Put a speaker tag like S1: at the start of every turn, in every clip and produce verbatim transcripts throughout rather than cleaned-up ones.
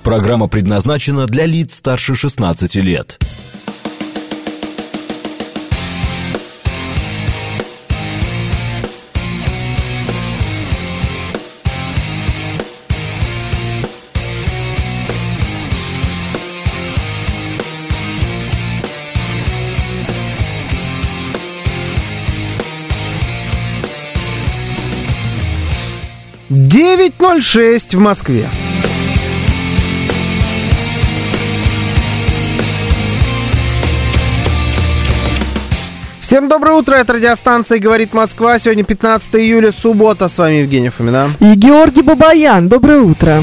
S1: Программа предназначена для лиц старше шестнадцати лет.
S2: девять ноль шесть в Москве. Всем доброе утро, это радиостанция «Говорит Москва». Сегодня пятнадцатое июля, суббота. С вами Евгений Фомина.
S3: И Георгий Бабаян. Доброе утро.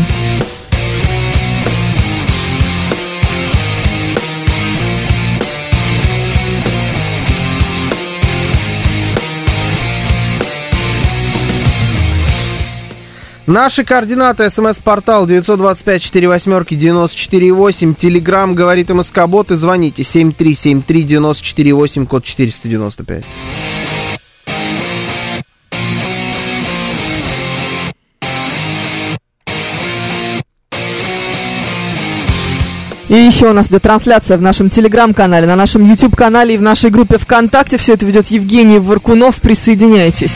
S2: Наши координаты: смс-портал девять два пять четыре восемь девяносто четыре восемь, телеграм «Говорит МСК-бот» и звоните семь три семь три девяносто четыре восемь, код четыреста девяносто пять.
S3: И еще у нас идет трансляция в нашем телеграм-канале, на нашем YouTube-канале и в нашей группе ВКонтакте. Все это ведет Евгений Варкунов. Присоединяйтесь.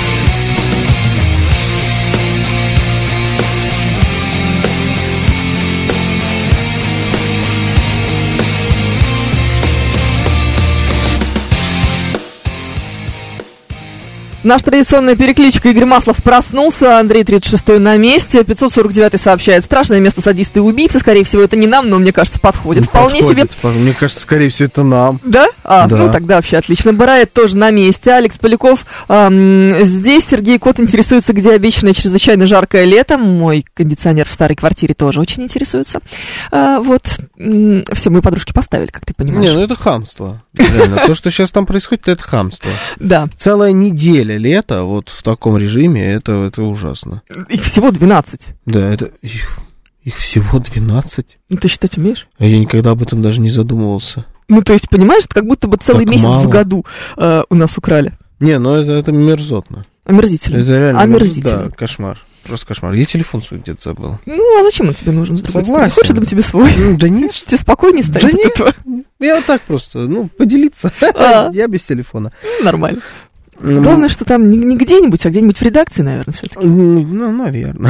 S3: Наша традиционная перекличка. Игорь Маслов проснулся, Андрей тридцать шестой на месте, пятьсот сорок девятый сообщает: страшное место садисты и убийцы. Скорее всего, это не нам, но мне кажется, подходит.
S2: Не
S3: Вполне
S2: подходит,
S3: себе.
S2: Мне кажется, скорее всего, это нам.
S3: Да? А,
S2: да.
S3: Ну тогда вообще отлично. Барает тоже на месте. Алекс Поляков эм, здесь. Сергей Кот интересуется, где обещанное чрезвычайно жаркое лето. Мой кондиционер в старой квартире тоже очень интересуется. А, вот. М- все мои подружки поставили, как ты понимаешь.
S2: Не, ну это хамство. Реально. То, что сейчас там происходит, это хамство.
S3: Да.
S2: Целая неделя лета вот в таком режиме, это, это ужасно.
S3: Их всего двенадцать.
S2: Да, это... Их, их всего двенадцать.
S3: Ну, ты считать умеешь?
S2: А я никогда об этом даже не задумывался.
S3: Ну, то есть, понимаешь, это как будто бы целый
S2: Так
S3: месяц
S2: мало.
S3: в году э, у нас украли.
S2: Не, ну это, это мерзотно.
S3: Омерзительно.
S2: Это реально
S3: Омерзительно.
S2: Да, кошмар. Просто кошмар. Я телефон свой где-то забыл.
S3: Ну, а зачем он тебе нужен? С другой стороны?
S2: Согласен.
S3: Хочешь, я дам тебе свой?
S2: Ну, да нет.
S3: Тебе спокойнее станет
S2: Да
S3: от
S2: нет.
S3: этого?
S2: Я вот так просто, ну, поделиться.
S3: А.
S2: Я без телефона.
S3: Нормально.
S2: Ну,
S3: Главное, что там не, не где-нибудь, а где-нибудь в редакции, наверное, все-таки.
S2: Ну, наверное.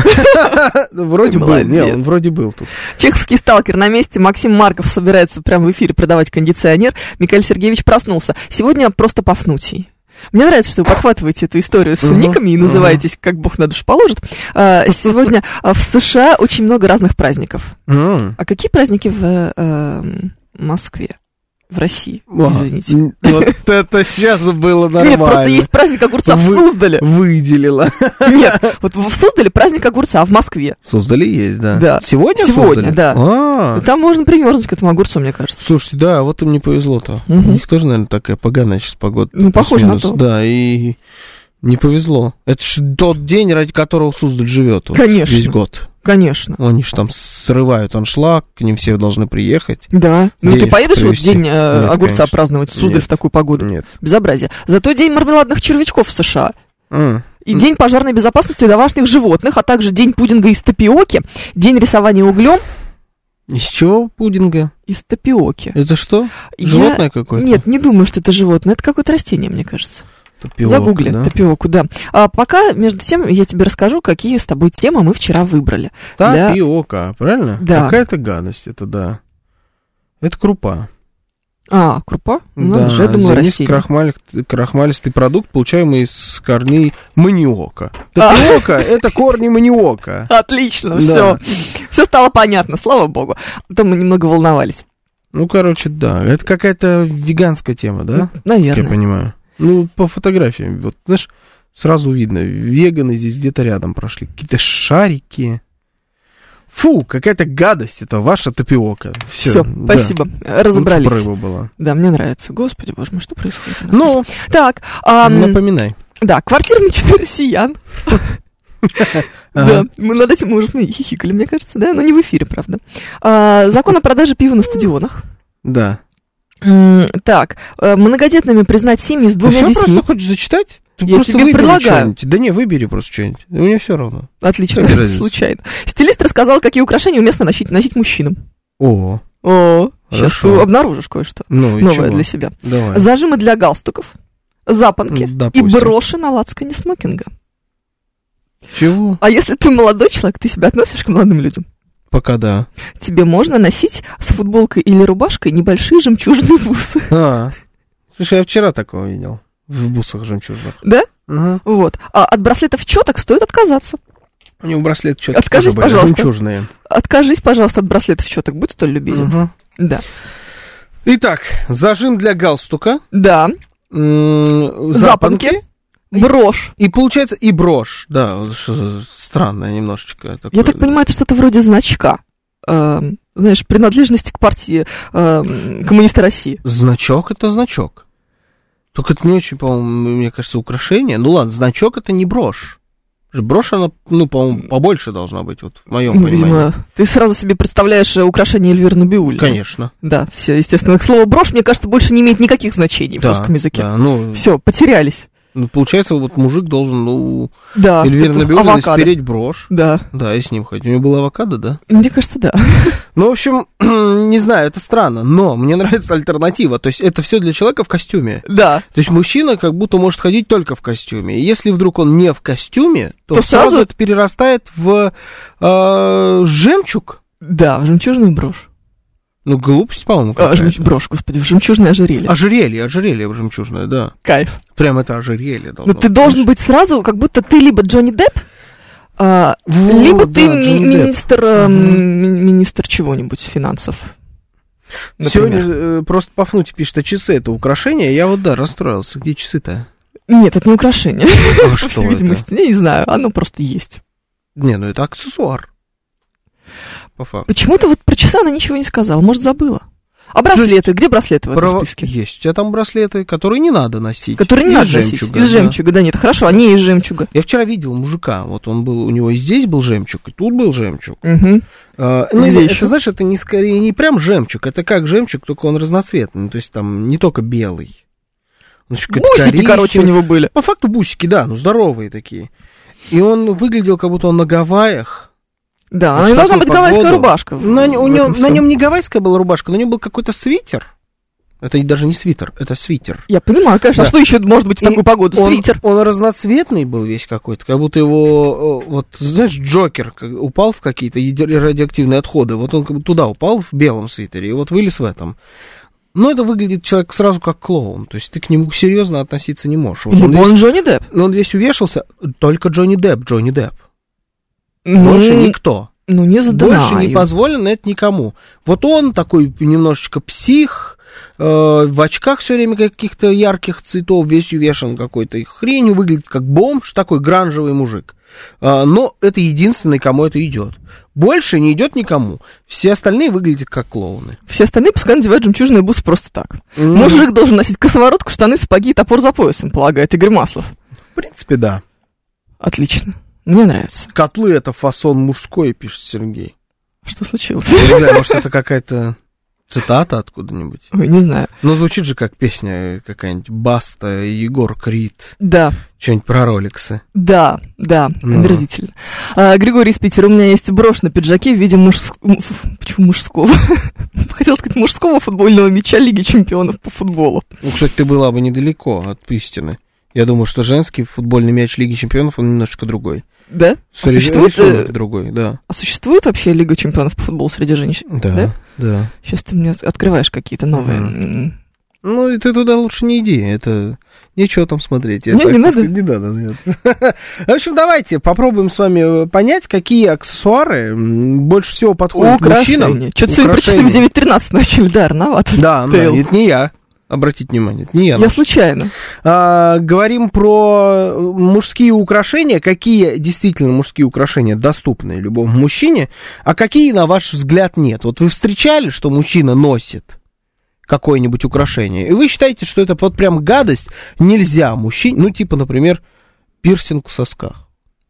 S2: Вроде был.
S3: Молодец.
S2: Не, он вроде был тут.
S3: Чеховский сталкер на месте. Максим Марков собирается прямо в эфире продавать кондиционер. Михаил Сергеевич проснулся. Сегодня просто Пафнутий. Мне нравится, что вы подхватываете эту историю с
S2: Uh-huh,
S3: никами и называетесь, как бог на душу положит. А, сегодня а, в США очень много разных праздников.
S2: Mm.
S3: А какие праздники в э, Москве? В России,
S2: А,
S3: извините.
S2: Вот это сейчас было нормально.
S3: Нет, просто есть праздник огурца в
S2: Вы-
S3: Суздале.
S2: Выделила.
S3: Нет, вот в Суздале праздник огурца, а в Москве?
S2: В Суздале есть, да.
S3: Да.
S2: Сегодня в
S3: Сегодня,
S2: Суздале?
S3: да.
S2: А,
S3: Там можно примерзнуть к этому огурцу, мне кажется.
S2: слушайте, да, вот им не повезло-то.
S3: Мгм.
S2: У них тоже, наверное, такая поганая сейчас погода.
S3: Ну, похоже на
S2: Плюс-минус.
S3: то.
S2: Да, и не повезло. Это же тот день, ради которого Суздаль живет. вот,
S3: Конечно.
S2: Весь год.
S3: Конечно.
S2: Они же там срывают аншлаг, к ним все должны приехать.
S3: Да. Ну, ты
S2: Денежку
S3: поедешь вот
S2: привезти?
S3: день э,
S2: Нет,
S3: огурца
S2: конечно.
S3: праздновать в Суздаль
S2: Нет.
S3: в такую погоду?
S2: Нет.
S3: Безобразие. Зато день мармеладных червячков в США.
S2: М.
S3: И день пожарной безопасности домашних животных, а также день пудинга из тапиоки, день рисования углем
S2: Из чего пудинга?
S3: из тапиоки.
S2: Это что?
S3: Я-
S2: Животное какое-то?
S3: Нет, не думаю, что это животное. Это какое-то растение, мне кажется.
S2: Тапиока,
S3: Загугли
S2: да?
S3: тапиоку, да. А пока, между тем, я тебе расскажу, какие с тобой темы мы вчера выбрали. Для-
S2: Тапиока, правильно?
S3: Да.
S2: Какая-то гадость, это да. Это крупа.
S3: А, крупа? Ну,
S2: да,
S3: надо же, я думала,
S2: зернистый
S3: растение.
S2: крахмаль- крахмалистый продукт, получаемый из корней маниока.
S3: А.
S2: Тапиока — это корни маниока.
S3: Отлично,
S2: Да.
S3: все. Все стало понятно, слава богу. А то мы немного волновались.
S2: Ну, короче, да. Это какая-то веганская тема, да?
S3: Ну, наверное.
S2: Я понимаю. Ну, по фотографиям, вот, знаешь, сразу видно, веганы здесь где-то рядом прошли. Какие-то шарики. Фу, какая-то гадость, это ваша тапиока.
S3: Все,
S2: да.
S3: спасибо, разобрались.
S2: Лучше бы рыба была.
S3: Да, мне нравится. Господи, боже мой, что происходит у нас
S2: Ну,
S3: здесь? Так, ам,
S2: напоминай.
S3: да, квартира мечты россиян. Да,
S2: Ага.
S3: мы над этим мы уже хихикали, мне кажется, да, но не в эфире, правда. А, закон о продаже пива на стадионах.
S2: Да.
S3: Так, многодетными признать семьи с двумя
S2: Ты
S3: детьми.
S2: что, просто хочешь зачитать? Ты
S3: Я
S2: просто
S3: тебе
S2: выбери
S3: предлагаю.
S2: что-нибудь. Да не, выбери просто что-нибудь. Мне все равно.
S3: Отлично,
S2: Какая разница?
S3: случайно. Стилист рассказал, какие украшения уместно носить, носить мужчинам.
S2: О,
S3: О, сейчас
S2: Хорошо.
S3: ты обнаружишь кое-что
S2: ну и
S3: новое
S2: чего?
S3: для себя.
S2: Давай.
S3: Зажимы для галстуков, запонки
S2: Ну,
S3: и
S2: допустим.
S3: броши на лацкане смокинга.
S2: Чего?
S3: А если ты молодой человек, ты себя относишь к молодым людям?
S2: Пока да.
S3: Тебе можно носить с футболкой или рубашкой небольшие жемчужные бусы.
S2: А, слушай, я вчера такого видел. В бусах жемчужных.
S3: Да?
S2: Угу.
S3: Вот. А от браслетов четок стоит отказаться.
S2: У него браслеты четкие
S3: Откажись,
S2: тоже были,
S3: пожалуйста.
S2: жемчужные.
S3: Откажись, пожалуйста, от браслетов четок. Будь столь любезен.
S2: Угу.
S3: Да.
S2: Итак, зажим для галстука.
S3: Да.
S2: м,
S3: Запонки.
S2: Запонки.
S3: Брошь.
S2: И получается и брошь. Да, вот что за странное немножечко. Такое.
S3: Я так понимаю, это что-то вроде значка. Эм, знаешь, принадлежности к партии эм, коммуниста России.
S2: Значок это значок. Только это не очень, по-моему, мне кажется, украшение. Ну ладно, значок это не брошь. Брошь, она, ну, по-моему, побольше должна быть, вот в моем
S3: Ну,
S2: понимании.
S3: видимо, ты сразу себе представляешь э, украшение Эльвиры Набиуллиной.
S2: Конечно.
S3: Да, все, естественно. Слово брошь, мне кажется, больше не имеет никаких значений в
S2: Да,
S3: русском языке.
S2: да, ну,
S3: Все, потерялись.
S2: ну, получается, вот мужик должен, ну,
S3: Да.
S2: Эльвира
S3: это
S2: Набиуллина
S3: авокадо.
S2: спереть брошь.
S3: Да.
S2: Да, и с ним ходить. У него был авокадо, да?
S3: Мне кажется, да.
S2: Ну, в общем, не знаю, это странно, но мне нравится альтернатива. То есть это все для человека в костюме.
S3: Да.
S2: То есть мужчина как будто может ходить только в костюме. И если вдруг он не в костюме, то,
S3: То
S2: сразу,
S3: сразу-
S2: это перерастает в э, жемчуг.
S3: Да, в жемчужную брошь.
S2: Ну, глупость, по-моему,
S3: А,
S2: какая-то.
S3: жемч- брошь, господи, в жемчужное ожерелье.
S2: Ожерелье, ожерелье жемчужное, да.
S3: Кайф.
S2: Прям это ожерелье должно
S3: Но ты
S2: быть,
S3: должен
S2: понимаешь?
S3: быть сразу, как будто ты либо Джонни Депп, а,
S2: Вот,
S3: либо
S2: да,
S3: ты ми-
S2: Джонни Депп.
S3: министр, э, ми- министр чего-нибудь, финансов. Например.
S2: Сегодня э, просто Пафнутий пишет, а часы это украшение. Я вот, да, расстроился. Где часы-то?
S3: Нет, это не украшение.
S2: А
S3: По
S2: что
S3: всей
S2: это?
S3: видимости, я не знаю, оно просто есть.
S2: Не, ну это аксессуар. По факту.
S3: Почему-то вот про часы она ничего не сказала, может, забыла. А браслеты? Где браслеты в этом
S2: Право-
S3: списке?
S2: Есть. У тебя там браслеты, которые не надо носить.
S3: Которые не
S2: Из
S3: надо носить.
S2: жемчуга,
S3: Из
S2: да.
S3: жемчуга, да нет, хорошо, они из жемчуга.
S2: Я вчера видел мужика, вот он был, у него и здесь был жемчуг, и тут был жемчуг.
S3: Мгм.
S2: А, ну,
S3: Где
S2: это,
S3: еще?
S2: знаешь, это не скорее не прям жемчуг, это как жемчуг, только он разноцветный, ну, то есть там не только белый. Он еще какой-то
S3: Бусики,
S2: коричневый.
S3: короче, у него были.
S2: По факту бусики, да, ну здоровые такие. И он выглядел, как будто он на Гавайях.
S3: Да,
S2: Вот
S3: она не
S2: в
S3: должна
S2: такую
S3: быть гавайская
S2: погоду.
S3: рубашка.
S2: На,
S3: в-
S2: у
S3: в
S2: него,
S3: этом
S2: на
S3: всем.
S2: нем не гавайская была рубашка, на нем был какой-то свитер. Это даже не свитер, это свитер.
S3: Я понимаю, конечно,
S2: Да.
S3: а что еще может быть в
S2: И
S3: такую погоду?
S2: Он,
S3: Свитер.
S2: он разноцветный был весь какой-то, как будто его, э, вот, знаешь, Джокер как упал в какие-то яди- радиоактивные отходы, вот он как бы туда упал в белом свитере, и вот вылез в этом. Но это выглядит человек сразу как клоун, то есть ты к нему серьезно относиться не можешь. Вот он,
S3: Либо он
S2: весь,
S3: Джонни Депп.
S2: он весь увешался, только Джонни Депп, Джонни Депп.
S3: Ну,
S2: Больше никто.
S3: Ну, не знаю.
S2: Больше не позволено это никому. Вот он такой немножечко псих, э, в очках все время каких-то ярких цветов, весь увешан какой-то хренью, выглядит как бомж, такой гранжевый мужик. А, но это единственный, кому это идет. Больше не идет никому. Все остальные выглядят как клоуны.
S3: Все остальные пускай надевают жемчужные бусы просто так.
S2: Ну,
S3: Мужик должен носить косоворотку, штаны, сапоги и топор за поясом, полагает Игорь Маслов.
S2: В принципе, да.
S3: Отлично. Мне нравится.
S2: Котлы это фасон мужской, пишет Сергей.
S3: Что случилось?
S2: Я не знаю, может, это какая-то цитата откуда-нибудь.
S3: Ой, не знаю.
S2: Но звучит же как песня какая-нибудь Баста, Егор Крид,
S3: Да,
S2: что-нибудь про роликсы.
S3: да, да,
S2: Ну.
S3: омерзительно. А, Григорий из Питера, у меня есть брошь на пиджаке в виде мужского... Почему мужского? Хотел сказать мужского футбольного мяча Лиги чемпионов по футболу.
S2: Ну, кстати, ты была бы недалеко от истины. Я думаю, что женский футбольный мяч Лиги чемпионов, он немножечко другой.
S3: Да?
S2: С
S3: А существует,
S2: рисунок
S3: э,
S2: другой, да.
S3: а существует вообще Лига чемпионов по футболу среди женщин?
S2: Да,
S3: Да?
S2: да.
S3: Сейчас ты мне открываешь какие-то новые...
S2: Мгм.
S3: м,
S2: Ну, и ты туда лучше не иди, это... Нечего там смотреть. Я
S3: Не,
S2: так,
S3: не
S2: так
S3: надо?
S2: сказать, не надо, нет. В общем, давайте попробуем с вами понять, какие аксессуары м, больше всего подходят мужчинам.
S3: Украшения. Что-то сегодня про часы в
S2: Украшения.
S3: девять тринадцать начали, да, рановато.
S2: Да, да,
S3: Тейл.
S2: это не я. Обратите внимание, это не я.
S3: Я случайно.
S2: А, говорим про мужские украшения, какие действительно мужские украшения доступны любому мужчине, а какие, на ваш взгляд, нет. Вот вы встречали, что мужчина носит какое-нибудь украшение, и вы считаете, что это вот прям гадость, нельзя мужчине, ну, типа, например, пирсинг в сосках.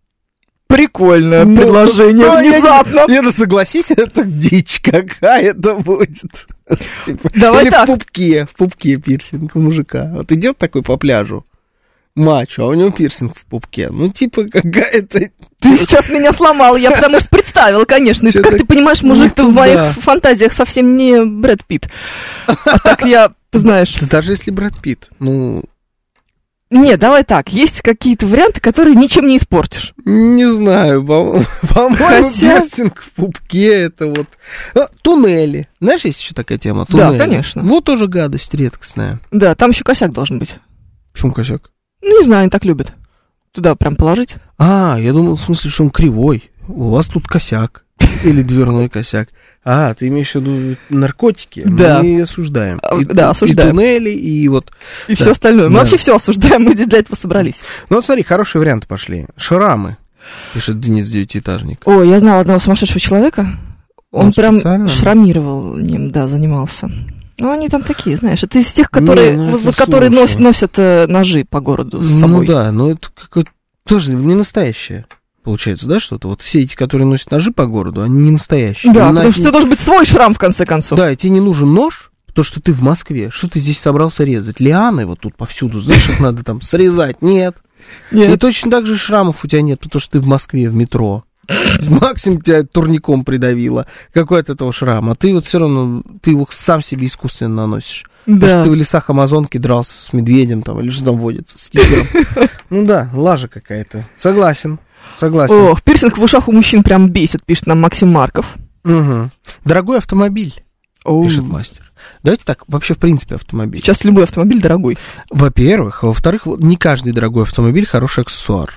S3: Прикольное
S2: Ну,
S3: предложение,
S2: ну, я не-
S3: внезапно.
S2: Не, ну согласись, это дичь какая-то будет.
S3: Давай
S2: Или
S3: так.
S2: в пупке, в пупке пирсинг у мужика. Вот идет такой по пляжу, мачо, а у него пирсинг в пупке. Ну, типа, какая-то...
S3: Ты сейчас меня сломал, я потому что представила, конечно.
S2: Чё-то
S3: Как ты понимаешь, мужик-то
S2: не
S3: в моих
S2: туда.
S3: фантазиях совсем не Брэд Питт. А так я, ты знаешь...
S2: Даже если Брэд Питт, ну,
S3: Не, давай так, есть какие-то варианты, которые ничем не испортишь.
S2: не знаю, по- по-моему,
S3: Хотя-
S2: пирсинг в пупке, это вот... А, туннели. Знаешь, есть еще такая тема?
S3: Да,
S2: Туннели.
S3: конечно.
S2: Вот тоже гадость редкостная.
S3: Да, там еще косяк должен быть.
S2: Почему косяк?
S3: Ну, не знаю, они так любят. Туда прям положить.
S2: А, я думал, в смысле, что он кривой. У вас тут косяк. Или дверной косяк. А, ты имеешь в виду наркотики?
S3: Да.
S2: Мы осуждаем.
S3: А,
S2: И,
S3: да,
S2: и
S3: осуждаем.
S2: туннели, и вот...
S3: И
S2: Да.
S3: все остальное. Мы
S2: Да.
S3: вообще все осуждаем, мы здесь для этого собрались.
S2: Ну, вот смотри, хорошие варианты пошли. Шрамы, пишет Денис Девятиэтажник.
S3: Ой, я знала одного сумасшедшего человека. Он,
S2: Он
S3: прям
S2: специально?
S3: шрамировал ним, да, занимался. Ну, они там такие, знаешь, это из тех, которые,
S2: Не, ну,
S3: вот,
S2: это
S3: вот которые
S2: слушай.
S3: носят, носят э, ножи по городу с собой.
S2: Ну да, но это какое-то тоже не настоящее. Получается, да, что-то? Вот все эти, которые носят ножи по городу, они не настоящие.
S3: Да,
S2: На-
S3: потому что это должен быть свой шрам, в конце концов.
S2: Да, и тебе не нужен нож, потому что ты в Москве. Что ты здесь собрался резать? Лианы вот тут повсюду, знаешь, их надо там срезать. Нет. И
S3: Нет.
S2: точно так же шрамов у тебя нет, потому что ты в Москве, в метро. Максимум тебя турником придавило. Какой от этого шрам? А ты вот все равно, ты его сам себе искусственно наносишь. Потому
S3: Да.
S2: что ты в лесах Амазонки дрался с медведем там, или что там водится, с тигром. Ну да, лажа какая-то. Согласен, согласен.
S3: Ох, пирсинг в ушах у мужчин прям бесит, пишет нам Максим Марков.
S2: Мгм. Дорогой автомобиль,
S3: Оу.
S2: пишет мастер. Давайте так, вообще, в принципе, автомобиль.
S3: Сейчас любой автомобиль дорогой.
S2: Во-первых, а во-вторых, вот не каждый дорогой автомобиль хороший аксессуар.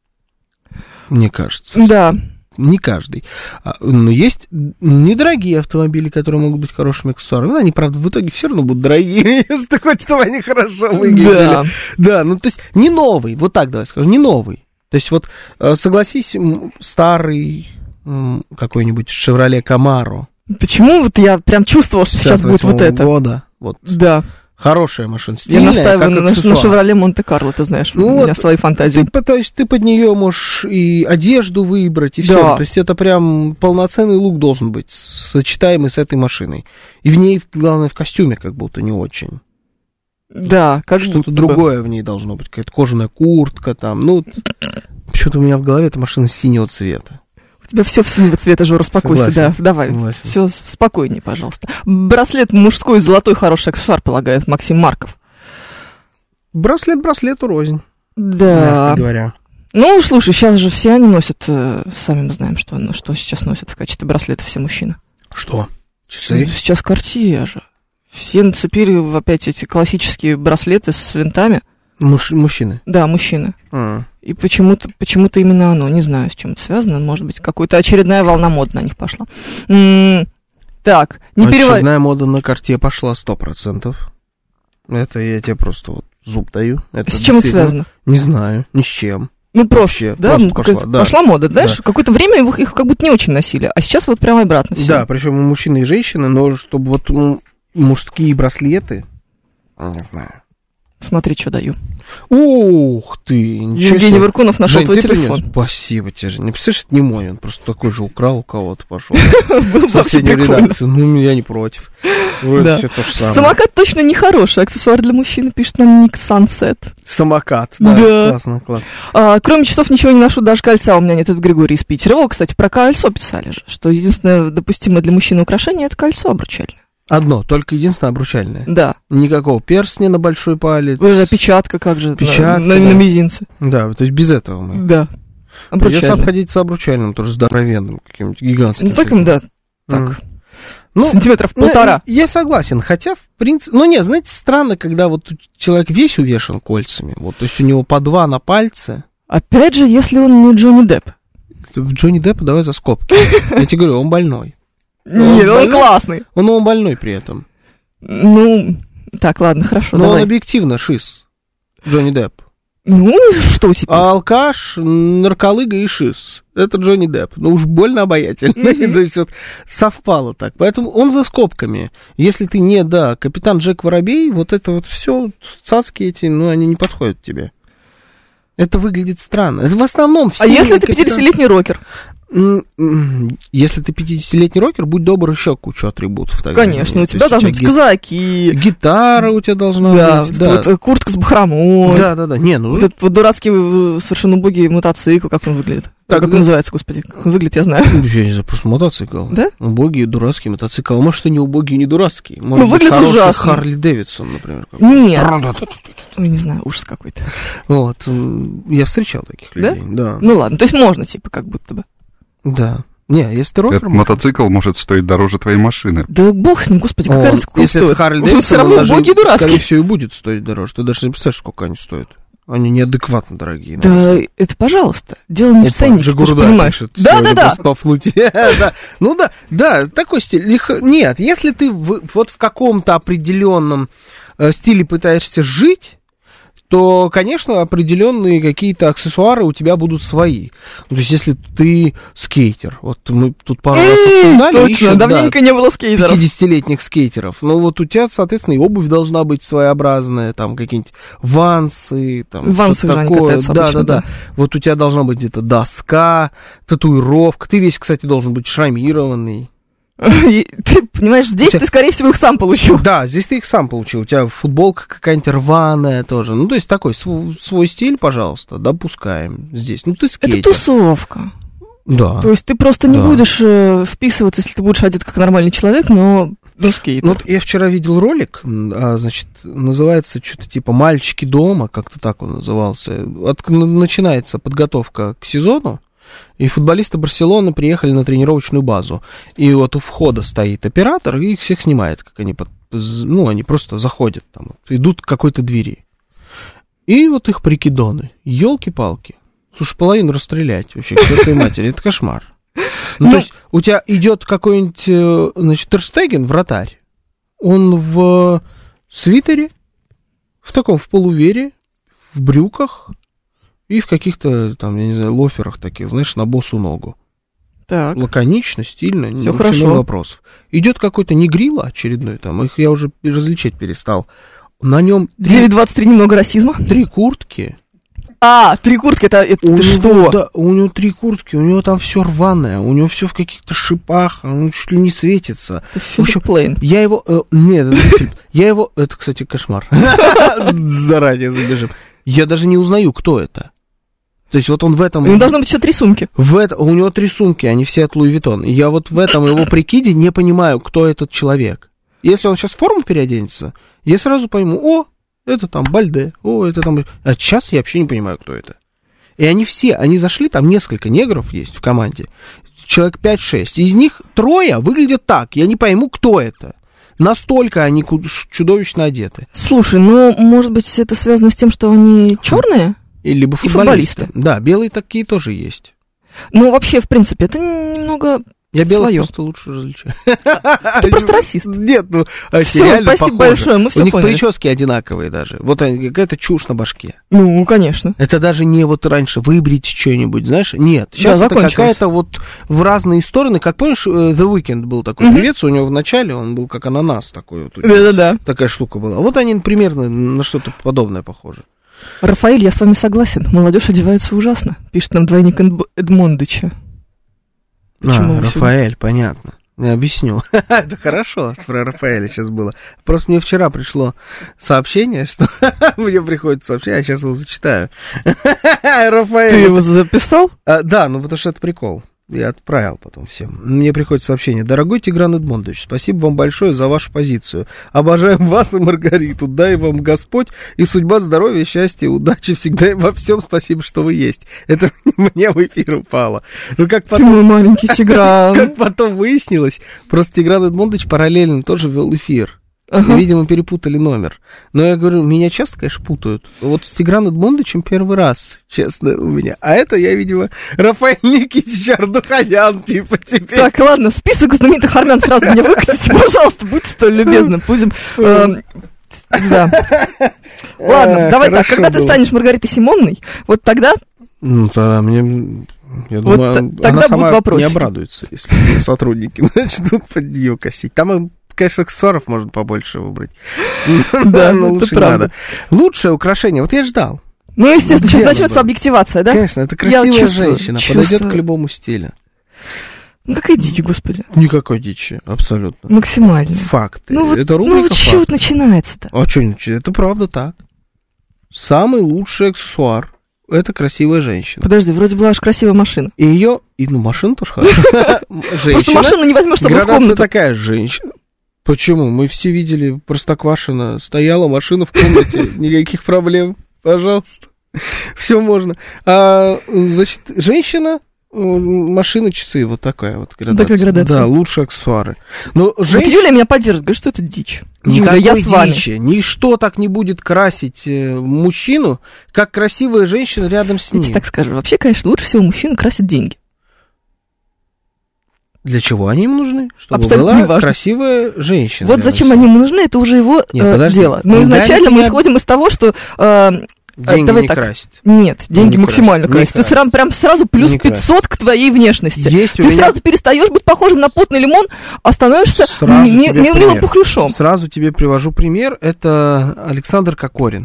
S2: Мне кажется.
S3: Да.
S2: Не каждый. А, Но есть недорогие автомобили, которые могут быть хорошими аксессуарами. Ну, они, правда, в итоге все равно будут дорогими, если ты хочешь, чтобы они хорошо выглядели.
S3: Да.
S2: Да, ну то есть не новый, вот так давай скажу, не новый. То есть вот э, согласись, м, старый м, какой-нибудь Chevrolet Camaro
S3: Почему вот я прям чувствовала, что сейчас будет вот это?
S2: года. Вот.
S3: Да.
S2: Хорошая машина,
S3: Я
S2: стильная,
S3: настаиваю
S2: как
S3: на, на
S2: аксессуар.
S3: Шевроле Монте-Карло, ты знаешь,
S2: Ну
S3: у меня
S2: вот,
S3: свои фантазии.
S2: Ты, то есть ты под нее можешь и одежду выбрать, и
S3: Да.
S2: все. То есть это прям полноценный лук должен быть, сочетаемый с этой машиной. И в ней, главное, в костюме как будто не очень.
S3: Да, как
S2: Что-то
S3: будто бы.
S2: другое в ней должно быть, какая-то кожаная куртка там. Ну, почему-то у меня в голове эта машина синего цвета.
S3: У тебя все в синего цвета, Жора, успокойся,
S2: Согласен,
S3: да, давай.
S2: согласен.
S3: Все спокойнее, пожалуйста. Браслет мужской, золотой, хороший аксессуар, полагает Максим Марков.
S2: Браслет браслету рознь,
S3: Да.
S2: мягко говоря.
S3: Ну, слушай, сейчас же все они носят, э, сами мы знаем, что, ну, что сейчас носят в качестве браслета все мужчины.
S2: Что?
S3: Ну,
S2: Часы?
S3: сейчас Cartier же. Все нацепили в опять эти классические браслеты с винтами.
S2: Муж- мужчины.
S3: Да, мужчины.
S2: А.
S3: И почему-то, почему-то именно оно, не знаю, с чем это связано. Может быть, какая-то очередная волна мод на них пошла. М, Так, не переводи.
S2: Очередная мода на карте пошла сто процентов. Это я тебе просто вот зуб даю. Это
S3: С чем это
S2: действительно-
S3: связано?
S2: Не знаю, ни с чем.
S3: Ну, просто,
S2: Вообще,
S3: да,
S2: просто
S3: ну,
S2: пошла,
S3: какая-то
S2: да.
S3: пошла мода, знаешь,
S2: Да.
S3: какое-то время их, их как будто не очень носили, а сейчас вот прямо обратно все.
S2: Да, причем и мужчины, и женщины, но чтобы вот ну, мужские браслеты, не знаю.
S3: Смотри, что даю.
S2: Ух ты, ничего
S3: Евгений
S2: себе.
S3: Варкунов нашел
S2: Жень,
S3: твой
S2: ты
S3: телефон.
S2: принес? Спасибо тебе, Жень. Не представляешь, это не мой, он просто такой же украл у кого-то, пошел.
S3: Было бы вообще
S2: Соседнюю
S3: прикольно.
S2: редакцию. Ну, я не против. Вот
S3: Да.
S2: всё то же самое.
S3: Самокат точно не хороший аксессуар для мужчины, пишет нам Ник Sunset.
S2: Самокат, да,
S3: Да.
S2: классно, классно.
S3: А, кроме часов ничего не ношу, даже кольца у меня нет, это Григорий из Питера. О, кстати, про кольцо писали же, что единственное допустимое для мужчины украшение — это кольцо обручальное.
S2: Одно, только единственное обручальное.
S3: Да.
S2: Никакого перстня на большой палец.
S3: Э, Печатка как же, на-
S2: Печатка,
S3: на,
S2: да.
S3: на мизинце.
S2: Да, то есть без этого мы.
S3: Да.
S2: Придется
S3: Обручальное.
S2: обходиться обручальным, тоже здоровенным, каким-нибудь гигантским.
S3: Ну, таким, да, так,
S2: М. Ну,
S3: сантиметров
S2: ну,
S3: полтора.
S2: Я согласен, хотя, в принципе... Ну, нет, знаете, странно, когда вот человек весь увешан кольцами, вот, то есть у него по два на пальце.
S3: Опять же, если он не Джонни Депп.
S2: Джонни Деппа давай за скобки. Я тебе говорю, он больной.
S3: Нет, он
S2: больной?
S3: классный.
S2: Он, он больной при этом.
S3: Ну, так, ладно, хорошо,
S2: Но он
S3: давай.
S2: объективно шиз. Джонни Депп.
S3: Ну, что теперь?
S2: А алкаш, нарколыга и шиз. Это Джонни Депп. Ну уж больно обаятельный. То есть вот совпало так. Поэтому он за скобками. Если ты не, да, капитан Джек Воробей, вот это вот все, цацки эти, ну они не подходят тебе. Это выглядит странно. Это в основном все.
S3: А если ты пятидесятилетний рокер?
S2: Если ты пятидесятилетний рокер, будь добр, еще кучу атрибутов.
S3: Конечно, у тебя должны быть казаки.
S2: Гитара у тебя должна
S3: да,
S2: быть.
S3: Да, вот куртка с бахромой.
S2: Да, да, да. Не, ну...
S3: Вот этот вот дурацкий, совершенно убогий мотоцикл, как он выглядит?
S2: Так,
S3: как
S2: да.
S3: он называется, господи? Как он выглядит, я знаю.
S2: Я не знаю, просто мотоцикл.
S3: Да?
S2: Убогий, дурацкий мотоцикл. А может, и не убогий, не дурацкий. Может,
S3: ну, выглядит ужасно.
S2: Харли Дэвидсон, например.
S3: Нет. Ой, не знаю, ужас какой-то.
S2: Вот. Я встречал таких людей. Да?
S3: Да. Ну ладно, то есть можно, типа, как будто бы.
S2: Да. Не, если ты рокер...
S4: Этот мотоцикл может стоить дороже твоей машины.
S3: Да бог с ним, господи, какая разница, сколько
S2: если
S3: стоит.
S2: это Харли
S3: Он все равно
S2: даже,
S3: убогий и дурацкий.
S2: скорее всего, и будет стоить дороже. Ты даже не представляешь, сколько они стоят. Они неадекватно дорогие.
S3: Да, наверное. Это пожалуйста. Дело не в ценнике, ты же понимаешь.
S2: Да, да, да. Ну да, да, такой стиль. Нет, если ты вот в каком-то определенном стиле пытаешься жить, то, конечно, определенные какие-то аксессуары у тебя будут свои. То есть, если ты скейтер, вот мы тут пару раз обсуждали.
S3: Точно,
S2: ищем,
S3: давненько
S2: да,
S3: не было скейтеров.
S2: пятидесятилетних скейтеров. Ну, вот у тебя, соответственно, и обувь должна быть своеобразная, там, какие-нибудь вансы, там,
S3: вансы
S2: что-то такое.
S3: Да,
S2: да, да, да. Вот у тебя должна быть где-то доска, татуировка. Ты весь, кстати, должен быть шрамированный.
S3: Ты понимаешь, здесь тебя... ты, скорее всего, их сам получил.
S2: Да, здесь ты их сам получил. У тебя футболка какая-нибудь рваная тоже. Ну, то есть такой свой, свой стиль, пожалуйста, допускаем здесь. Ну, ты скейтер.
S3: Это тусовка.
S2: Да.
S3: То есть ты просто не
S2: да.
S3: будешь э, вписываться, если ты будешь одет как нормальный человек, но... Ну, скейтер.
S2: Ну, вот я вчера видел ролик, а, значит, называется что-то типа «Мальчики дома», как-то так он назывался. От, начинается подготовка к сезону. И футболисты Барселоны приехали на тренировочную базу. И вот у входа стоит оператор, и их всех снимает, как они, под, ну, они просто заходят, там, вот, идут к какой-то двери. И вот их прикидоны. Ёлки-палки. Слушай, половину расстрелять вообще, к чертовой матери, это кошмар. Ну, ну, то есть, у тебя идет какой-нибудь, значит, Тер Штеген, вратарь. Он в свитере, в таком, в полувере, в брюках, и в каких-то, там, я не знаю, лоферах таких, знаешь, на босу ногу.
S3: Так.
S2: Лаконично, стильно,
S3: все
S2: хорошо. Вопросов. Идет какой-то негрила очередной, там, их я уже различать перестал. На нем...
S3: девять двадцать три немного расизма.
S2: Три куртки.
S3: А, три куртки, это, это
S2: у
S3: ты
S2: него,
S3: что?
S2: Да, у него три куртки, у него там все рваное, у него все в каких-то шипах, он чуть ли не светится.
S3: Это Филипп Плейн.
S2: Я его... Э, нет, это не Филипп. Я его... Это, кстати, кошмар. Заранее забежим. Я даже не узнаю, кто это. То есть вот он в этом...
S3: У него должно быть еще три сумки.
S2: В это... У него три сумки, они все от Луи Виттон. И я вот в этом его прикиде не понимаю, кто этот человек. Если он сейчас в форму переоденется, я сразу пойму, о, это там Бальде, о, это там... А сейчас я вообще не понимаю, кто это. И они все, они зашли, там несколько негров есть в команде, человек пять-шесть. Из них трое выглядят так, я не пойму, кто это. Настолько они чудовищно одеты.
S3: Слушай, ну, может быть, это связано с тем, что они черные?
S2: И либо футболисты. футболисты. Да, белые такие тоже есть.
S3: Ну, вообще, в принципе, это немного
S2: Я белых
S3: своё.
S2: просто лучше различаю.
S3: Ты просто расист.
S2: Нет, ну,
S3: всё,
S2: реально
S3: спасибо
S2: похоже.
S3: большое, мы все
S2: У них
S3: поняли.
S2: прически одинаковые даже. Вот они, какая-то чушь на башке.
S3: Ну, конечно.
S2: Это даже не вот раньше выбрить что-нибудь, знаешь? Нет, сейчас
S3: Да,
S2: это какая-то вот в разные стороны. Как помнишь, The Weeknd был такой
S3: Мгм.
S2: певец, у него в начале он был как ананас такой. Вот,
S3: Да-да-да.
S2: такая штука была. Вот они примерно на что-то подобное похожи.
S3: Рафаэль, я с вами согласен. Молодежь одевается ужасно. Пишет нам двойник Эд- Эдмондыча. Почему
S2: А,
S3: вы
S2: Рафаэль, понятно. Я объясню. Это хорошо, про Рафаэля сейчас было. Просто мне вчера пришло сообщение, что мне приходит сообщение, я сейчас его зачитаю. Рафаэль.
S3: Ты его записал?
S2: А, да, ну потому что это прикол. Я отправил потом всем. Мне приходит сообщение. Дорогой Тигран Эдмондович, спасибо вам большое за вашу позицию. Обожаем вас и Маргариту. Дай вам Господь и судьба, здоровья, счастья, удачи всегда и во всем. Спасибо, что вы есть. Это мне в эфир упало. Ну, как потом,
S3: Ты мой маленький Тигран.
S2: как потом выяснилось, просто Тигран Эдмондович параллельно тоже вел эфир.
S3: Ага.
S2: И, видимо, перепутали номер. Но я говорю, меня часто, конечно, путают. Вот с Тигран Эдмондовичем первый раз, честно, у меня. А это я, видимо, Рафаэль Никитич Ардуханян, типа, теперь.
S3: Так, ладно, список знаменитых армян сразу мне выкатите, пожалуйста, будьте столь любезны. Будем... э, Да. Ладно, давай так, когда ты станешь Маргаритой Симонной, вот тогда...
S2: Ну, тогда мне... Я
S3: Вот
S2: думаю,
S3: т- тогда
S2: она сама
S3: будут вопросики.
S2: не обрадуется, если сотрудники начнут под нее косить. Там им, конечно, аксессуаров можно побольше выбрать.
S3: Да,
S2: но
S3: это
S2: лучше не
S3: правда.
S2: надо. Лучшее украшение. Вот я ждал.
S3: Ну, естественно, сейчас
S2: Где
S3: начнется
S2: оно?
S3: объективация, да?
S2: Конечно, это
S3: Я
S2: красивая
S3: чувствую,
S2: женщина,
S3: чувствую.
S2: подойдет к любому стилю.
S3: Ну, какая дичь, господи.
S2: Никакой дичи, абсолютно.
S3: Максимально.
S2: Факты.
S3: Ну, вот,
S2: Это
S3: ну,
S2: рубрика
S3: вот с чего вот начинается-то?
S2: А что начинается? Это правда так. Самый лучший аксессуар — это красивая женщина.
S3: Подожди, вроде была аж красивая машина.
S2: И ее... И, ну, машина тоже хорошая.
S3: Просто машину не возьмешь с собой в
S2: Градация
S3: комнату.
S2: такая женщина. Почему? Мы все видели Простоквашино. Стояла машина в комнате. Никаких проблем. Пожалуйста. Все можно. А, значит, женщина, машина, часы. Вот такая вот градация.
S3: Такая градация.
S2: Да, лучшие аксессуары. Но
S3: Вот
S2: женщина...
S3: Юля меня поддерживает, говорит, что это дичь. Юля,
S2: Никакой
S3: я с вами.
S2: дичи. Ничто так не будет красить э, мужчину, как красивая женщина рядом с
S3: Я
S2: ним.
S3: тебе так скажу. Вообще, конечно, лучше всего мужчины красят деньги.
S2: Для чего они ему нужны? Чтобы
S3: Абсолютно
S2: была
S3: неважно.
S2: красивая женщина.
S3: Вот
S2: рядом
S3: зачем
S2: с ним.
S3: они ему нужны, это уже его
S2: Нет,
S3: э,
S2: подожди.
S3: дело. Но
S2: Не
S3: изначально
S2: дарит
S3: мы
S2: меня-
S3: исходим из того, что... э,
S2: Деньги
S3: давай
S2: не
S3: так.
S2: красит.
S3: Нет, деньги
S2: Не
S3: максимально
S2: красит,
S3: красят.
S2: не
S3: Ты сразу, прям сразу плюс
S2: Не красит.
S3: пятьсот к твоей внешности.
S2: Есть у
S3: Ты
S2: меня-
S3: сразу перестаешь быть похожим на потный лимон, а становишься
S2: Сразу
S3: ми-
S2: тебе
S3: ми- милым
S2: пример.
S3: пухляшом.
S2: Сразу тебе привожу пример. Это Александр Кокорин.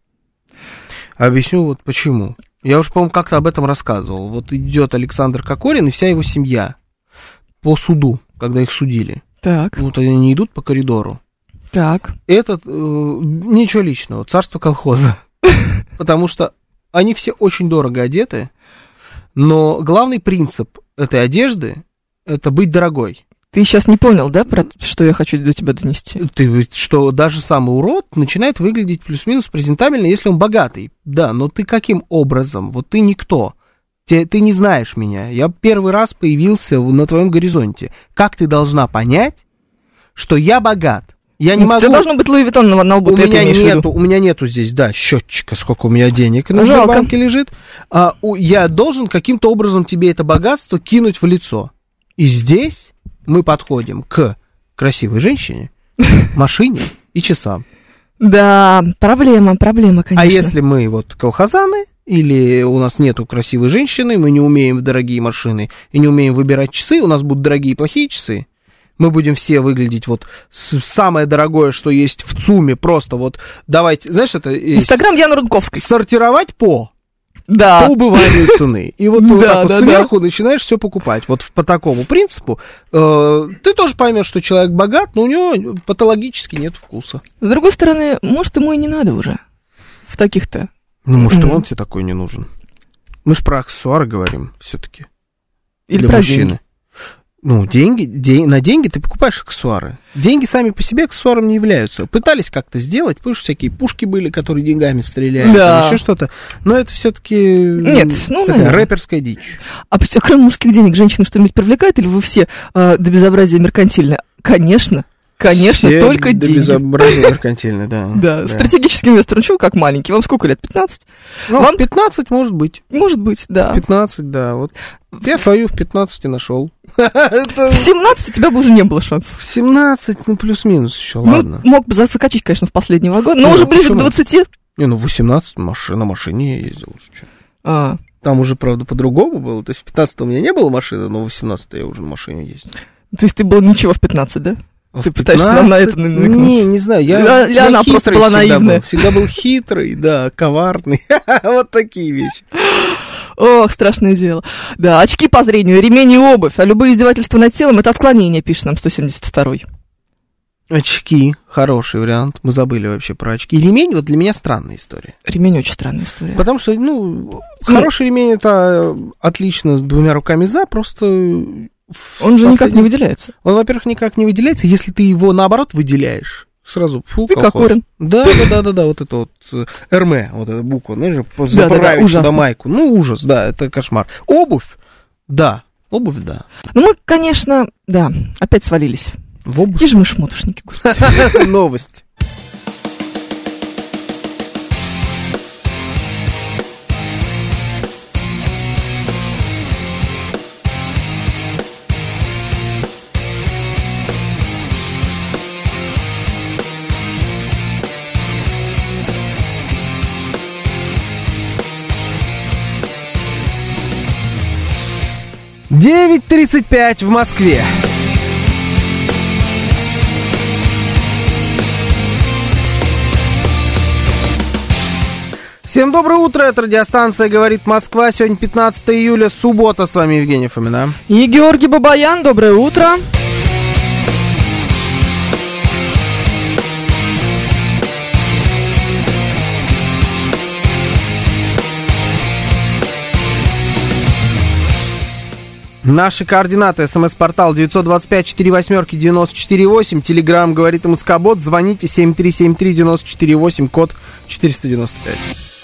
S2: Объясню вот почему. Я уже, по-моему, как-то об этом рассказывал. Вот идет Александр Кокорин и вся его семья по суду, когда их судили.
S3: Так,
S2: Вот они не идут по коридору.
S3: так.
S2: Этот, э, ничего личного, царство колхоза. Потому что они все очень дорого одеты, но главный принцип этой одежды — это быть дорогой.
S3: Ты сейчас не понял, да, про что я хочу до тебя донести?
S2: Ты, ведь, что даже самый урод начинает выглядеть плюс-минус презентабельно, если он богатый. Да, но ты каким образом? Вот ты никто. Те, ты не знаешь меня. Я первый раз появился на твоем горизонте. Как ты должна понять, что я богат? Я не
S3: Ну,
S2: могу...
S3: Все должно быть Луи Виттон на, на лбу,
S2: У
S3: ты это
S2: меня
S3: имеешь в виду?
S2: нету, у меня нету здесь, да, счетчика, сколько у меня денег на
S3: Жалко.
S2: Сбербанке лежит. А, у, я должен каким-то образом тебе это богатство кинуть в лицо. И здесь мы подходим к красивой женщине, машине и часам.
S3: Да, проблема, проблема, конечно.
S2: А если мы вот колхозаны, или у нас нету красивой женщины, мы не умеем в дорогие машины и не умеем выбирать часы, у нас будут дорогие и плохие часы, мы будем все выглядеть вот с- самое дорогое, что есть в ЦУМе, просто вот давайте, знаешь, это есть
S3: Инстаграм Яны Рудковской.
S2: сортировать по,
S3: Да.
S2: по убыванию цены. И вот ты вот
S3: Да,
S2: так вот
S3: да,
S2: сверху начинаешь все покупать. Вот по такому принципу э, ты тоже поймешь, что человек богат, но у него патологически нет вкуса.
S3: С другой стороны, может, ему и не надо уже в таких-то.
S2: Ну, может, и
S3: Мгм.
S2: он тебе такой не нужен. Мы же про аксессуары говорим все-таки.
S3: Или
S2: Для
S3: про
S2: мужчины.
S3: деньги.
S2: Ну, деньги, день- на деньги ты покупаешь аксессуары. Деньги сами по себе аксессуаром не являются. Пытались как-то сделать, потому что всякие пушки были, которые деньгами стреляют,
S3: Да.
S2: там еще что-то. Но это все-таки
S3: Нет, ну, наверное.
S2: рэперская дичь.
S3: А п- кроме мужских денег женщины что-нибудь привлекает, или вы все э, до безобразия меркантильны? Конечно, конечно,
S2: Все
S3: только
S2: до
S3: деньги.
S2: безобразия меркантильно, да.
S3: Да, стратегический инвестор, ну чего как маленький, вам сколько лет, пятнадцать?
S2: Ну,
S3: Вам-
S2: пятнадцать может быть.
S3: Может быть, да.
S2: пятнадцать, да. Вот я свою в пятнадцати нашел.
S3: В семнадцать у тебя бы уже не было шансов.
S2: В семнадцать, ну, плюс-минус еще,
S3: Ну,
S2: ладно.
S3: мог бы закачать, конечно, в последний вагон, но
S2: Ну,
S3: уже ближе к
S2: почему?
S3: двадцати.
S2: Не, ну, в восемнадцать машина, на машине я ездил уже. чё.
S3: А,
S2: Там уже, правда, по-другому было. То есть в пятнадцатом у меня не было машины, но в восемнадцатом я уже на машине ездил.
S3: то есть ты был ничего в пятнадцать, да?
S2: А
S3: Ты
S2: в
S3: пытаешься
S2: пятнадцать?
S3: на это намекнуть?
S2: Не, не знаю. Я,
S3: Или- или
S2: я
S3: она просто
S2: хитрый
S3: была
S2: всегда
S3: наивная?
S2: был. Всегда был хитрый, да, коварный. Вот такие вещи.
S3: Ох, страшное дело. Да, очки по зрению, ремень и обувь, а любые издевательства над телом — это отклонение, пишет нам сто семьдесят второй.
S2: Очки. Хороший вариант. Мы забыли вообще про очки. И ремень вот для меня странная история.
S3: Ремень очень странная история.
S2: Потому что, ну, хороший ремень это отлично с двумя руками за, просто... в
S3: Он же никак
S2: последнем-
S3: не выделяется.
S2: Он, во-первых, никак не выделяется, если ты его, наоборот, выделяешь. Сразу, фу,
S3: Ты
S2: колхоз.
S3: Кокорин.
S2: Да, да, да, да, да, вот это вот э, РМ, вот эта буква, знаешь,
S3: да,
S2: заправить
S3: ужасно.
S2: сюда майку. Ну, ужас, да, это кошмар. Обувь, да, обувь, да.
S3: Ну, мы, конечно, да, опять свалились.
S2: В обувь
S3: Какие же мы шмотушники, господи.
S2: новость. девять тридцать пять в Москве. Всем доброе утро, это радиостанция «Говорит Москва». Сегодня пятнадцатое июля, суббота. С вами Евгений Фомина.
S3: И Георгий Бабаян, доброе утро.
S2: Наши координаты. СМС-портал девять два пять четыре восемь девять четыре восемь. Телеграм «Говорит МСК-бот». Звоните семь три семь три девять четыре восемь, код четыреста девяносто пять.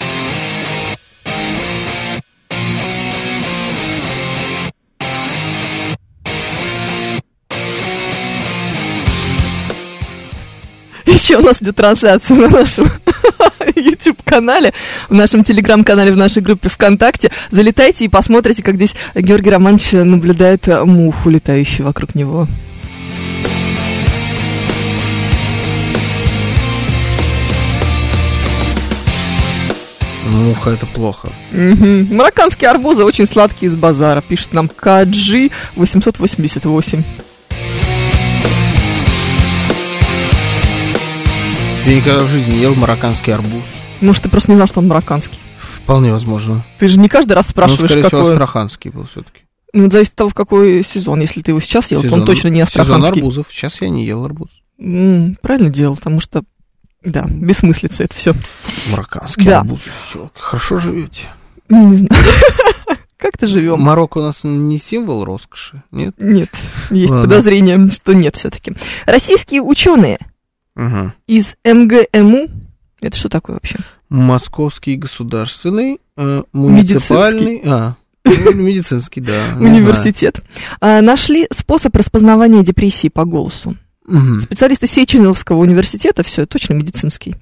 S3: Еще у нас идет трансляция на нашем YouTube-канале, в нашем Телеграм-канале, в нашей группе ВКонтакте. Залетайте и посмотрите, как здесь Георгий Романович наблюдает муху, летающую вокруг него.
S2: Муха — это плохо.
S3: Угу. Марокканские арбузы очень сладкие из базара, пишет нам Каджи восемьсот восемьдесят восемь.
S2: Я никогда в жизни не ел марокканский арбуз.
S3: Может, ты просто не знал, что он марокканский?
S2: Вполне возможно.
S3: Ты же не каждый раз спрашиваешь,
S2: ну, скорее
S3: какой...
S2: всего, астраханский был все-таки.
S3: Ну, зависит от того, в какой сезон. Если ты его сейчас ел, сезон, то он точно не астраханский.
S2: Сезон арбузов. Сейчас я не ел арбуз.
S3: М-м, правильно делал, потому что, да, бессмыслица это все.
S2: Марокканский да. арбуз. Хорошо живете.
S3: Не знаю. Как-то живем.
S2: Марокко у нас не символ роскоши, нет?
S3: Нет, есть Ладно. подозрение, что нет все-таки. Российские ученые угу. из эм гэ эм у, это что такое вообще?
S2: Московский государственный э, муниципальный...
S3: Медицинский.
S2: А, медицинский, да.
S3: Университет. А, нашли способ распознавания депрессии по голосу. Угу. Специалисты Сеченовского университета, все, точно медицинский,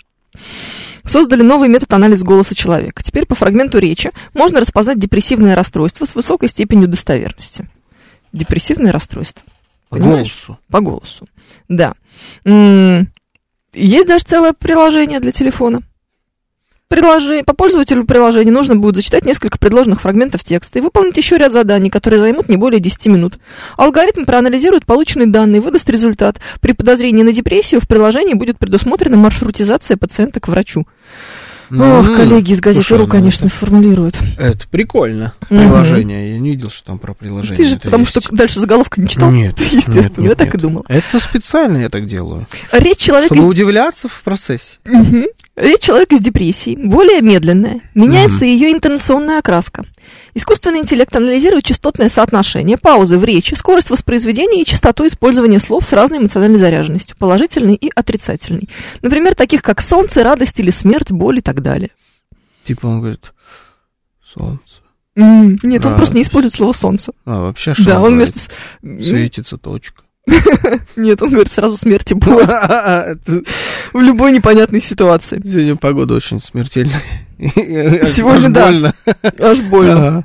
S3: создали новый метод анализа голоса человека. Теперь по фрагменту речи можно распознать депрессивное расстройство с высокой степенью достоверности. Депрессивное расстройство.
S2: По голосу.
S3: По голосу, да. М-м- есть даже целое приложение для телефона. Приложение, по пользователю приложения нужно будет зачитать несколько предложенных фрагментов текста и выполнить еще ряд заданий, которые займут не более десяти минут. Алгоритм проанализирует полученные данные, выдаст результат. При подозрении на депрессию в приложении будет предусмотрена маршрутизация пациента к врачу. Mm-hmm. Ох, коллеги из газеты «Ру», конечно, это, формулируют.
S2: Это прикольно, приложение. Mm-hmm. Я не видел, что там про приложение.
S3: Ты же потому есть. Что дальше заголовка не читал?
S2: Нет,
S3: естественно,
S2: нет, нет,
S3: я так
S2: нет.
S3: и думал.
S2: Это специально я так делаю.
S3: Речь человека
S2: Чтобы
S3: из...
S2: удивляться в процессе.
S3: Mm-hmm. Речь человека с депрессией более медленная, меняется mm-hmm. ее интонационная окраска. Искусственный интеллект анализирует частотное соотношение, паузы в речи, скорость воспроизведения и частоту использования слов с разной эмоциональной заряженностью, положительной и отрицательной. Например, таких как солнце, радость или смерть, боль и так далее.
S2: Типа он говорит солнце.
S3: Mm, нет, радость. Он просто не использует слово солнце.
S2: А, вообще что?
S3: Да, он вместо...
S2: Светится точка.
S3: Нет, он говорит сразу смерть и боль. В любой непонятной ситуации.
S2: Сегодня погода очень смертельная.
S3: Сегодня да. Аж больно.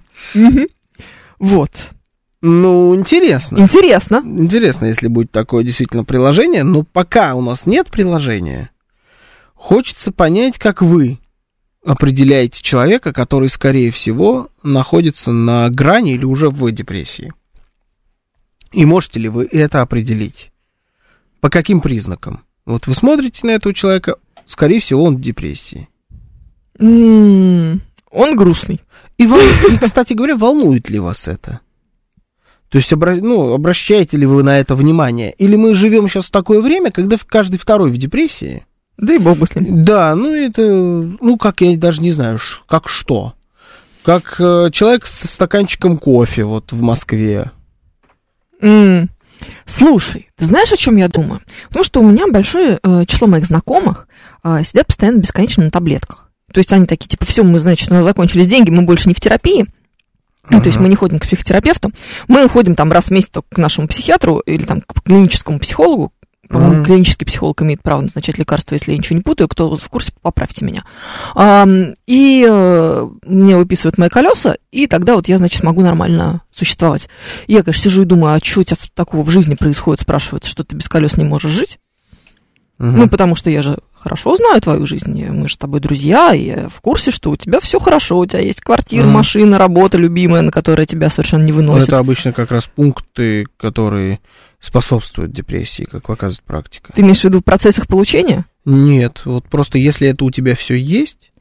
S3: Вот.
S2: Ну, интересно.
S3: Интересно.
S2: Интересно, если будет такое действительно приложение. Но пока у нас нет приложения, хочется понять, как вы определяете человека, который, скорее всего, находится на грани или уже в депрессии. И можете ли вы это определить? По каким признакам? Вот вы смотрите на этого человека, скорее всего, он в депрессии.
S3: Mm, он грустный.
S2: И, вам, и, кстати говоря, волнует ли вас это? То есть, обра... ну, обращаете ли вы на это внимание? Или мы живем сейчас в такое время, когда каждый второй в депрессии?
S3: Да и бог бы с ним.
S2: Да, ну это, ну как, я даже не знаю, как что. Как э, человек со стаканчиком кофе вот в Москве.
S3: Mm. Слушай, ты знаешь, о чем я думаю? Потому что у меня большое э, число моих знакомых э, сидят постоянно бесконечно на таблетках. То есть они такие, типа, все, мы, значит, у нас закончились деньги, мы больше не в терапии. Uh-huh. Ну, то есть мы не ходим к психотерапевту, мы ходим там раз в месяц только к нашему психиатру или там к клиническому психологу. По-моему, mm-hmm. клинический психолог имеет право назначать лекарства, если я ничего не путаю. Кто в курсе, поправьте меня. А, и а, мне выписывают мои колеса, и тогда вот я, значит, смогу нормально существовать. И я, конечно, сижу и думаю, а что у тебя такого в жизни происходит? Спрашивают, что ты без колес не можешь жить. Mm-hmm. Ну, потому что я же хорошо знаю твою жизнь, мы же с тобой друзья, и я в курсе, что у тебя все хорошо, у тебя есть квартира, mm-hmm. машина, работа любимая, на которая тебя совершенно не выносит.
S2: Это обычно как раз пункты, которые способствуют депрессии, как показывает практика.
S3: Ты имеешь в виду в процессах получения?
S2: Нет, вот просто если это у тебя все есть,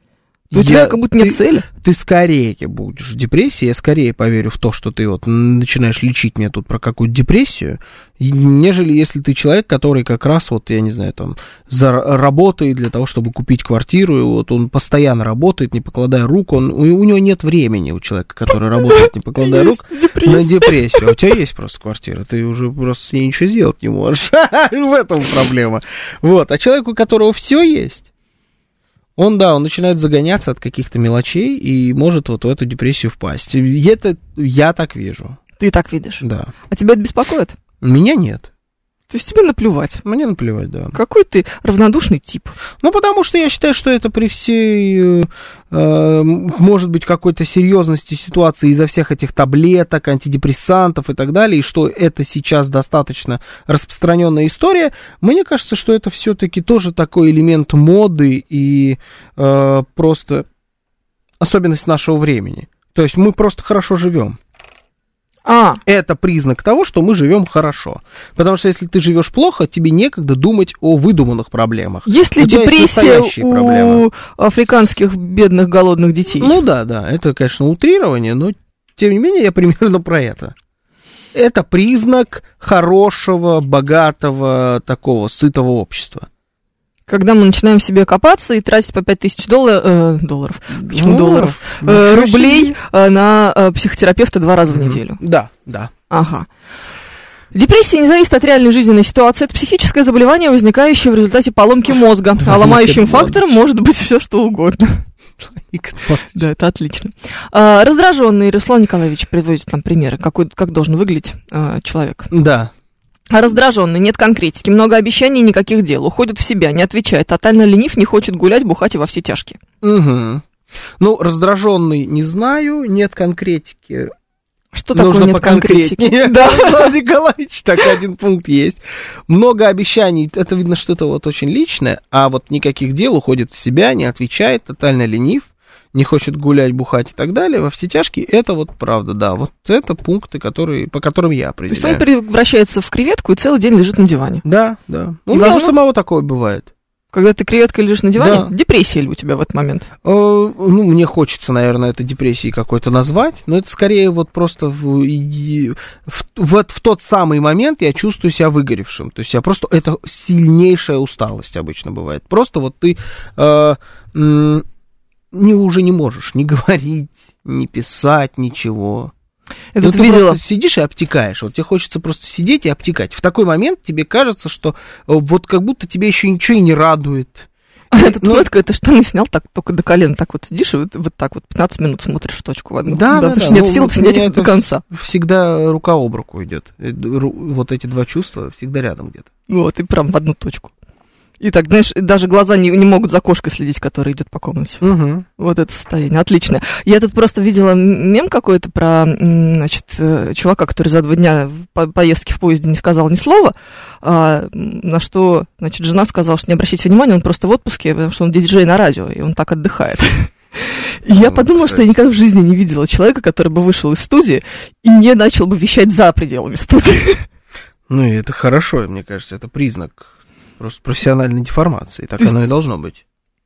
S3: У тебя как будто нет
S2: ты,
S3: цели.
S2: Ты скорее будешь в депрессии, я скорее поверю в то, что ты вот начинаешь лечить мне тут про какую-то депрессию, нежели если ты человек, который как раз вот, я не знаю, там, за, работает для того, чтобы купить квартиру, и вот он постоянно работает, не покладая рук, он, у, у него нет времени, у человека, который работает, не покладая рук, на депрессию. А у тебя есть просто квартира, ты уже просто с ней ничего сделать не можешь. В этом проблема. Вот. А человеку, у которого все есть, он, да, он начинает загоняться от каких-то мелочей и может вот в эту депрессию впасть. И это я так вижу.
S3: Ты так видишь?
S2: Да.
S3: А тебя это беспокоит?
S2: Меня нет.
S3: То есть тебе наплевать?
S2: Мне наплевать, да.
S3: Какой ты равнодушный тип.
S2: Ну, потому что я считаю, что это при всей, э, может быть, какой-то серьезности ситуации из-за всех этих таблеток, антидепрессантов и так далее, и что это сейчас достаточно распространенная история, мне кажется, что это все-таки тоже такой элемент моды и э, просто особенность нашего времени. То есть мы просто хорошо живем.
S3: А.
S2: Это признак того, что мы живем хорошо. Потому что если ты живешь плохо, тебе некогда думать о выдуманных проблемах.
S3: Есть ли депрессия у проблемы. Африканских бедных голодных детей?
S2: Ну да, да, это, конечно, утрирование, но тем не менее я примерно про это. Это признак хорошего, богатого, такого сытого общества.
S3: Когда мы начинаем себе копаться и тратить по пять тысяч доллар, э, долларов, почему ну, долларов, э, рублей э, на э, психотерапевта два раза в неделю.
S2: Да, да.
S3: Ага. Депрессия не зависит от реальной жизненной ситуации. Это психическое заболевание, возникающее в результате поломки мозга. А ломающим фактором может быть все что угодно. Да, это отлично. А, раздраженный Руслан Николаевич приводит нам примеры, какой, как должен выглядеть а, человек.
S2: Да.
S3: Раздраженный, нет конкретики, много обещаний, никаких дел, уходит в себя, не отвечает, тотально ленив, не хочет гулять, бухать и во все тяжкие.
S2: Угу. Ну, раздраженный не знаю, нет конкретики.
S3: Что такое нет конкретики?
S2: Да, Руслан Николаевич, так один пункт есть. Много обещаний, это видно что-то вот очень личное, а вот никаких дел, уходит в себя, не отвечает, тотально ленив, не хочет гулять, бухать и так далее, во все тяжкие, это вот правда, да, вот это пункты, которые, по которым я определяю.
S3: То есть он превращается в креветку и целый день лежит на диване?
S2: Да, да. Ну, у меня возможно... у самого такое бывает.
S3: Когда ты креветкой лежишь на диване,
S2: да.
S3: Депрессия ли у тебя в этот момент?
S2: Э, ну, мне хочется, наверное, это депрессией какой-то назвать, но это скорее вот просто в, в, в, в тот самый момент я чувствую себя выгоревшим. То есть я просто, это сильнейшая усталость обычно бывает. Просто вот ты... Э, м- Не, уже не можешь ни говорить, ни писать, ничего. Это ты видела? Просто сидишь и обтекаешь. Вот тебе хочется просто сидеть и обтекать. В такой момент тебе кажется, что вот как будто тебе еще ничего и не радует.
S3: А этот ну, Мэтка, это штаны снял так только до колена, так вот сидишь и вот, вот так вот пятнадцать минут смотришь в точку в одну.
S2: Да, да,
S3: да. Потому
S2: да,
S3: что нет
S2: ну,
S3: сил снять их до конца.
S2: Всегда рука об руку идет. Вот эти два чувства всегда рядом где-то.
S3: Вот, и прям в одну точку. И так, знаешь, даже глаза не, не могут за кошкой следить, которая идет по комнате.
S2: Угу.
S3: Вот это состояние. Отлично. Я тут просто видела мем какой-то про, значит, чувака, который за два дня по поездки в поезде не сказал ни слова, а, на что, значит, жена сказала, что не обращайте внимания, он просто в отпуске, потому что он диджей на радио, и он так отдыхает. И я подумала, что я никогда в жизни не видела человека, который бы вышел из студии и не начал бы вещать за пределами студии.
S2: Ну, и это хорошо, мне кажется, это признак просто профессиональной деформации. Так
S3: то
S2: оно
S3: есть...
S2: и должно быть.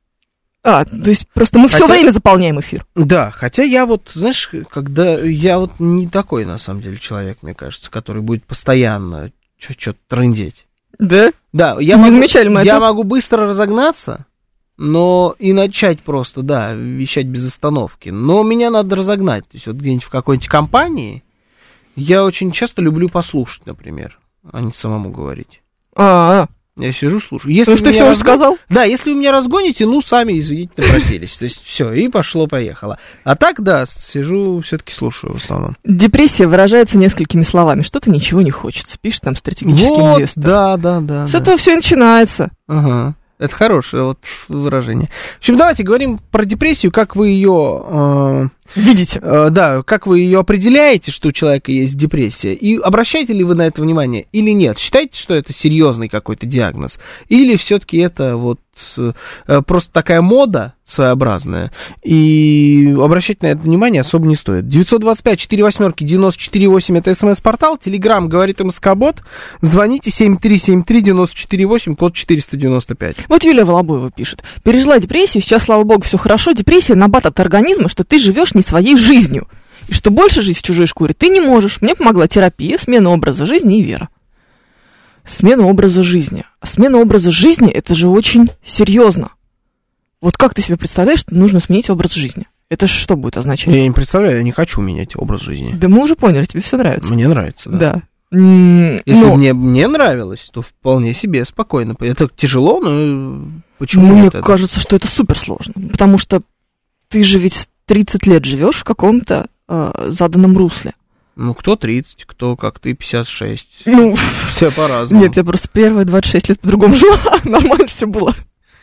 S3: А, то есть просто мы хотя... все время заполняем эфир.
S2: Да, хотя я вот, знаешь, когда... Я вот не такой, на самом деле, человек, мне кажется, который будет постоянно что-то трындеть.
S3: Да?
S2: Да, я,
S3: не
S2: могу,
S3: замечали мы
S2: я
S3: это?
S2: могу быстро разогнаться, но и начать просто, да, вещать без остановки. Но меня надо разогнать. То есть вот где-нибудь в какой-нибудь компании я очень часто люблю послушать, например, а не самому говорить.
S3: А-а-а.
S2: Я сижу, слушаю. Если
S3: ну, что ты все
S2: разгон...
S3: уже сказал?
S2: Да, если вы меня разгоните, ну, сами, извините, напросились. То есть все, и пошло-поехало. А так, да, сижу, все-таки слушаю в основном.
S3: Депрессия выражается несколькими словами. Что-то ничего не хочется. Пишет там стратегический
S2: вот,
S3: инвестор.
S2: Да, да, да.
S3: С
S2: да.
S3: этого все и начинается.
S2: Ага. Это хорошее вот выражение. В общем, давайте говорим про депрессию, как вы ее... Э,
S3: видите.
S2: Э, да, как вы ее определяете, что у человека есть депрессия, и обращаете ли вы на это внимание или нет? Считаете, что это серьезный какой-то диагноз? Или все-таки это вот просто такая мода своеобразная, и обращать на это внимание особо не стоит. девятьсот двадцать пять четыре восьмерки девяносто четыре восемь это смс-портал, телеграм говорит МСК-бот, звоните семь три семь три девяносто четыре восемь, код четыреста девяносто пять.
S3: Вот Юлия Волобоева пишет: пережила депрессию, сейчас, слава богу, все хорошо. Депрессия — набат от организма, что ты живешь не своей жизнью, и что больше жить в чужой шкуре ты не можешь. Мне помогла терапия, смена образа жизни и вера. Смена образа жизни. А смена образа жизни — это же очень серьезно. Вот как ты себе представляешь, что нужно сменить образ жизни? Это что будет означать?
S2: Я не представляю, я не хочу менять образ жизни.
S3: Да мы уже поняли, тебе все нравится.
S2: Мне нравится, да.
S3: Да. М-
S2: Если
S3: но...
S2: мне, мне нравилось, то вполне себе спокойно. Это тяжело, но почему
S3: Мне
S2: нет это?
S3: кажется, что это суперсложно. Потому что ты же ведь тридцать лет живешь в каком-то э, заданном русле.
S2: Ну, кто тридцать, кто, как ты, пятьдесят шесть.
S3: Ну,
S2: все по-разному.
S3: нет, я просто первые двадцать шесть лет по-другому жила, нормально все было.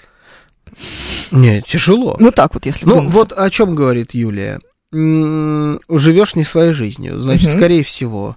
S2: Нет, тяжело.
S3: Ну, так вот, если
S2: Ну,
S3: вдуматься.
S2: вот о чем говорит Юлия. М- живешь не своей жизнью. Значит,
S3: Мгм.
S2: скорее всего,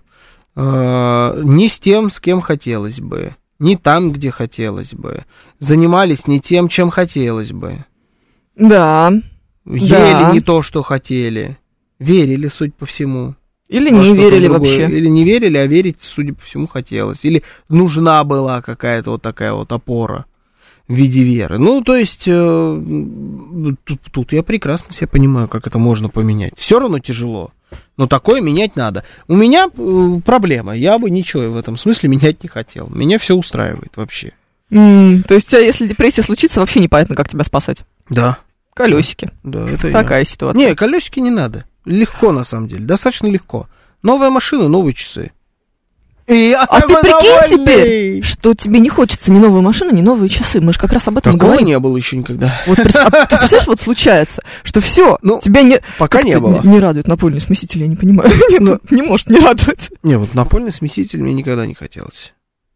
S2: э- не с тем, с кем хотелось бы, не там, где хотелось бы, занимались не тем, чем хотелось бы,
S3: Да.
S2: ели
S3: Да.
S2: не то, что хотели, верили, судя по всему.
S3: Или
S2: во
S3: не
S2: что-то
S3: верили
S2: другое.
S3: вообще.
S2: Или не верили, а верить, судя по всему, хотелось. Или нужна была какая-то вот такая вот опора в виде веры. Ну, то есть, э, тут, тут я прекрасно себя понимаю, как это можно поменять. Все равно тяжело, но такое менять надо. У меня э, проблема, я бы ничего в этом смысле менять не хотел. Меня все устраивает вообще.
S3: М, то есть, у тебя, если депрессия случится, вообще непонятно, как тебя спасать.
S2: Да.
S3: Колесики.
S2: Да, это я.
S3: Такая ситуация.
S2: Не, колесики не надо. Легко, на самом деле, достаточно легко. Новая машина, новые часы. И я
S3: А ты
S2: такой
S3: прикинь
S2: довольный.
S3: теперь, что тебе не хочется ни новую машину, ни новые часы. Мы же как раз об этом
S2: Такого
S3: говорим.
S2: не было еще никогда.
S3: Вот прес- а ты представляешь, вот случается, что все,
S2: Ну,
S3: тебя не,
S2: пока
S3: как
S2: не
S3: ты
S2: было.
S3: не радует напольный смеситель, я не понимаю. Нет,
S2: Ну.
S3: не может не радовать.
S2: Не, вот напольный смеситель мне никогда не хотелось.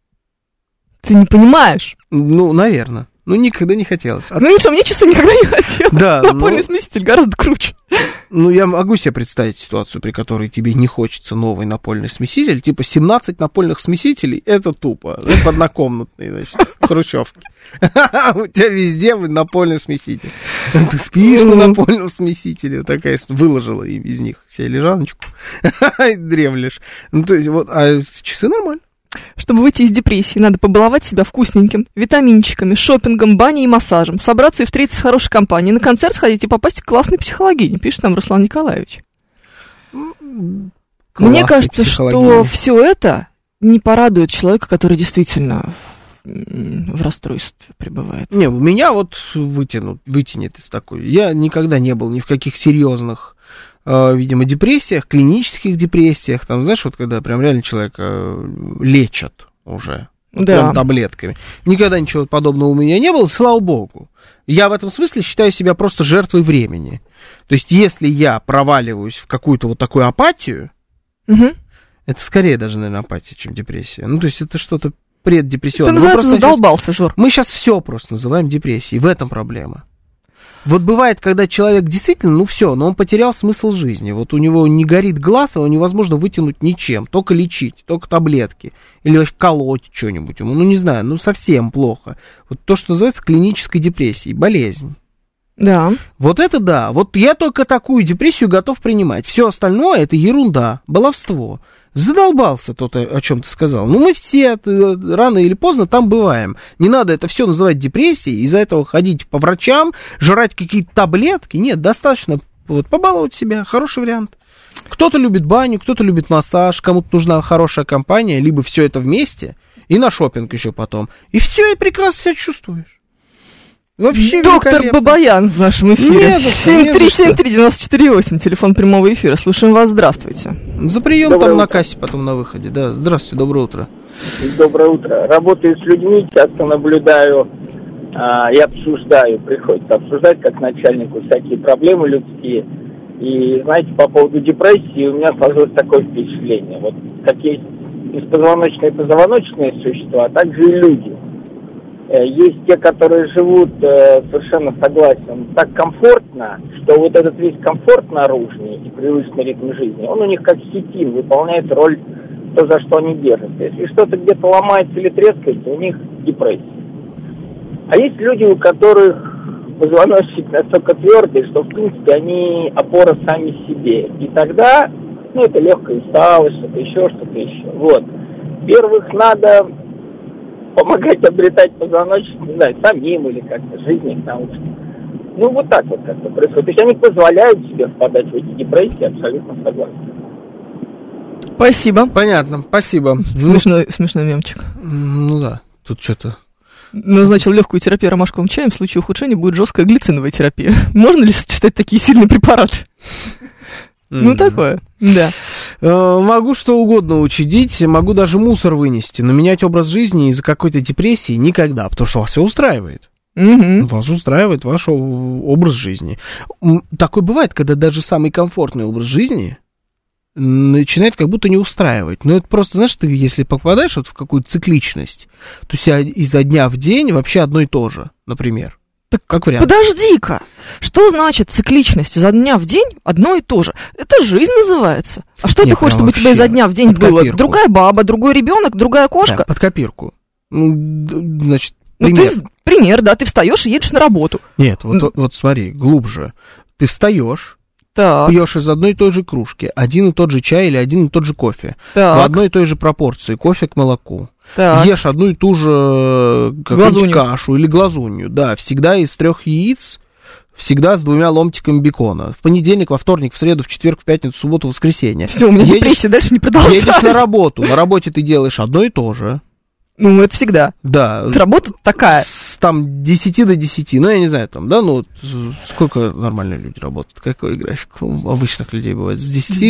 S3: Ты не понимаешь.
S2: Ну, наверное. Ну, никогда не хотелось. А-
S3: Ну ничего, мне часы никогда не хотелось.
S2: Да,
S3: Напольный
S2: ну-
S3: смеситель гораздо круче.
S2: Ну, я могу себе представить ситуацию, при которой тебе не хочется новый напольный смеситель. Типа семнадцать напольных смесителей, это тупо. Это однокомнатные, значит, хрущевки. У тебя везде напольный смеситель. Ты спишь на напольном смесителе. Такая выложила из них себе лежаночку. И дремлешь. Ну, то есть, вот, а часы нормально.
S3: Чтобы выйти из депрессии, надо побаловать себя вкусненьким, витаминчиками, шопингом, баней и массажем, собраться и встретиться с хорошей компанией, на концерт сходить и попасть к классной психологине, пишет нам Руслан Николаевич. Мне
S2: Классный
S3: кажется, что
S2: психологиня.
S3: все это не порадует человека, который действительно в, в расстройстве пребывает.
S2: Не, у меня вот вытянут, вытянет из такой. Я никогда не был ни в каких серьезных, э, видимо, депрессиях, клинических депрессиях. Там, знаешь, вот когда прям реально человека лечат уже. Вот
S3: Да.
S2: прям таблетками. Никогда ничего подобного у меня не было, слава богу. Я в этом смысле считаю себя просто жертвой времени. То есть, если я проваливаюсь в какую-то вот такую апатию,
S3: Угу.
S2: это скорее даже, наверное, апатия, чем депрессия. Ну, то есть, это что-то преддепрессионное.
S3: Ты
S2: Мы
S3: называется
S2: просто щас-
S3: задолбался, Жор.
S2: Мы сейчас все просто называем депрессией. В этом проблема. Вот бывает, когда человек действительно, ну все, но он потерял смысл жизни. Вот у него не горит глаз, его невозможно вытянуть ничем. Только лечить, только таблетки. Или вообще колоть что-нибудь ему. Ну не знаю, ну совсем плохо. Вот то, что называется клинической депрессией. Болезнь.
S3: Да.
S2: Вот это да. Вот я только такую депрессию готов принимать. Все остальное это ерунда, баловство. Задолбался тот, о чем ты сказал. Ну, мы все рано или поздно там бываем. Не надо это все называть депрессией, из-за этого ходить по врачам, жрать какие-то таблетки. Нет, достаточно вот, побаловать себя. Хороший вариант. Кто-то любит баню, кто-то любит массаж, кому-то нужна хорошая компания, либо все это вместе, и на шопинг еще потом. И все, и прекрасно себя чувствуешь. Вообще
S3: Доктор
S2: великолепно.
S3: Бабаян в нашем эфире.
S2: Не за что, не
S3: семь три
S2: за что.
S3: семь три девять четыре восемь, телефон прямого эфира. Слушаем вас, здравствуйте.
S2: За прием
S5: Доброе
S2: там на
S5: утро.
S2: кассе, потом на выходе. Да, здравствуйте, доброе утро.
S5: Доброе утро. Работаю с людьми, часто наблюдаю а, и обсуждаю, приходится обсуждать как начальнику всякие проблемы людские. И, знаете, по поводу депрессии у меня сложилось такое впечатление. Вот как есть беспозвоночные и позвоночные существа, а также и люди. Э, Есть те, которые живут, э, совершенно согласен, так комфортно, что вот этот весь комфорт наружный и привычный ритм жизни, он у них как хитин, выполняет роль то, за что они держатся. Если что-то где-то ломается или трескается, у них депрессия. А есть люди, у которых позвоночник настолько твердый, что, в принципе, они опора сами себе. И тогда, ну, это легкая усталость, что-то еще, что-то еще. Вот. Во-первых, надо помогать обретать позвоночник, не знаю, самим или как-то, жизни их научить. Ну, вот так вот как-то происходит. То есть они позволяют себе впадать в эти депрессии, абсолютно согласен.
S3: Спасибо.
S2: Понятно, спасибо.
S3: Смешной, смешной мемчик.
S2: Ну да, тут что-то...
S3: Назначил легкую терапию ромашковым чаем, в случае ухудшения будет жесткая глициновая терапия. Можно ли сочетать такие сильные препараты? Ну, такое, да.
S2: Могу что угодно учудить, могу даже мусор вынести, но менять образ жизни из-за какой-то депрессии никогда, потому что вас все устраивает.
S3: Угу.
S2: Вас устраивает ваш образ жизни. Такое бывает, когда даже самый комфортный образ жизни начинает как будто не устраивать. Но это просто, знаешь, ты если попадаешь вот в какую-то цикличность, то себя изо дня в день вообще одно и то же, например.
S3: Так
S2: как вариант.
S3: Подожди-ка, что значит цикличность? Изо дня в день одно и то же. Это жизнь называется. А что
S2: Нет,
S3: ты хочешь, чтобы у тебя изо дня в день было?
S2: копирку.
S3: Другая баба, другой ребенок, другая кошка?
S2: Да, под копирку. Ну, значит,
S3: ну,
S2: пример.
S3: Ты, пример, да, ты встаешь и едешь на работу.
S2: Нет, вот, вот, вот смотри, глубже. Ты встаешь,
S3: так.
S2: пьешь из одной и той же кружки один и тот же чай или один и тот же кофе.
S3: Так.
S2: В одной и той же пропорции, кофе к молоку.
S3: Так.
S2: Ешь одну и ту же кашу или глазунью. Да, всегда из трех яиц, всегда с двумя ломтиками бекона. В понедельник, во вторник, в среду, в четверг, в пятницу, в субботу, в воскресенье.
S3: Все, у меня едешь, депрессия дальше не продолжается.
S2: Едешь на работу. На работе ты делаешь одно и то же.
S3: Ну, это всегда.
S2: Да.
S3: Работа такая.
S2: С там десяти до десяти, ну, я не знаю, там, да, ну, сколько нормальные люди работают, какой график у обычных людей бывает? С десяти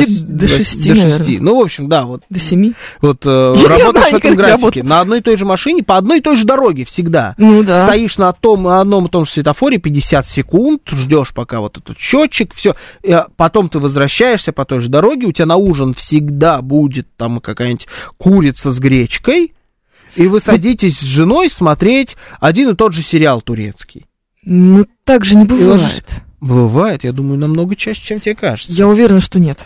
S2: до шести. Ну, в общем, да, вот.
S3: До семи.
S2: Вот э, работаешь в этом графике, на одной и той же машине, по одной и той же дороге всегда.
S3: Ну, да.
S2: Стоишь на том, одном и том же светофоре пятьдесят секунд, ждешь, пока вот этот счетчик, все, потом ты возвращаешься по той же дороге, у тебя на ужин всегда будет там какая-нибудь курица с гречкой, и вы садитесь с женой смотреть один и тот же сериал турецкий.
S3: Ну, так же не бывает.
S2: Бывает, я думаю, намного чаще, чем тебе кажется.
S3: Я уверена, что нет.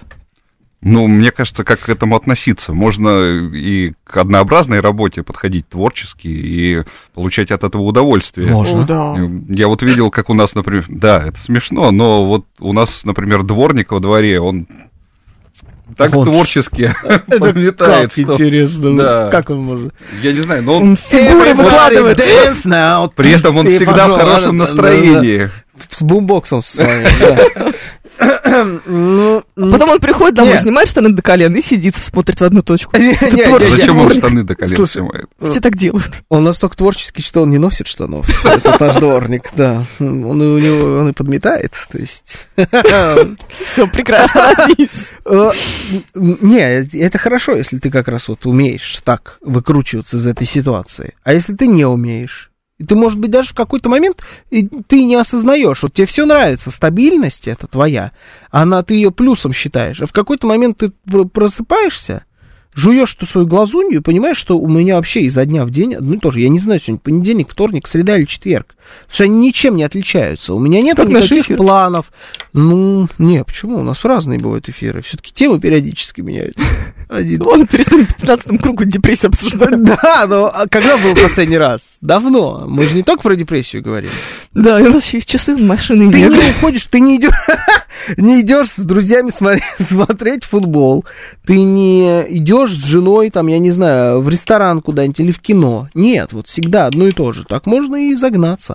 S4: Ну, мне кажется, как к этому относиться? Можно и к однообразной работе подходить творчески и получать от этого удовольствие.
S2: Можно.
S3: О, да.
S4: Я вот видел, как у нас, например... Да, это смешно, но вот у нас, например, дворник во дворе, он... Так он творчески подметает.
S2: Как интересно.
S4: Да.
S2: Как он может?
S4: Я не знаю, но он...
S3: Он фигуры выкладывает.
S4: При этом он всегда в хорошем настроении.
S2: С бумбоксом с вами, да. Ну,
S3: потом он приходит домой,
S2: нет.
S3: снимает штаны до колен и сидит, смотрит в одну точку.
S4: Зачем он штаны до колен
S2: Слушай,
S4: снимает?
S3: Все так делают.
S2: Он настолько творческий, что он не носит штанов. Это наш дворник, да. Он, у него, он и подметает, то есть...
S3: Все, прекрасно, отлично.
S2: Не, это хорошо, если ты как раз вот умеешь так выкручиваться из этой ситуации. А если ты не умеешь? И ты, может быть, даже в какой-то момент и ты не осознаешь, вот тебе все нравится, стабильность это твоя, она, ты ее плюсом считаешь, а в какой-то момент ты просыпаешься, жуешь ту свою глазунью и понимаешь, что у меня вообще изо дня в день, ну тоже, я не знаю, сегодня понедельник, вторник, среда или четверг, потому что они ничем не отличаются, у меня нет
S3: как
S2: никаких планов. Ну, не, почему, у нас разные бывают эфиры, все-таки темы периодически меняются. Один.
S3: Он перестанет в пятнадцатом кругу депрессию обсуждать.
S2: Да, но когда был последний раз? Давно. Мы же не только про депрессию говорим.
S3: Да, и у нас еще есть часы, машины.
S2: Ты не уходишь, ты не идешь, не идешь с друзьями смотреть, смотреть футбол. Ты не идешь с женой, там, я не знаю, в ресторан куда-нибудь или в кино. Нет, вот всегда одно и то же. Так можно и загнаться.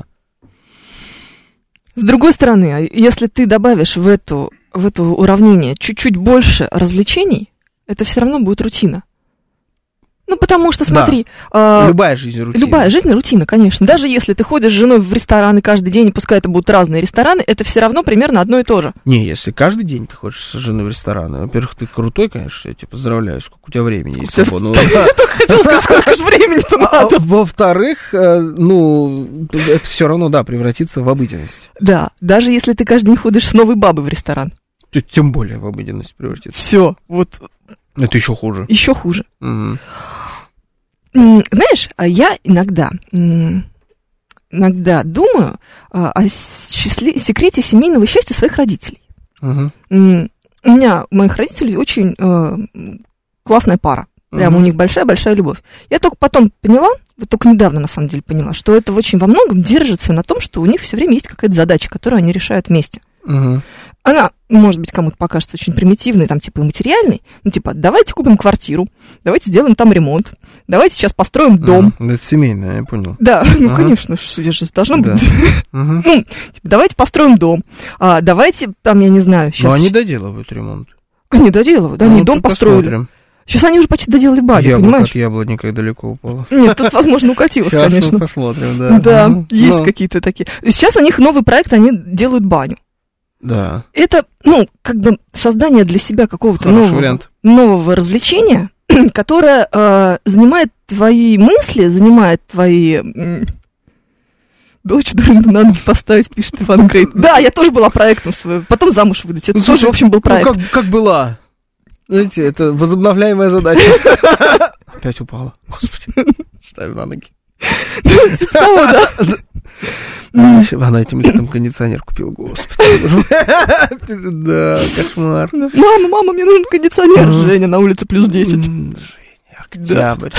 S3: С другой стороны, если ты добавишь в эту, в это уравнение чуть-чуть больше развлечений, это все равно будет рутина. Ну, потому что, смотри...
S2: Да.
S3: Э,
S2: любая жизнь рутина.
S3: Любая жизнь рутина, конечно. Даже если ты ходишь с женой в рестораны каждый день, и пускай это будут разные рестораны, это все равно примерно одно и то же.
S2: Не, если каждый день ты ходишь с женой в рестораны, во-первых, ты крутой, конечно, я тебя поздравляю, сколько у тебя времени есть свободного.
S3: Я только хотела сказать, сколько же времени-то надо.
S2: Во-вторых, ну, это все равно, да, превратится в обыденность.
S3: Да, даже если ты каждый день ходишь с новой бабой в ресторан.
S2: Тем более в обыденность превратится.
S3: Все, вот...
S2: Это еще хуже.
S3: Еще хуже.
S2: Угу.
S3: Знаешь, а я иногда, иногда думаю о счастли... секрете семейного счастья своих родителей.
S2: Угу.
S3: У меня, у моих родителей очень э, классная пара. Прям
S2: Мгм.
S3: у них большая-большая любовь. Я только потом поняла, вот только недавно на самом деле поняла, что это очень во многом держится на том, что у них все время есть какая-то задача, которую они решают вместе.
S2: Мгм.
S3: Она, может быть, кому-то покажется очень примитивной, там, типа, и материальной. Ну, типа, давайте купим квартиру, давайте сделаем там ремонт, давайте сейчас построим дом.
S2: Мгм. Это семейное, я понял.
S3: Да, ну,
S2: Ага.
S3: конечно, же же должно
S2: Да.
S3: быть.
S2: Мгм.
S3: Ну, типа, давайте построим дом, а, давайте, там, я не знаю,
S2: Но
S3: сейчас...
S2: они доделывают ремонт.
S3: Они доделывают, да, они
S2: Ну,
S3: дом
S2: тут
S3: построили.
S2: посмотрим.
S3: Сейчас они уже почти доделали баню,
S2: Яблоко
S3: понимаешь?
S2: от яблоника далеко упало.
S3: Нет, тут, возможно, укатилось,
S2: Сейчас мы
S3: конечно.
S2: посмотрим, да.
S3: Да,
S2: Мгм.
S3: есть
S2: Ну,
S3: какие-то такие. Сейчас у них новый проект, они делают баню.
S2: Да,
S3: Это, ну, как бы создание для себя какого-то
S2: хороший
S3: нового,
S2: вариант.
S3: нового развлечения, которое э, занимает твои мысли, занимает твои... м, Дочь дурында надо поставить, пишет Иван Грейт. Да, я тоже была проектом своим. Потом замуж выдать. Это
S2: Ну,
S3: тоже,
S2: слушай,
S3: в общем, был
S2: ну,
S3: проект.
S2: как, как была. Знаете, это возобновляемая задача. Опять упала. Господи, ставим на ноги.
S3: Типа того, да.
S2: Она этим летом кондиционер купила, господи. Да, кошмар.
S3: Мама, мама, мне нужен кондиционер.
S2: Мгм.
S3: Женя, на улице плюс десять.
S2: М, Женя, октябрь.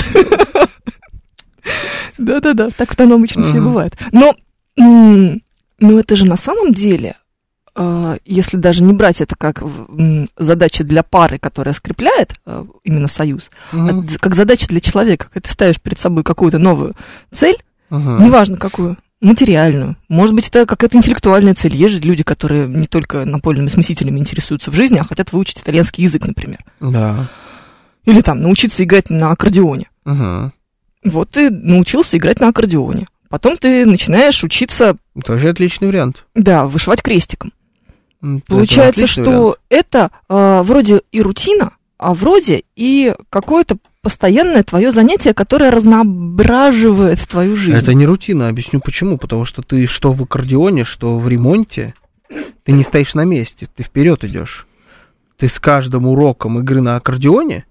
S3: Да-да-да, так вот оно обычно все
S2: Ага.
S3: бывает. Но, м, ну, это же на самом деле, э, если даже не брать это как м, задача для пары, которая скрепляет э, именно союз,
S2: Мгм.
S3: а д- как задача для человека, когда ты ставишь перед собой какую-то новую цель,
S2: Ага.
S3: неважно какую, материальную, может быть, это какая-то интеллектуальная цель. Есть же люди, которые не только напольными смесителями интересуются в жизни, а хотят выучить итальянский язык, например.
S2: Да.
S3: Или там научиться играть на аккордеоне.
S2: Ага.
S3: Вот ты научился играть на аккордеоне. Потом ты начинаешь учиться,
S2: Тоже отличный вариант.
S3: да, вышивать крестиком.
S2: М, это
S3: Получается,
S2: отличный
S3: что
S2: вариант.
S3: это э, вроде и рутина, а вроде и какое-то постоянное твое занятие, которое разноображивает твою жизнь.
S2: Это не рутина, объясню почему. Потому что ты что в аккордеоне, что в ремонте, ты не стоишь на месте, ты вперед идешь. Ты с каждым уроком игры на аккордеоне,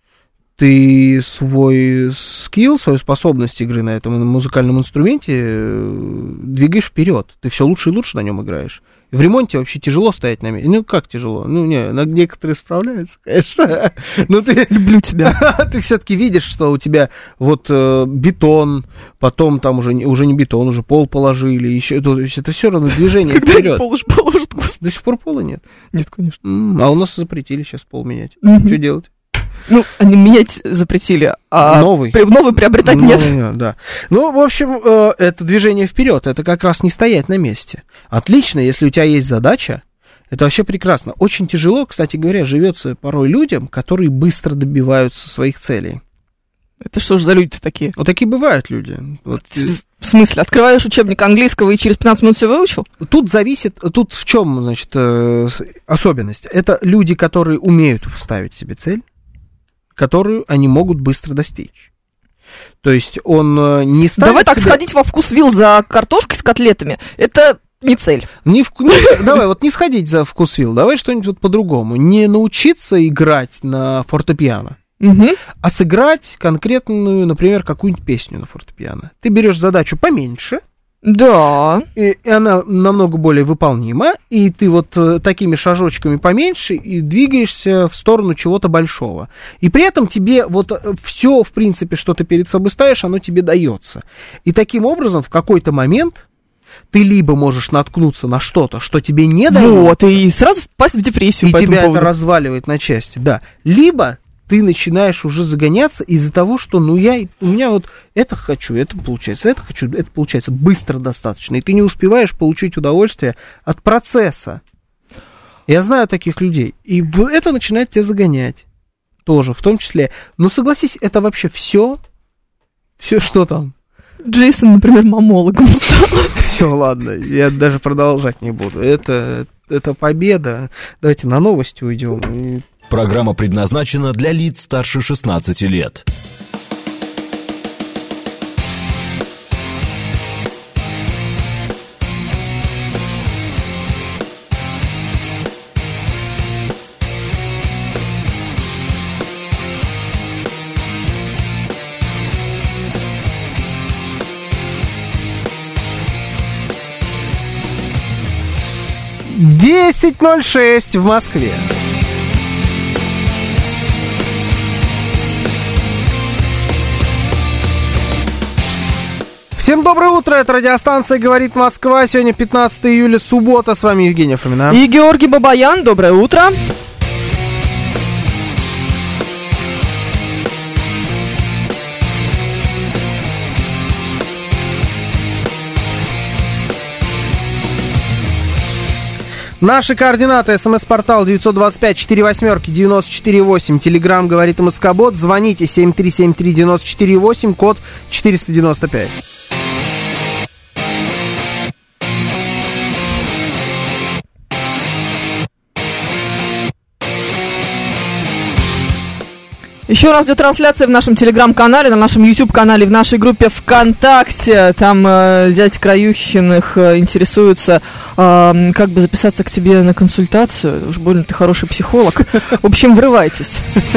S2: ты свой скилл, свою способность игры на этом музыкальном инструменте э, двигаешь вперед. Ты все лучше и лучше на нем играешь. В ремонте вообще тяжело стоять на месте. Ну, как тяжело? Ну, не, на- некоторые справляются, конечно. Но ты,
S3: Люблю тебя.
S2: ты все-таки видишь, что у тебя вот э, бетон, потом там уже, не- уже не бетон, уже пол положили, еще, то есть это все равно движение
S3: Когда
S2: вперед.
S3: пол уж положит, господи.
S2: До сих пор пола нет.
S3: Нет, конечно.
S2: М, А у нас запретили сейчас пол менять.
S3: Мгм.
S2: Что делать?
S3: Ну, они менять запретили, а
S2: Новый.
S3: при- новый приобретать
S2: Ну,
S3: нет.
S2: нет, да. Ну, в общем, э, это движение вперед, это как раз не стоять на месте. Отлично, если у тебя есть задача, это вообще прекрасно. Очень тяжело, кстати говоря, живется порой людям, которые быстро добиваются своих целей.
S3: Это что ж за люди такие?
S2: Вот такие бывают люди. Вот, э,
S3: В смысле, открываешь учебник английского и через пятнадцать минут все выучил?
S2: тут зависит, тут в чем, значит, э, с- особенность? Это люди, которые умеют ставить себе цель, которую они могут быстро достичь. То есть он э, не ставит
S3: Давай так,
S2: себе-
S3: сходить во Вкусвилл за картошкой с котлетами, это не цель.
S2: Не в- не- давай, вот не сходить за Вкусвилл, давай что-нибудь вот по-другому. Не научиться играть на фортепиано,
S3: Мгм.
S2: а сыграть конкретную, например, какую-нибудь песню на фортепиано. Ты берешь задачу поменьше,
S3: Да.
S2: и, и она намного более выполнима, и ты вот э, такими шажочками поменьше и двигаешься в сторону чего-то большого. И при этом тебе вот все, в принципе, что ты перед собой ставишь, оно тебе дается. И таким образом в какой-то момент ты либо можешь наткнуться на что-то, что тебе не дается,
S3: Вот, и сразу впасть в депрессию
S2: и
S3: по этому
S2: тебя
S3: поводу.
S2: это разваливает на части, да. Либо ты начинаешь уже загоняться из-за того, что, ну, я, у меня вот это хочу, это получается, это хочу, это получается быстро достаточно, и ты не успеваешь получить удовольствие от процесса. Я знаю таких людей, и в- это начинает тебя загонять тоже, в том числе. Но согласись, это вообще все, все что там?
S3: Джейсон, например, мамологом стал.
S2: Все, ладно, я даже продолжать не буду. Это, это победа. Давайте на новости уйдем. И
S1: Программа предназначена для лиц старше шестнадцати лет.
S2: десять ноль шесть в Москве. Всем доброе утро, это радиостанция «Говорит Москва». Сегодня пятнадцатое июля, суббота. С вами Евгения Фомина.
S3: И Георгий Бабаян. Доброе утро.
S2: Наши координаты. СМС-портал девятьсот двадцать пять сорок восемь девяносто четыре восемь. Телеграм «Говорит МСК-бот». Звоните семь три семь три девяносто четыре восемь, код четыреста девяносто пять.
S3: Еще у нас идет трансляция в нашем телеграм-канале, на нашем YouTube-канале, в нашей группе ВКонтакте. Там э, зять Краюхиных э, интересуется, э, как бы записаться к тебе на консультацию. Уж больно ты хороший психолог. В общем, врывайтесь.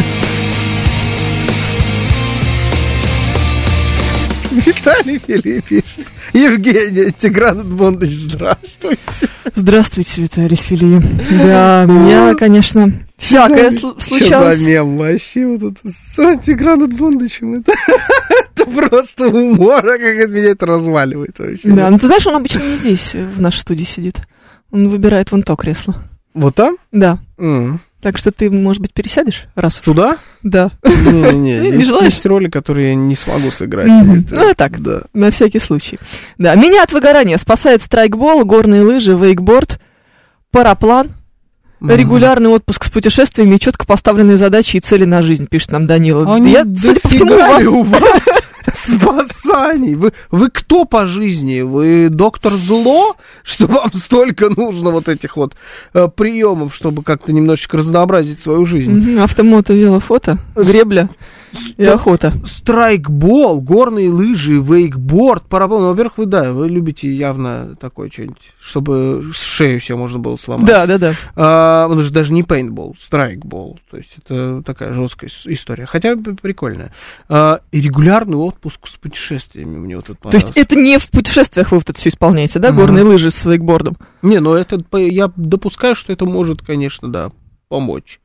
S2: Виталий Филипп пишет. Евгения Тигран Бондович, здравствуйте.
S3: Здравствуйте, Виталий Филипп. Да, меня, конечно, всякое
S2: Что
S3: случалось.
S2: за мем вообще вот это с Тиграном Бондовичем? Это, это просто умор, а как это меня это разваливает вообще.
S3: Да, ну ты знаешь, он обычно не здесь, в нашей студии сидит. Он выбирает вон то кресло.
S2: Вот там?
S3: Да.
S2: Mm.
S3: Так что ты, может быть, пересядешь раз уж?
S2: Туда?
S3: Да.
S2: Не-не-не,
S3: Не
S2: есть,
S3: желаешь?
S2: есть роли, которые я не смогу сыграть.
S3: Мгм.
S2: Это-
S3: Ну, и так,
S2: да.
S3: на всякий случай. Да, меня от выгорания спасает страйкбол, горные лыжи, вейкборд, параплан,
S2: Мгм.
S3: регулярный отпуск с путешествиями и четко поставленные задачи и цели на жизнь, пишет нам Данила.
S2: Они
S3: Я, судя по всему, у
S2: дофига ли
S3: вас...
S2: у вас спасаний? Вы, вы кто по жизни? Вы доктор зло? Что вам столько нужно вот этих вот э, приемов, чтобы как-то немножечко разнообразить свою жизнь?
S3: Мгм, Автомото, велофото, гребля и охота.
S2: Страйкбол, горные лыжи, вейкборд, параплан. Ну, во-первых, вы, да, вы любите явно такое что-нибудь, чтобы с шею себе можно было сломать.
S3: Да, да, да.
S2: А, он же даже не пейнтбол, страйкбол. То есть это такая жесткая с- история. Хотя п- прикольная. А, и регулярный отпуск с путешествиями мне вот это
S3: То есть
S2: понравилось.
S3: это не в путешествиях вы вот это все исполняете, да,
S2: Мгм.
S3: горные лыжи с вейкбордом?
S2: Не, ну это по- я допускаю, что это может, конечно, да, помочь.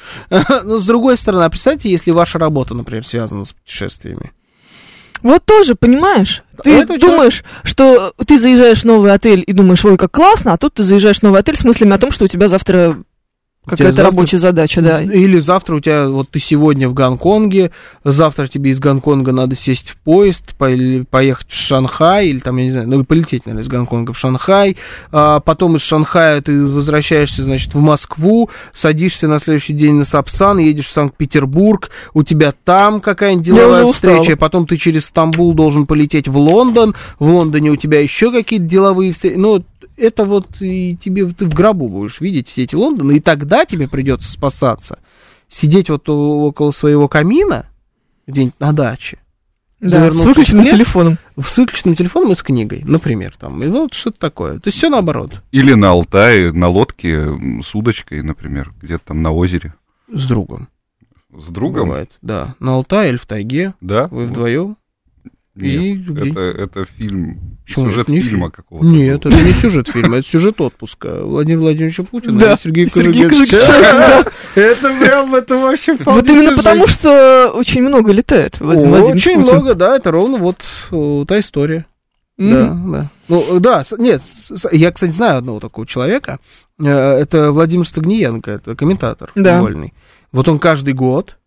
S2: Но с другой стороны, а представьте, если ваша работа, например, связана с путешествиями.
S3: Вот тоже, понимаешь? Ты
S2: Это
S3: думаешь, что ты заезжаешь в новый отель и думаешь, ой, как классно, а тут ты заезжаешь в новый отель с мыслями о том, что у тебя завтра какая-то
S2: завтра-
S3: рабочая задача, да.
S2: Или завтра у тебя, вот ты сегодня в Гонконге, завтра тебе из Гонконга надо сесть в поезд, по- или поехать в Шанхай, или там, я не знаю, ну, полететь, наверное, из Гонконга в Шанхай, а потом из Шанхая ты возвращаешься, значит, в Москву, садишься на следующий день на Сапсан, едешь в Санкт-Петербург, у тебя там какая-нибудь
S3: Я
S2: деловая
S3: уже устала.
S2: встреча, потом ты через Стамбул должен полететь в Лондон, в Лондоне у тебя еще какие-то деловые встречи, ну, это вот и тебе ты в гробу будешь видеть все эти Лондоны, и тогда тебе придется спасаться. Сидеть вот о- около своего камина, где-нибудь на даче,
S3: Да, с
S2: завернувшись
S3: выключенным
S2: в плед,
S3: телефоном.
S2: с выключенным телефоном и с книгой, например, там, и вот что-то такое. То есть все наоборот.
S4: Или на Алтае, на лодке м, с удочкой, например, где-то там на озере.
S2: С другом.
S4: С другом?
S2: Бывает, да. На Алтае или в тайге.
S4: Да?
S2: Вы вдвоем. И
S4: Нет,
S2: где-
S4: это, это фильм,
S2: Почему?
S4: сюжет
S2: Не
S4: фильма
S2: фильм.
S4: какого-то.
S2: Нет,
S4: был.
S2: это не сюжет фильма, это сюжет отпуска Владимира Владимировича Путина
S3: Да,
S2: и Сергея
S3: Сергей
S2: Кожугетовича. Это прям, это вообще
S3: Вот
S2: вполне
S3: именно
S2: сюжет.
S3: потому, что очень много летает Владимир Владимирович
S2: Очень
S3: Путин.
S2: много, да, это ровно вот э, та история.
S3: Мгм.
S2: Да, да. Ну, да, с- нет, с- с- я, кстати, знаю одного такого человека. Э, Это Владимир Стагниенко, это комментатор
S3: Да.
S2: футбольный. Вот он каждый год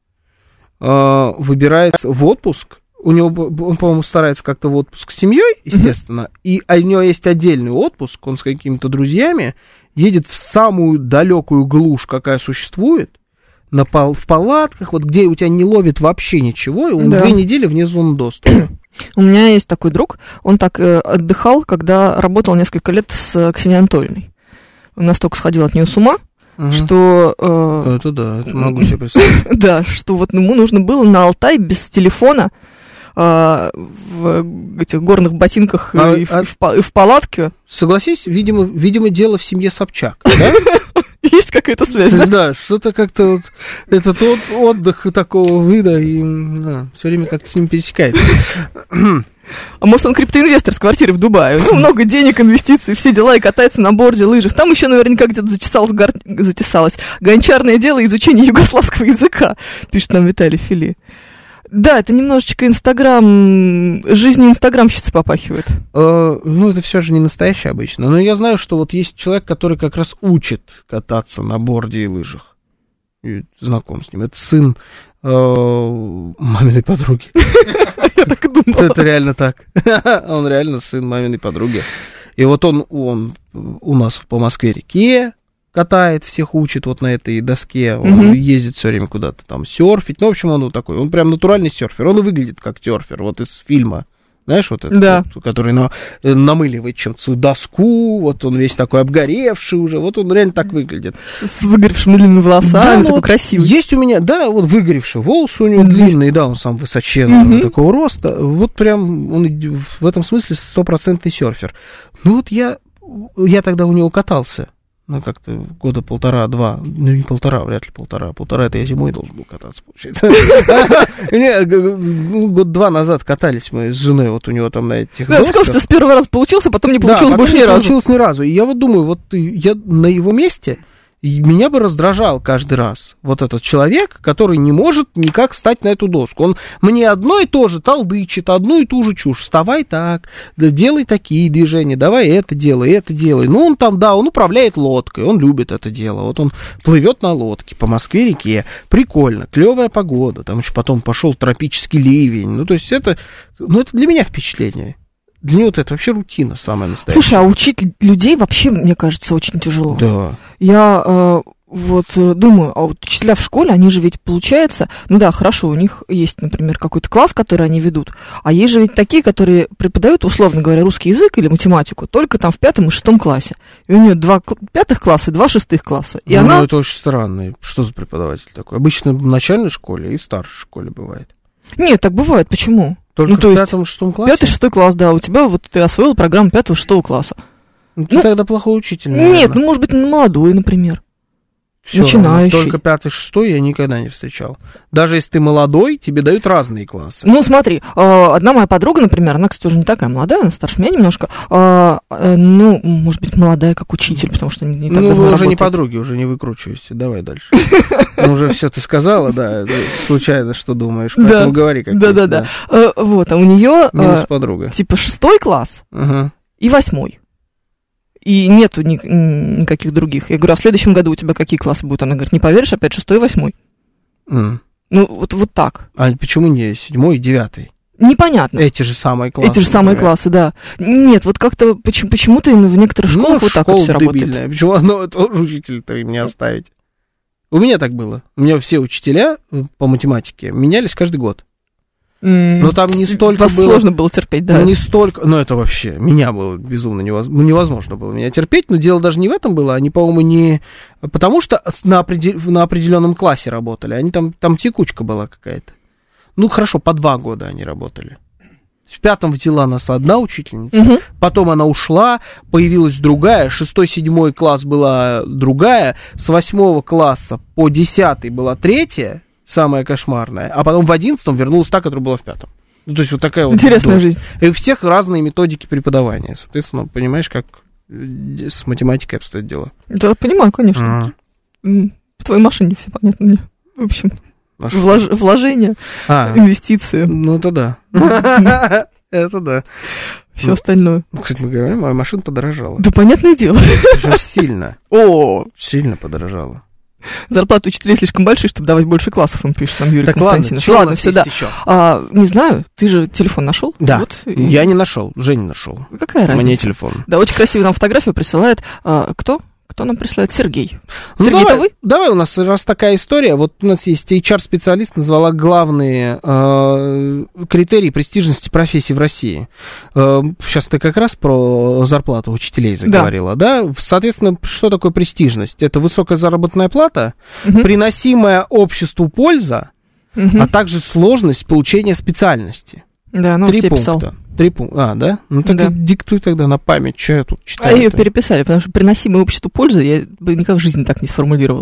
S2: э, выбирается в отпуск. У него, б- он, по-моему, старается как-то в отпуск с семьей, естественно. И а у него есть отдельный отпуск, он с какими-то друзьями едет в самую далекую глушь, какая существует, на пал- в палатках, вот где у тебя не ловит вообще ничего, и он
S3: Да.
S2: две недели вне зоны доступа.
S3: У меня есть такой друг, он так э, отдыхал, когда работал несколько лет с э, Ксенией Анатольевной. Он настолько сходил от нее с ума,
S2: Ага.
S3: что... э,
S2: Это да, это могу себе представить.
S3: да, что вот ему нужно было на Алтай без телефона э, в этих горных ботинках
S2: А-
S3: и, в,
S2: а-
S3: и в па- и в палатке.
S2: Согласись, видимо, видимо, дело в семье Собчак, да?
S3: Есть какая-то связь, да?
S2: Да, что-то как-то вот этот от- отдых такого вида, и все время как-то с ним пересекается.
S3: А может, он криптоинвестор с квартиры в Дубае? У него много денег, инвестиций, все дела, и катается на борде, лыжах. Там еще наверняка где-то зачесалось, гор... затесалось гончарное дело и изучение югославского языка, пишет нам Виталий Фили. Да, это немножечко Инстаграм, жизнью инстаграмщицы попахивает.
S2: Э, ну, это все же не настоящее обычно. Но я знаю, что вот есть человек, который как раз учит кататься на борде и лыжах. И знаком с ним. Это сын э, маминой подруги.
S3: Я так и думала.
S2: Это реально так. Он реально сын маминой подруги. И вот он, он у нас по Москве-реке катает, всех учит вот на этой доске, он mm-hmm. ездит все время куда-то там серфить. Ну, в общем, он вот такой, он прям натуральный серфер, он и выглядит как серфер, вот из фильма, знаешь, вот этот,
S3: да.
S2: вот, который на, намыливает чем-то свою доску, вот он весь такой обгоревший уже, вот он реально так выглядит.
S3: С выгоревшими длинными волосами,
S2: да,
S3: такой
S2: вот
S3: красивый.
S2: Есть у меня, да, вот выгоревший волосы у него mm-hmm. длинные, да, он сам высоченный, mm-hmm. такого роста, вот прям он в этом смысле стопроцентный серфер. Ну вот я, я тогда у него катался. Ну, как-то года полтора-два, ну, не полтора, вряд ли полтора, полтора это я зимой должен был кататься, получается. Год-два назад катались мы с женой, вот у него там на этих досках.
S3: Да, сказал, что с первого раза получился, потом не получилось больше ни разу.
S2: Да, не получилось ни разу. И я вот думаю, вот я на его месте, меня бы раздражал каждый раз вот этот человек, который не может никак встать на эту доску. Он мне одно и то же толдычит, одну и ту же чушь. Вставай так, да делай такие движения, давай это делай, это делай. Ну, он там, да, он управляет лодкой, он любит это дело. Вот он плывет на лодке по Москве-реке. Прикольно, клевая погода. Там еще потом пошел тропический ливень. Ну, то есть это, ну, это для меня впечатление. Для него это вообще рутина самая настоящая.
S3: Слушай, а учить людей вообще, мне кажется, очень тяжело.
S2: Да.
S3: Я э, вот думаю, а вот учителя в школе, они же ведь, получается, ну да, хорошо, у них есть, например, какой-то класс, который они ведут, а есть же ведь такие, которые преподают, условно говоря, русский язык или математику только там в пятом и шестом классе. И у нее два пятых класса и два шестых класса. И
S2: ну,
S3: она...
S2: это очень странно. Что за преподаватель такой? Обычно в начальной школе и в старшей школе бывает.
S3: Нет, так бывает. Почему?
S2: Только
S3: ну, то
S2: в
S3: есть
S2: пятом и шестом классе?
S3: Пятый, шестой класс, да. У тебя вот ты освоил программу пятого, шестого класса.
S2: Ну, ты ну, тогда плохой учитель,
S3: наверное. Нет, ну, может быть, молодой, например.
S2: Всё
S3: начинающий.
S2: Равно, только пятый, шестой я никогда не встречал. Даже если ты молодой, тебе дают разные классы.
S3: Ну, смотри, одна моя подруга, например, она, кстати, уже не такая молодая, она старше меня немножко, ну, может быть, молодая как учитель, потому что не так
S2: Ну, вы уже
S3: работает.
S2: не подруги, уже не выкручивайся, давай дальше. Ну, уже все ты сказала, да, случайно что думаешь, поэтому говори как есть.
S3: Да-да-да, вот, а у нее
S2: минус подруга.
S3: Типа шестой класс и восьмой. И нету ни, никаких других. Я говорю, а в следующем году у тебя какие классы будут? Она говорит, не поверишь, опять шестой и восьмой. Mm. Ну, вот, вот так.
S2: А почему не седьмой и девятый?
S3: Непонятно.
S2: Эти же самые классы.
S3: Эти же самые например. классы, да. Нет, вот как-то почему- почему-то в некоторых школах ну, вот так вот все работает.
S2: Почему одно тоже учителя-то им не оставить? У меня так было. У меня все учителя по математике менялись каждый год. Но там не столько
S3: Вас
S2: было...
S3: сложно было терпеть, да?
S2: Не столько... Ну, это вообще... Меня было безумно невозможно. Невозможно было меня терпеть, но дело даже не в этом было. Они, по-моему, не... Потому что на, определ... на определенном классе работали. Они там... Там текучка была какая-то. Ну, хорошо, по два года они работали. В пятом взяла нас одна учительница, угу. Потом она ушла, появилась другая. Шестой, седьмой класс была другая. С восьмого класса по десятый была третья. Самая кошмарная, а потом в одиннадцатом вернулась та, которая была в пятом. Ну, то есть вот такая вот...
S3: Интересная дочь. Жизнь.
S2: И у всех разные методики преподавания. Соответственно, понимаешь, как с математикой обстоят дела.
S3: Да, понимаю, конечно. Mm. В твоей машине все понятно мне. В общем, влож... вложения, а, инвестиции.
S2: Ну, это да. Это да.
S3: Все остальное.
S2: Кстати, мы говорим, моя машина подорожала.
S3: Да, понятное дело.
S2: Причем сильно.
S3: О,
S2: сильно подорожала.
S3: Зарплаты учителей слишком большие, чтобы давать больше классов, им пишет нам Юрий
S2: так
S3: Константинович.
S2: Ладно,
S3: ладно все, да. А, не знаю, ты же телефон нашел?
S2: Да, вот, я и... не нашел, Женя нашел.
S3: Какая разница?
S2: Мне телефон.
S3: Да, очень красиво нам фотографию присылает. А, кто? Кто нам присылает? Сергей.
S2: Ну,
S3: Сергей,
S2: давай,
S3: это вы?
S2: Давай, у нас раз такая история. Вот у нас есть эйч ар-специалист, назвала главные э, критерии престижности профессии в России. Э, сейчас ты как раз про зарплату учителей заговорила, да? да? Соответственно, что такое престижность? Это высокая заработная плата, угу. приносимая обществу польза, угу. а также сложность получения специальности.
S3: Да, ну,
S2: Три
S3: тебе
S2: пункта.
S3: писал.
S2: Три пункта. А, да? Ну, так да. диктуй тогда на память, что я тут читаю.
S3: А ее переписали, потому что приносимое обществу пользу я бы никак в жизни так не сформулировал.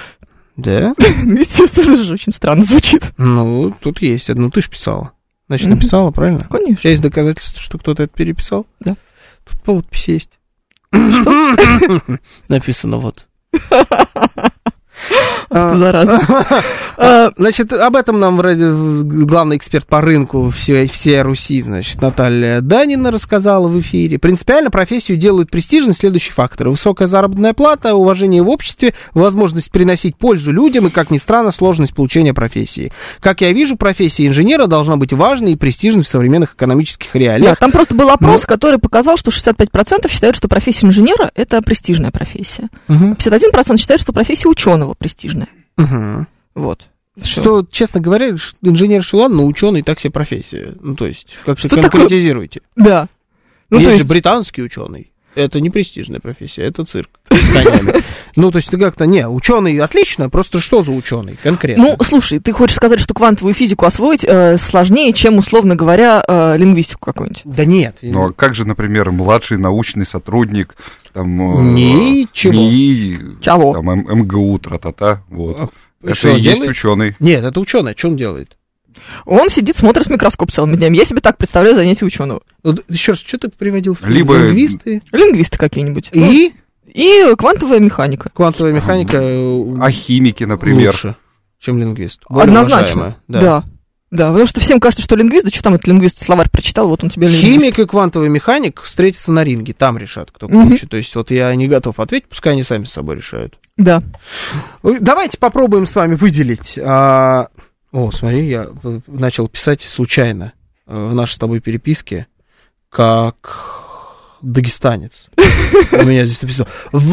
S2: Да?
S3: Ну, естественно, это же очень странно звучит.
S2: Ну, тут есть. Ну, ты же писала. Значит, написала, правильно?
S3: Конечно.
S2: Есть доказательства, что кто-то это переписал?
S3: Да.
S2: Тут подпись есть.
S3: Что?
S2: Написано вот.
S3: Зараза.
S2: Значит, об этом нам главный эксперт по рынку всей, всей Руси, значит, Наталья Данина рассказала в эфире. Принципиально профессию делают престижной следующие факторы. Высокая заработная плата, уважение в обществе, возможность приносить пользу людям и, как ни странно, сложность получения профессии. Как я вижу, профессия инженера должна быть важной и престижной в современных экономических реалиях.
S3: Да, там просто был опрос, Но... который показал, что шестьдесят пять процентов считают, что профессия инженера – это престижная профессия. Угу. пятьдесят один процент считают, что профессия ученого престижная.
S2: Угу.
S3: Вот.
S2: Что, Все. честно говоря, инженер Шилан, но ученый так себе профессия. Ну, то есть, как-то
S3: что
S2: конкретизируйте.
S3: Такое? Да.
S2: Ну, есть, то есть же британский ученый. Это не престижная профессия, это цирк. Ну, то есть, ты как-то, не, ученый отлично, просто что за ученый конкретно?
S3: Ну, слушай, ты хочешь сказать, что квантовую физику освоить э, сложнее, чем, условно говоря, э, лингвистику какую-нибудь?
S2: Да нет.
S4: Ну, а как же, например, младший научный сотрудник, там...
S2: Ничего.
S4: НИИ,
S3: Чего?
S4: там, МГУ, тра-та-та, вот. Это
S2: что,
S4: и есть
S2: делает?
S4: ученый.
S2: Нет, это ученый, а что он делает?
S3: Он сидит, смотрит в микроскоп целыми днями. Я себе так представляю занятия ученого.
S2: Вот, еще раз, что ты приводил?
S4: Либо...
S2: Лингвисты?
S3: Лингвисты какие-нибудь.
S2: И?
S3: Ну, и квантовая механика.
S2: Квантовая механика...
S4: А химики, например.
S2: Лучше, чем лингвист. Более
S3: Однозначно, да. да. Да, потому что всем кажется, что лингвист, да что там, этот лингвист словарь прочитал, вот он тебе лингвист.
S2: Химик и квантовый механик встретятся на ринге, там решат, кто круче. Mm-hmm. То есть вот я не готов ответить, пускай они сами с собой решают.
S3: Да.
S2: Давайте попробуем с вами выделить... А... О, смотри, я начал писать случайно в нашей с тобой переписке, как дагестанец. У меня здесь написано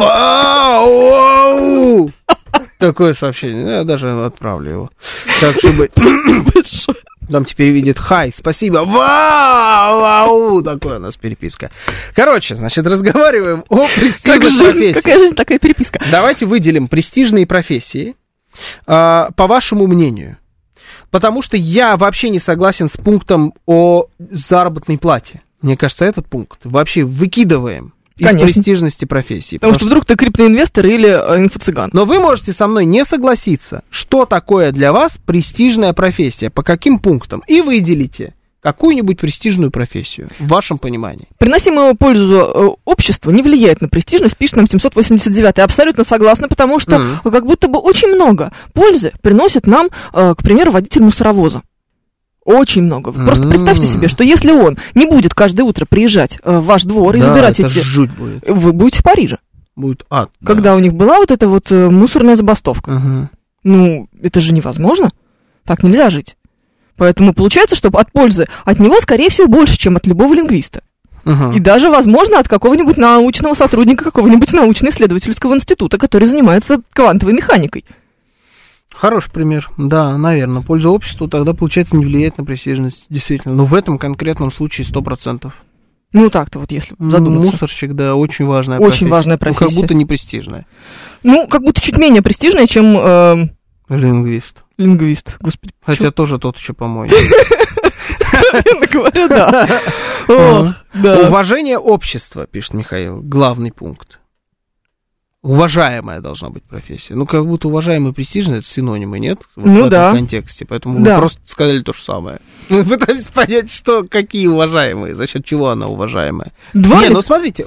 S2: «Вау!» Такое сообщение. Я даже отправлю его. Так, чтобы... Там теперь видит «Хай, спасибо!» «Вау!» Такое у нас переписка. Короче, значит, разговариваем о престижных профессиях.
S3: Какая жизнь, такая переписка.
S2: Давайте выделим престижные профессии, по вашему мнению. Потому что я вообще не согласен с пунктом о заработной плате. Мне кажется, этот пункт вообще выкидываем
S3: Конечно.
S2: из престижности профессии.
S3: Потому, потому что вдруг ты криптоинвестор или инфо-цыган.
S2: Но вы можете со мной не согласиться, что такое для вас престижная профессия, по каким пунктам, и выделите какую-нибудь престижную профессию в вашем понимании.
S3: Приносимая пользу обществу не влияет на престижность, пишет нам семьсот восемьдесят девять. Я абсолютно согласна, потому что mm-hmm. как будто бы очень много пользы приносит нам, к примеру, водитель мусоровоза. Очень много. Mm-hmm. Просто представьте себе, что если он не будет каждое утро приезжать в ваш двор и
S2: да,
S3: забирать
S2: это
S3: эти...
S2: жуть будет.
S3: Вы будете в Париже.
S2: Будет ад.
S3: Когда
S2: да.
S3: у них была вот эта вот мусорная забастовка.
S2: Mm-hmm.
S3: Ну, это же невозможно. Так нельзя жить. Поэтому получается, что от пользы от него, скорее всего, больше, чем от любого лингвиста. Uh-huh. И даже, возможно, от какого-нибудь научного сотрудника какого-нибудь научно-исследовательского института, который занимается квантовой механикой.
S2: Хороший пример. Да, наверное. Польза обществу тогда, получается, не влияет на престижность. Действительно. Но в этом конкретном случае сто процентов.
S3: Ну, так-то вот, если задуматься.
S2: Мусорщик, да, очень важная
S3: очень
S2: профессия.
S3: важная профессия.
S2: Ну, как будто не престижная.
S3: Ну, как будто чуть менее престижная, чем... Э...
S2: Лингвист.
S3: Лингвист, господи.
S2: Хотя чё? Тоже тот еще помойник.
S3: Говорю, да.
S2: Уважение общества, пишет Михаил, главный пункт. Уважаемая должна быть профессия. Ну, как будто уважаемый и престижный — это синонимы, нет?
S3: Ну, да.
S2: В этом контексте. Поэтому мы просто сказали то же самое. Мы пытаемся понять, что, какие уважаемые, за счет чего она уважаемая. Не, ну, смотрите,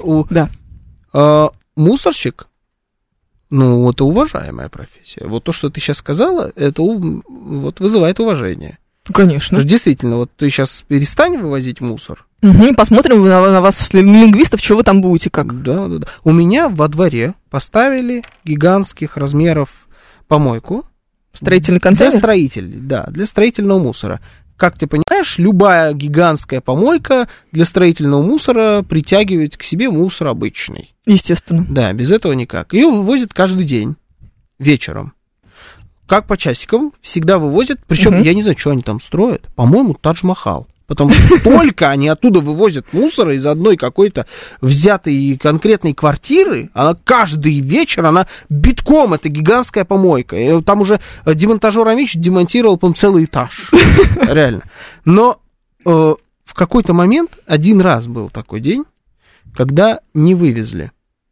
S2: мусорщик, ну, это уважаемая профессия. Вот то, что ты сейчас сказала, это вот вызывает уважение.
S3: Конечно.
S2: Действительно, вот ты сейчас перестань вывозить мусор.
S3: Угу, посмотрим на, на вас, лингвистов, что вы там будете, как.
S2: Да, да, да. У меня во дворе поставили гигантских размеров помойку.
S3: Строительный контейнер?
S2: Для строителей, да, для строительного мусора. Как ты понимаешь, любая гигантская помойка для строительного мусора притягивает к себе мусор обычный.
S3: Естественно.
S2: Да, без этого никак. Ее вывозят каждый день вечером. Как по часикам всегда вывозят. Причем, угу. я не знаю, что они там строят. По-моему, Тадж-Махал. Потому что столько они оттуда вывозят мусора из одной какой-то взятой конкретной квартиры. Она каждый вечер, она битком, это гигантская помойка. И там уже демонтажер Амич демонтировал, по-моему, целый этаж. Реально. Но э, в какой-то момент, один раз был такой день, когда не вывезли.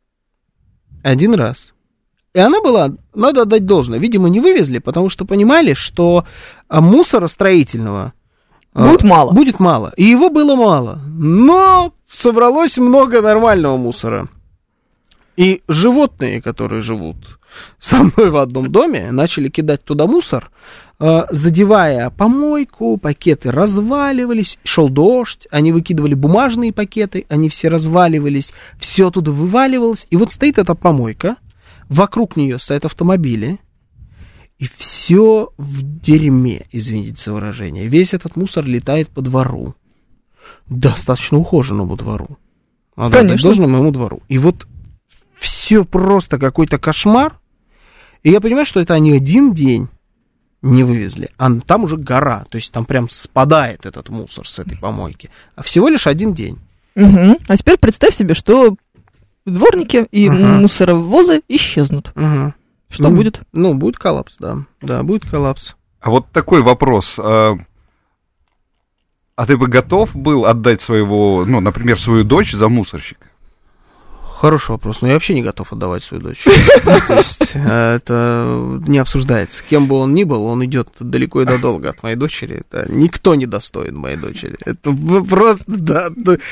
S2: Один раз. И она была, надо отдать должное, видимо, не вывезли, потому что понимали, что мусора строительного
S3: будет мало.
S2: Будет мало. И его было мало. Но собралось много нормального мусора. И животные, которые живут со мной в одном доме, начали кидать туда мусор, э, задевая помойку, пакеты разваливались, шел дождь, они выкидывали бумажные пакеты, они все разваливались, все оттуда вываливалось, и вот стоит эта помойка, вокруг нее стоят автомобили, и все в дерьме, извините за выражение. Весь этот мусор летает по двору, достаточно ухоженному двору, а должному моему двору. И вот все просто какой-то кошмар. И я понимаю, что это они один день не вывезли, а там уже гора. То есть там прям спадает этот мусор с этой помойки. А всего лишь один день.
S3: Угу. А теперь представь себе, что дворники и угу. мусоровозы исчезнут. Угу. Что
S2: ну,
S3: будет?
S2: Ну, будет коллапс, да. Да, будет коллапс.
S4: А вот такой вопрос. А, а ты бы готов был отдать своего, ну, например, свою дочь за мусорщика?
S2: Хороший вопрос, но я вообще не готов отдавать свою дочь. То есть это не обсуждается. Кем бы он ни был, он идет далеко и надолго от моей дочери. Никто не достоин моей дочери. Это просто, да,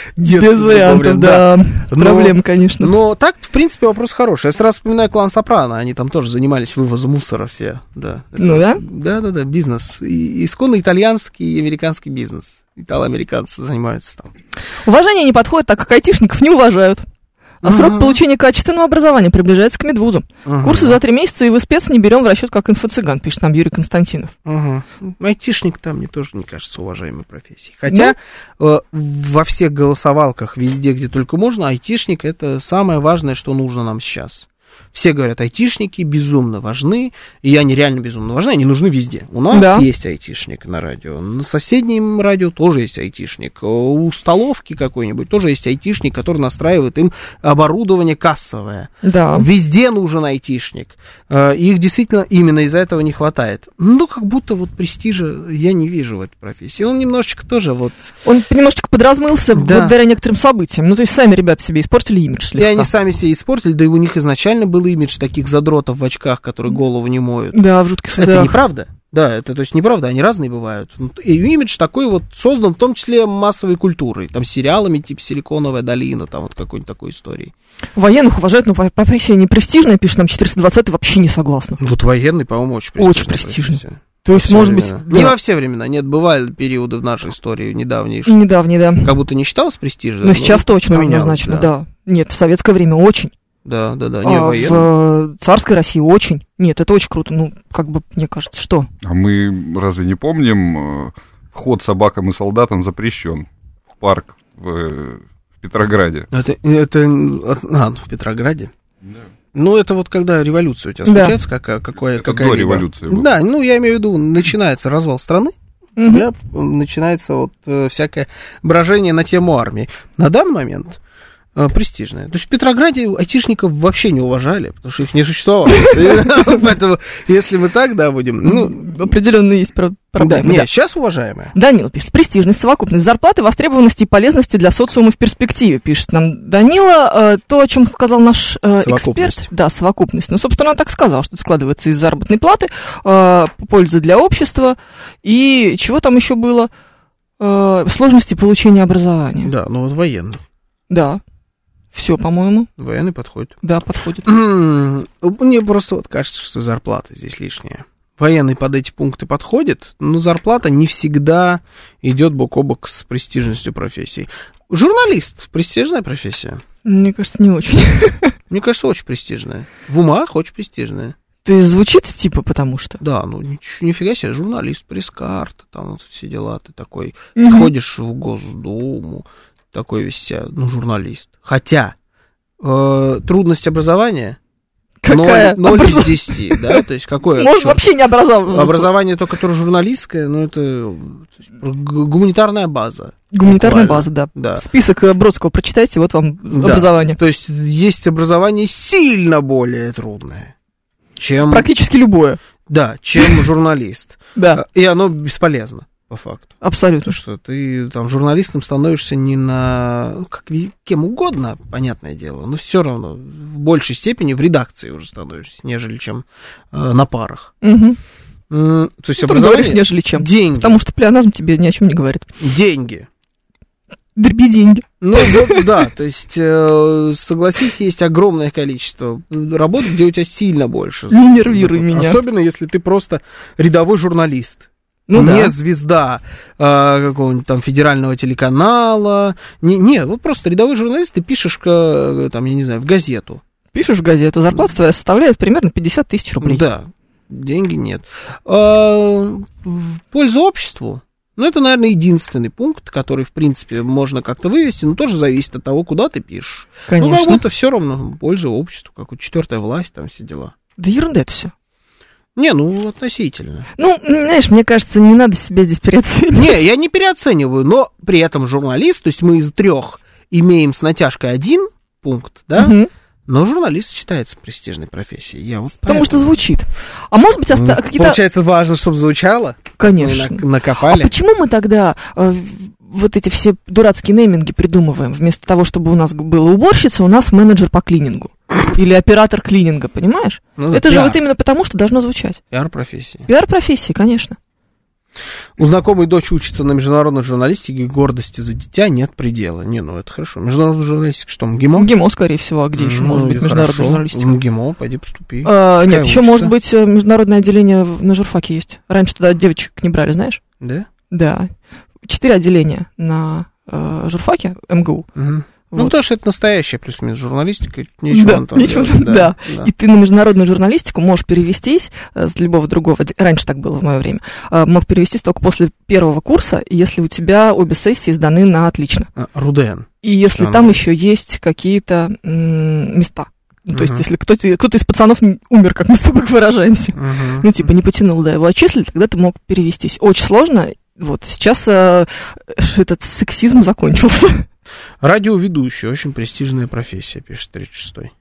S3: без вариантов, да. Проблема, конечно.
S2: Но так, в принципе, вопрос хороший. Я сразу вспоминаю клан Сопрано. Они там тоже занимались вывозом мусора все.
S3: Ну да?
S2: Да, да, да, бизнес. Исконно итальянский и американский бизнес. Итало-американцы занимаются там.
S3: Уважение не подходит, так как айтишников не уважают. А uh-huh. срок получения качественного образования приближается к медвузу. Uh-huh. Курсы за три месяца и в спец не берем в расчет как инфо-цыган, пишет нам Юрий Константинов.
S2: Uh-huh. Айтишник там мне тоже не кажется уважаемой профессией. Хотя ну? э, во всех голосовалках, везде, где только можно, айтишник — это самое важное, что нужно нам сейчас. Все говорят, айтишники безумно важны, и они реально безумно важны, они нужны везде. У нас да. есть айтишник на радио, на соседнем радио тоже есть айтишник, у столовки какой-нибудь тоже есть айтишник, который настраивает им оборудование кассовое.
S3: Да.
S2: Везде нужен айтишник. Их действительно именно из-за этого не хватает. Ну, как будто вот престижа я не вижу в этой профессии. Он немножечко тоже вот...
S3: Он немножечко подразмылся да. благодаря некоторым событиям. Ну, то есть сами ребята себе испортили имидж слегка.
S2: И они сами себе испортили, да и у них изначально был имидж таких задротов в очках, которые голову не моют.
S3: Да, в жутких слезах.
S2: Это неправда. Да, это то есть неправда, они разные бывают. И имидж такой вот создан, в том числе массовой культурой. Там сериалами типа «Силиконовая долина», там вот какой-нибудь такой историей.
S3: Военных уважают, но профессия не престижная, пишет нам четыреста двадцатый, вообще не согласна.
S2: Вот военный, по-моему, очень престижный.
S3: Очень престижный. То есть, может быть...
S2: Да. Не во все времена, нет, бывали периоды в нашей истории недавние.
S3: Недавние, да.
S2: Как будто не считалось престижным.
S3: Но сейчас точно однозначно, да. да. Нет, в советское время очень.
S2: Да, да, да. Не
S3: а в царской России очень. Нет, это очень круто. Ну, как бы, мне кажется, что?
S4: А мы разве не помним, вход собакам и солдатам запрещен в парк в, в Петрограде?
S2: Это, это а, в Петрограде?
S4: Да.
S2: Ну, это вот когда революция у тебя
S3: да.
S2: случается, какая, какая,
S4: это
S2: какая
S4: до революции была.
S2: Да, ну, я имею в виду, начинается развал страны, угу. у тебя начинается вот всякое брожение на тему армии. На данный момент... престижная. То есть в Петрограде айтишников вообще не уважали, потому что их не существовало. Поэтому, если мы так, да, будем... Ну,
S3: определенно есть проблемы.
S2: Нет, сейчас уважаемая.
S3: Данила пишет, престижность, совокупность зарплаты, востребованности и полезности для социума в перспективе, пишет нам Данила. То, о чем сказал наш эксперт... Да, совокупность. Ну, собственно, он так сказал, что это складывается из заработной платы, пользы для общества и чего там еще было? Сложности получения образования.
S2: Да, ну вот военный.
S3: Да. Все, по-моему.
S2: Военный подходит.
S3: Да, подходит.
S2: Мне просто вот кажется, что зарплата здесь лишняя. Военный под эти пункты подходит, но зарплата не всегда идет бок о бок с престижностью профессии. Журналист — престижная профессия?
S3: Мне кажется, не очень.
S2: Мне кажется, очень престижная. В умах очень престижная.
S3: То есть звучит типа потому что?
S2: Да, ну ничего, нифига себе, журналист, пресс-карта, там вот все дела, ты такой, угу. ходишь в Госдуму, такой весь себя, ну, журналист. Хотя, э, трудность образования
S3: какая?
S2: ноль из десяти, да, то есть какое?
S3: Может, вообще не образование.
S2: Образование только которое журналистское, ну, это гуманитарная база.
S3: Гуманитарная база, да.
S2: да.
S3: Список Бродского прочитайте, вот вам да. образование.
S2: То есть есть образование сильно более трудное, чем...
S3: Практически любое.
S2: Да, чем журналист.
S3: Да.
S2: И оно бесполезно. По факту.
S3: Абсолютно.
S2: Потому что ты там журналистом становишься не на... Ну, как кем угодно, понятное дело, но все равно в большей степени в редакции уже становишься, нежели чем э, на парах.
S3: Угу.
S2: Mm, то есть
S3: ну,
S2: образование...
S3: говоришь, нежели чем.
S2: Деньги.
S3: Потому что плеоназм тебе ни о чем не говорит.
S2: Деньги.
S3: Дроби деньги.
S2: Ну, вот, да, то есть, э, согласись, есть огромное количество работ, где у тебя сильно больше.
S3: Не нервируй меня.
S2: Особенно, если ты просто рядовой журналист.
S3: Ну,
S2: не
S3: да.
S2: звезда э, какого-нибудь там федерального телеканала. Не, не, вот просто рядовой журналист, ты пишешь, э, там, я не знаю, в газету.
S3: Пишешь в газету, зарплата твоя составляет примерно пятьдесят тысяч рублей.
S2: Да, деньги нет. А, в пользу обществу, ну, это, наверное, единственный пункт, который, в принципе, можно как-то вывести, но тоже зависит от того, куда ты пишешь.
S3: Конечно.
S2: Ну, кому-то все равно пользу обществу, как вот четвертая власть, там все дела.
S3: Да ерунда это все.
S2: Не, ну, относительно.
S3: Ну, знаешь, мне кажется, не надо себя здесь переоценивать.
S2: Не, я не переоцениваю, но при этом журналист, то есть мы из трех имеем с натяжкой один пункт, да,
S3: Мгм.
S2: но журналист считается престижной профессией. Я вот
S3: Потому
S2: поэтому-
S3: что звучит. А может быть, оста-
S2: Ну,
S3: какие-то...
S2: Получается, важно, чтобы звучало?
S3: Конечно.
S2: Мы на- накопали.
S3: А почему мы тогда э, вот эти все дурацкие нейминги придумываем? Вместо того, чтобы у нас была уборщица, у нас менеджер по клинингу. Или оператор клининга, понимаешь?
S2: Ну,
S3: Это же
S2: пиар.
S3: вот именно потому, что должно звучать.
S2: Пиар-профессии.
S3: Пиар-профессии, конечно.
S2: У знакомой дочь учится на международной журналистике, гордости за дитя нет предела. Не, ну это хорошо. Международная журналистика что, МГИМО?
S3: МГИМО, скорее всего, а где еще
S2: Ну,
S3: может
S2: и
S3: быть международная
S2: хорошо.
S3: журналистика?
S2: В МГИМО, пойди поступи.
S3: А,
S2: Пускай
S3: нет, еще
S2: учится.
S3: может быть э, международное отделение в- на журфаке есть. Раньше туда девочек не брали, знаешь?
S2: Да?
S3: Да. Четыре отделения на э, журфаке МГУ.
S2: Мгм.
S3: Вот.
S2: Ну, потому что это настоящая плюс-минус журналистика, нечего
S3: Да,
S2: он там
S3: нечего
S2: делать.
S3: там, да.
S2: да.
S3: И ты на международную журналистику можешь перевестись э, с любого другого, отде- раньше так было в мое время, э, мог перевестись только после первого курса, если у тебя обе сессии сданы на отлично.
S2: А, Руден.
S3: И если
S2: А,
S3: там
S2: ну.
S3: еще есть какие-то м, места. Ну, то есть,
S2: Мгм.
S3: если кто-то, кто-то из пацанов не умер, как мы с тобой выражаемся,
S2: Мгм.
S3: ну, типа, не потянул, да, его отчислили, тогда ты мог перевестись. Очень сложно. Вот, сейчас э, этот сексизм закончился.
S2: Радиоведущий, очень престижная профессия, пишет тридцать шестой.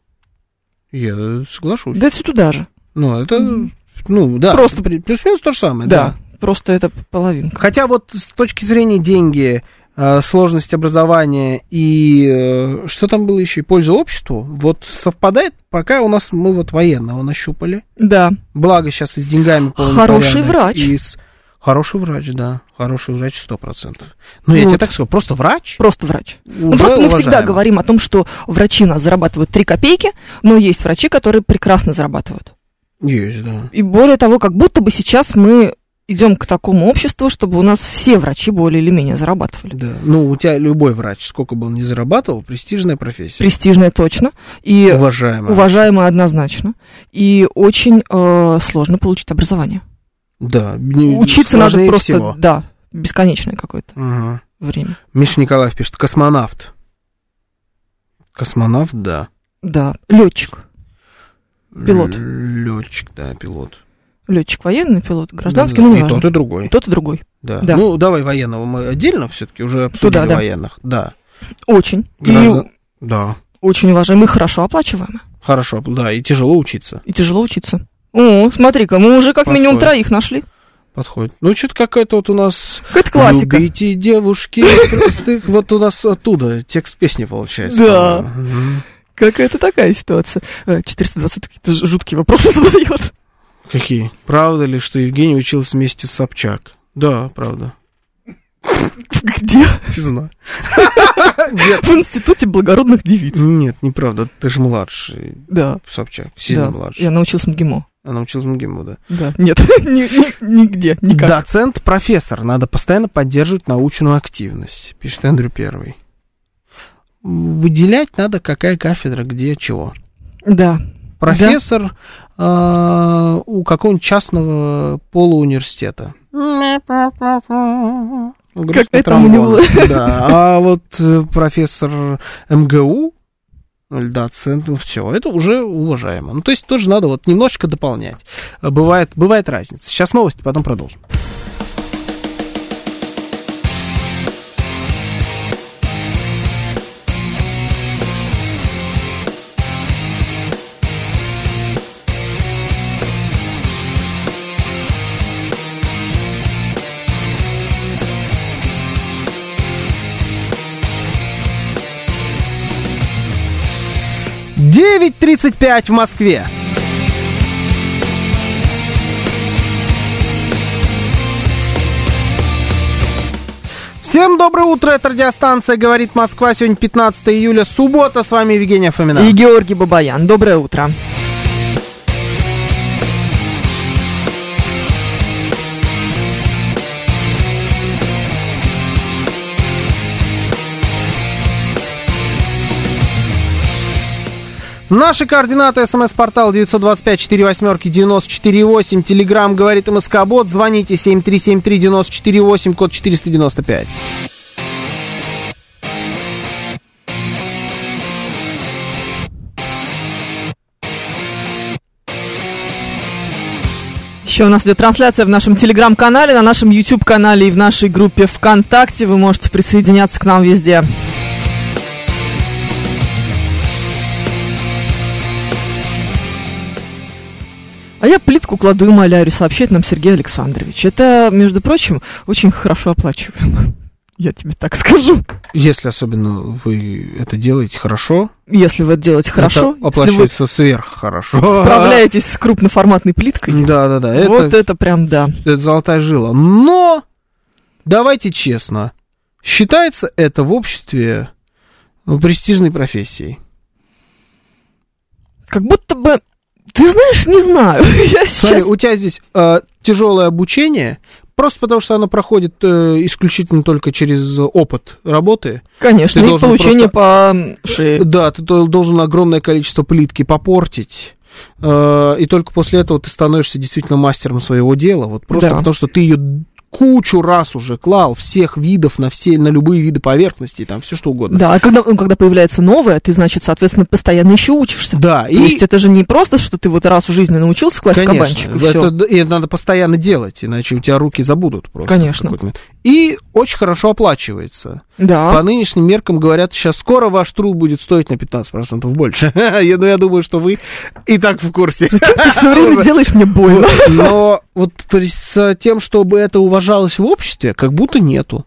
S2: Я соглашусь.
S3: Да все туда же.
S2: Ну, это, ну, да,
S3: Просто-
S2: при- плюс-минус то же самое,
S3: Да, просто это половинка.
S2: Хотя вот с точки зрения деньги, э, сложность образования и э, что там было еще, и польза обществу, вот совпадает, пока у нас мы вот военного нащупали.
S3: Да.
S2: Благо сейчас и с деньгами полный
S3: Хороший
S2: порядок,
S3: врач.
S2: и с- Хороший врач, да. Хороший врач сто процентов. Ну, я
S3: Вот.
S2: тебе так скажу, просто врач.
S3: Просто врач. Ну,
S2: уже
S3: просто мы всегда
S2: уважаемо.
S3: говорим о том, что врачи у нас зарабатывают три копейки, но есть врачи, которые прекрасно зарабатывают.
S2: Есть, да.
S3: И более того, как будто бы сейчас мы идем к такому обществу, чтобы у нас все врачи более или менее зарабатывали.
S2: Да. Ну, у тебя любой врач, сколько бы он ни зарабатывал, престижная профессия.
S3: Престижная точно. И
S2: Уважаемая.
S3: уважаемая однозначно. И очень э, сложно получить образование.
S2: Да. не-
S3: Учиться надо
S2: сложнее
S3: просто,
S2: всего.
S3: да, бесконечное какое-то
S2: Ага.
S3: время.
S2: Миша Николаев пишет, космонавт. Космонавт, да.
S3: Да, летчик. Пилот.
S2: Летчик, да, пилот.
S3: Летчик военный, пилот гражданский,
S2: Да,
S3: ну,
S2: и
S3: не важно.
S2: тот, и другой.
S3: И тот, и другой.
S2: Да.
S3: да.
S2: Ну, давай военного мы отдельно все-таки уже обсудили
S3: Туда, да.
S2: военных. Да.
S3: Очень.
S2: Граждан-
S3: И
S2: Да.
S3: очень уважаемый, и хорошо оплачиваемый.
S2: Хорошо, да, и тяжело учиться.
S3: И тяжело учиться. О, смотри-ка, мы уже как
S2: Подходит.
S3: минимум троих нашли.
S2: Подходит. Ну, что-то какая-то вот у нас...
S3: Какая-то классика.
S2: Любите девушки простых. Вот у нас оттуда текст песни получается.
S3: Да.
S2: по-моему. Мгм.
S3: Какая-то такая ситуация. Э, четыреста двадцать какие-то ж- жуткие вопросы задает.
S2: Какие? Правда ли, что Евгений учился вместе с Собчак? Да, правда.
S3: Где?
S2: Не знаю.
S3: В институте благородных девиц.
S2: Нет, неправда. Ты же младший
S3: Да.
S2: Собчак. Сильно
S3: Да.
S2: младший.
S3: Я научился МГИМО.
S2: Она училась в МГИМО, да.
S3: Да. Нет, ни- ни- нигде, никак.
S2: Доцент, профессор. Надо постоянно поддерживать научную активность, пишет Эндрю Первый. Выделять надо, какая кафедра, где, чего.
S3: Да.
S2: Профессор а, у какого-нибудь частного полууниверситета. Грустный
S3: Какая там у
S2: тромбон.
S3: него.
S2: Да. А вот э, профессор МГУ, ну, или доцент, ну, все, это уже уважаемо. Ну, то есть тоже надо вот немножечко дополнять. Бывает, бывает разница. Сейчас новости, потом продолжим. девять тридцать пять в Москве. В Всем доброе утро, это радиостанция «Говорит Москва». Сегодня пятнадцатое июля, суббота. С вами Евгения Фомина.
S3: И Георгий Бабаян. Доброе утро.
S2: Наши координаты: смс-портал девятьсот двадцать пять сорок восемь девяносто четыре восемь, телеграмм «Говорит МСК-бот», звоните семь три семь три девяносто четыре восемь, код четыреста девяносто пять.
S3: Еще у нас идет трансляция в нашем телеграм-канале, на нашем YouTube-канале и в нашей группе ВКонтакте. Вы можете присоединяться к нам везде. А я плитку кладу и малярю, сообщает нам Сергей Александрович. Это, между прочим, очень хорошо оплачиваемо. Я тебе так скажу.
S2: Если особенно вы это делаете хорошо.
S3: Если вы это делаете хорошо.
S2: Это оплачивается сверх хорошо.
S3: Справляетесь с крупноформатной плиткой.
S2: Да-да-да.
S3: Вот это, это прям, да.
S2: Это золотая жила. Но, давайте честно, считается это в обществе престижной профессией?
S3: Как будто бы... Ты знаешь, не знаю. Я
S2: Смотри,
S3: сейчас...
S2: у тебя здесь э, тяжелое обучение, просто потому что оно проходит э, исключительно только через опыт работы.
S3: Конечно,
S2: ты
S3: и получение
S2: просто...
S3: по шее.
S2: Да, ты должен огромное количество плитки попортить, э, и только после этого ты становишься действительно мастером своего дела. Вот просто
S3: да.
S2: потому что ты ее кучу раз уже клал, всех видов, на все, на любые виды поверхностей, там все что угодно.
S3: Да, а когда, ну, когда появляется новое, ты, значит, соответственно, постоянно еще учишься.
S2: Да.
S3: То
S2: и...
S3: есть это же не просто, что ты вот раз в жизни научился класть
S2: Конечно,
S3: кабанчик, и
S2: это,
S3: все.
S2: и это надо постоянно делать, иначе у тебя руки забудут просто.
S3: Конечно.
S2: И очень хорошо оплачивается.
S3: Да.
S2: По нынешним меркам, говорят, сейчас скоро ваш труд будет стоить на пятнадцать процентов больше. я, я думаю, что вы и так в курсе.
S3: Зачем ты все время делаешь мне больно?
S2: Но вот с тем, чтобы это уважалось в обществе, как будто нету.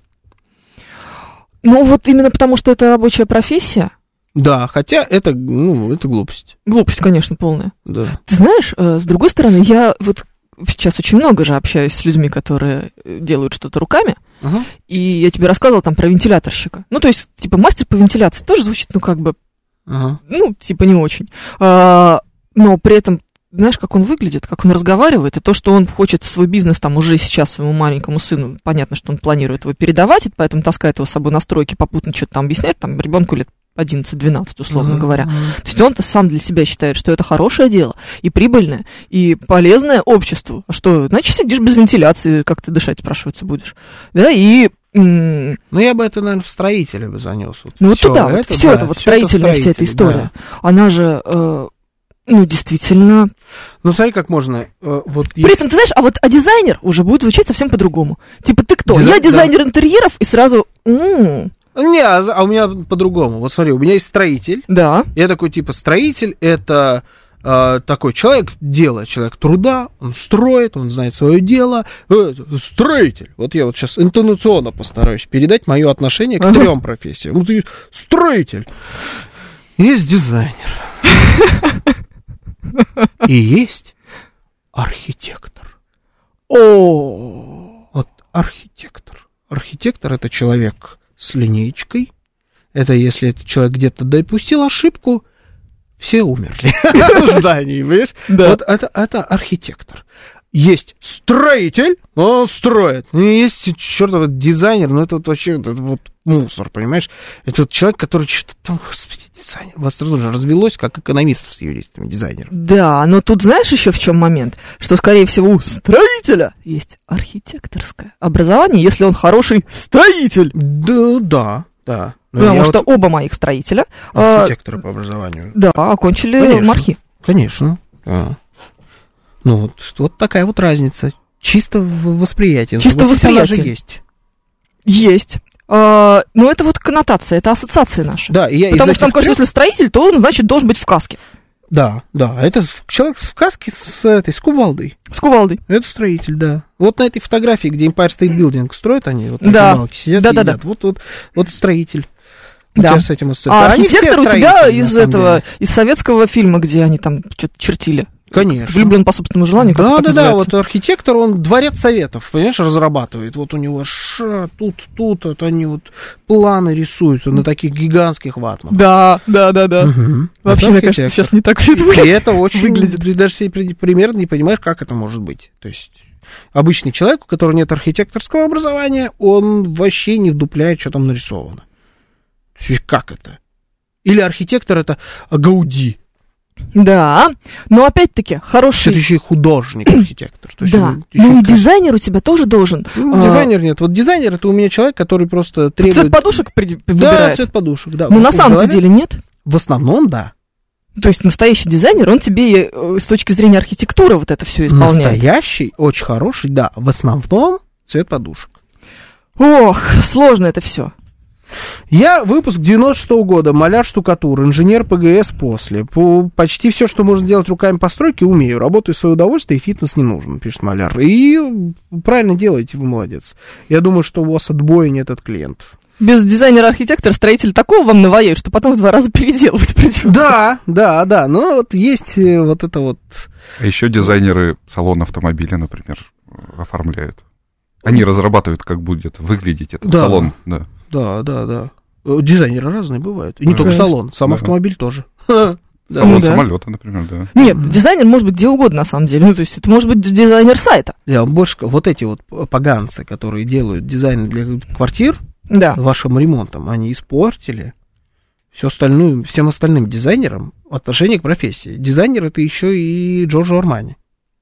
S3: Ну вот именно потому, что это рабочая профессия.
S2: Да, хотя это, ну, это глупость.
S3: Глупость, конечно, полная.
S2: Да.
S3: Ты знаешь, с другой стороны, я вот сейчас очень много же общаюсь с людьми, которые делают что-то руками, uh-huh. и я тебе рассказывала там про вентиляторщика. Ну, то есть, типа, мастер по вентиляции тоже звучит, ну, как бы, uh-huh. ну, типа, не очень. А, но при этом, знаешь, как он выглядит, как он разговаривает, и то, что он хочет свой бизнес там уже сейчас своему маленькому сыну, понятно, что он планирует его передавать, и поэтому таскает его с собой на стройки, попутно что-то там объясняет, там, ребенку лет одиннадцать-двенадцать, условно uh-huh. говоря. То есть он-то сам для себя считает, что это хорошее дело, и прибыльное, и полезное обществу. А что, значит, сидишь без вентиляции, как ты дышать, спрашивается, будешь. Да, и... М-
S2: ну, я бы это, наверное, в строителя бы занес. Вот
S3: ну, вот
S2: всё
S3: туда,
S2: это,
S3: вот все
S2: да,
S3: это, вот
S2: всё это
S3: строительная вся эта история. Да. Она же... Э- Ну, действительно.
S2: Ну, смотри, как можно... Э, вот
S3: При
S2: есть...
S3: этом, ты знаешь, а вот а дизайнер уже будет звучать совсем по-другому. Типа, ты кто?
S2: Дизай...
S3: Я дизайнер
S2: да.
S3: интерьеров, и сразу... М-м.
S2: Не, а, а у меня по-другому. Вот смотри, у меня есть строитель.
S3: Да.
S2: Я такой, типа, строитель, это э, такой человек дела, человек труда, он строит, он знает свое дело. Э, строитель. Вот я вот сейчас интонационно постараюсь передать мое отношение к ага. трем профессиям. Вот и строитель. Есть дизайнер. И есть архитектор.
S3: О,
S2: вот архитектор. Архитектор — это человек с линеечкой. Это если этот человек где-то допустил ошибку, все умерли в здании, понимаешь? Вот это, это архитектор. Есть строитель, он строит. И есть чертов дизайнер, ну это вот вообще это вот мусор, понимаешь? Это вот человек, который что-то там, господи, дизайнер. У вас сразу же развелось, как экономистов с юристами, дизайнеров.
S3: Да, но тут знаешь еще в чем момент? Что, скорее всего, у строителя есть архитекторское образование, если он хороший строитель.
S2: Да, да, да.
S3: Но потому что вот... оба моих строителя...
S2: Архитекторы а... по образованию.
S3: Да, окончили
S2: конечно,
S3: МАРХИ.
S2: Конечно, да. Ну, вот, вот такая вот разница. Чисто в восприятии.
S3: Чисто в восприятии.
S2: Же есть.
S3: Есть. А, но это вот коннотация, это ассоциации наши.
S2: Да, и я
S3: Потому что нам кажется, если строитель, то он, значит, должен быть в каске.
S2: Да, да. Это человек в каске с, с этой, с кувалдой.
S3: С кувалдой.
S2: Это строитель, да. Вот на этой фотографии, где Empire State Building строят они, вот на
S3: да.
S2: кувалке сидят
S3: да,
S2: и
S3: да,
S2: едят.
S3: Да.
S2: Вот, вот, вот строитель.
S3: Да.
S2: С этим
S3: а архитектор у тебя из этого, из советского фильма, где они там что-то чертили.
S2: Конечно.
S3: Влюблен по собственному желанию, как
S2: да,
S3: это
S2: да,
S3: называется?
S2: да, вот архитектор, он дворец советов, понимаешь, разрабатывает. Вот у него ша, тут, тут, вот они вот планы рисуются на таких гигантских ватманах.
S3: Да, да, да, да.
S2: Угу.
S3: Вообще, мне кажется, сейчас не так все это
S2: И это очень
S3: выглядит.
S2: Ты даже себе примерно не понимаешь, как это может быть. То есть обычный человек, у которого нет архитекторского образования, он вообще не вдупляет, что там нарисовано. То есть как это? Или архитектор это Гауди.
S3: Да, но опять-таки хороший...
S2: Это еще и художник, архитектор. То есть
S3: да,
S2: еще
S3: ну и
S2: красив...
S3: дизайнер у тебя тоже должен.
S2: Ну,
S3: а...
S2: Дизайнер нет. Вот дизайнер это у меня человек, который просто требует...
S3: Цвет подушек при...
S2: Да,
S3: выбирает?
S2: цвет подушек, да.
S3: Но
S2: в,
S3: на
S2: в
S3: самом
S2: голове...
S3: деле нет.
S2: В основном, да.
S3: То есть настоящий дизайнер, он тебе э, с точки зрения архитектуры вот это все исполняет.
S2: Настоящий, очень хороший, да. В основном цвет подушек.
S3: Ох, сложно это все.
S2: Я выпуск девяносто шестого года, маляр-штукатур, инженер ПГС после. По почти все, что можно делать руками постройки, умею. Работаю в свое удовольствие, и фитнес не нужен, пишет маляр. И правильно делаете, вы молодец. Я думаю, что у вас отбоя нет от клиентов.
S3: Без дизайнера-архитектора строитель такого вам навоюет, что потом в два раза переделывать придется. Да,
S2: да, да. Но вот есть вот это вот...
S4: А еще дизайнеры салона автомобиля, например, оформляют. Они разрабатывают, как будет выглядеть этот
S2: да.
S4: салон. Да.
S2: Да, да, да. Дизайнеры разные бывают. И не да. только салон, сам да. автомобиль тоже.
S4: Салон
S3: ну, да.
S4: самолета, например, да.
S3: Нет, дизайнер может быть где угодно, на самом деле. Ну, то есть это может быть дизайнер сайта.
S2: Я больше... Вот эти вот поганцы, которые делают дизайн для квартир,
S3: да.
S2: вашим ремонтом, они испортили все остальное, всем остальным дизайнерам отношение к профессии. Дизайнер это еще и Джорджо Армани.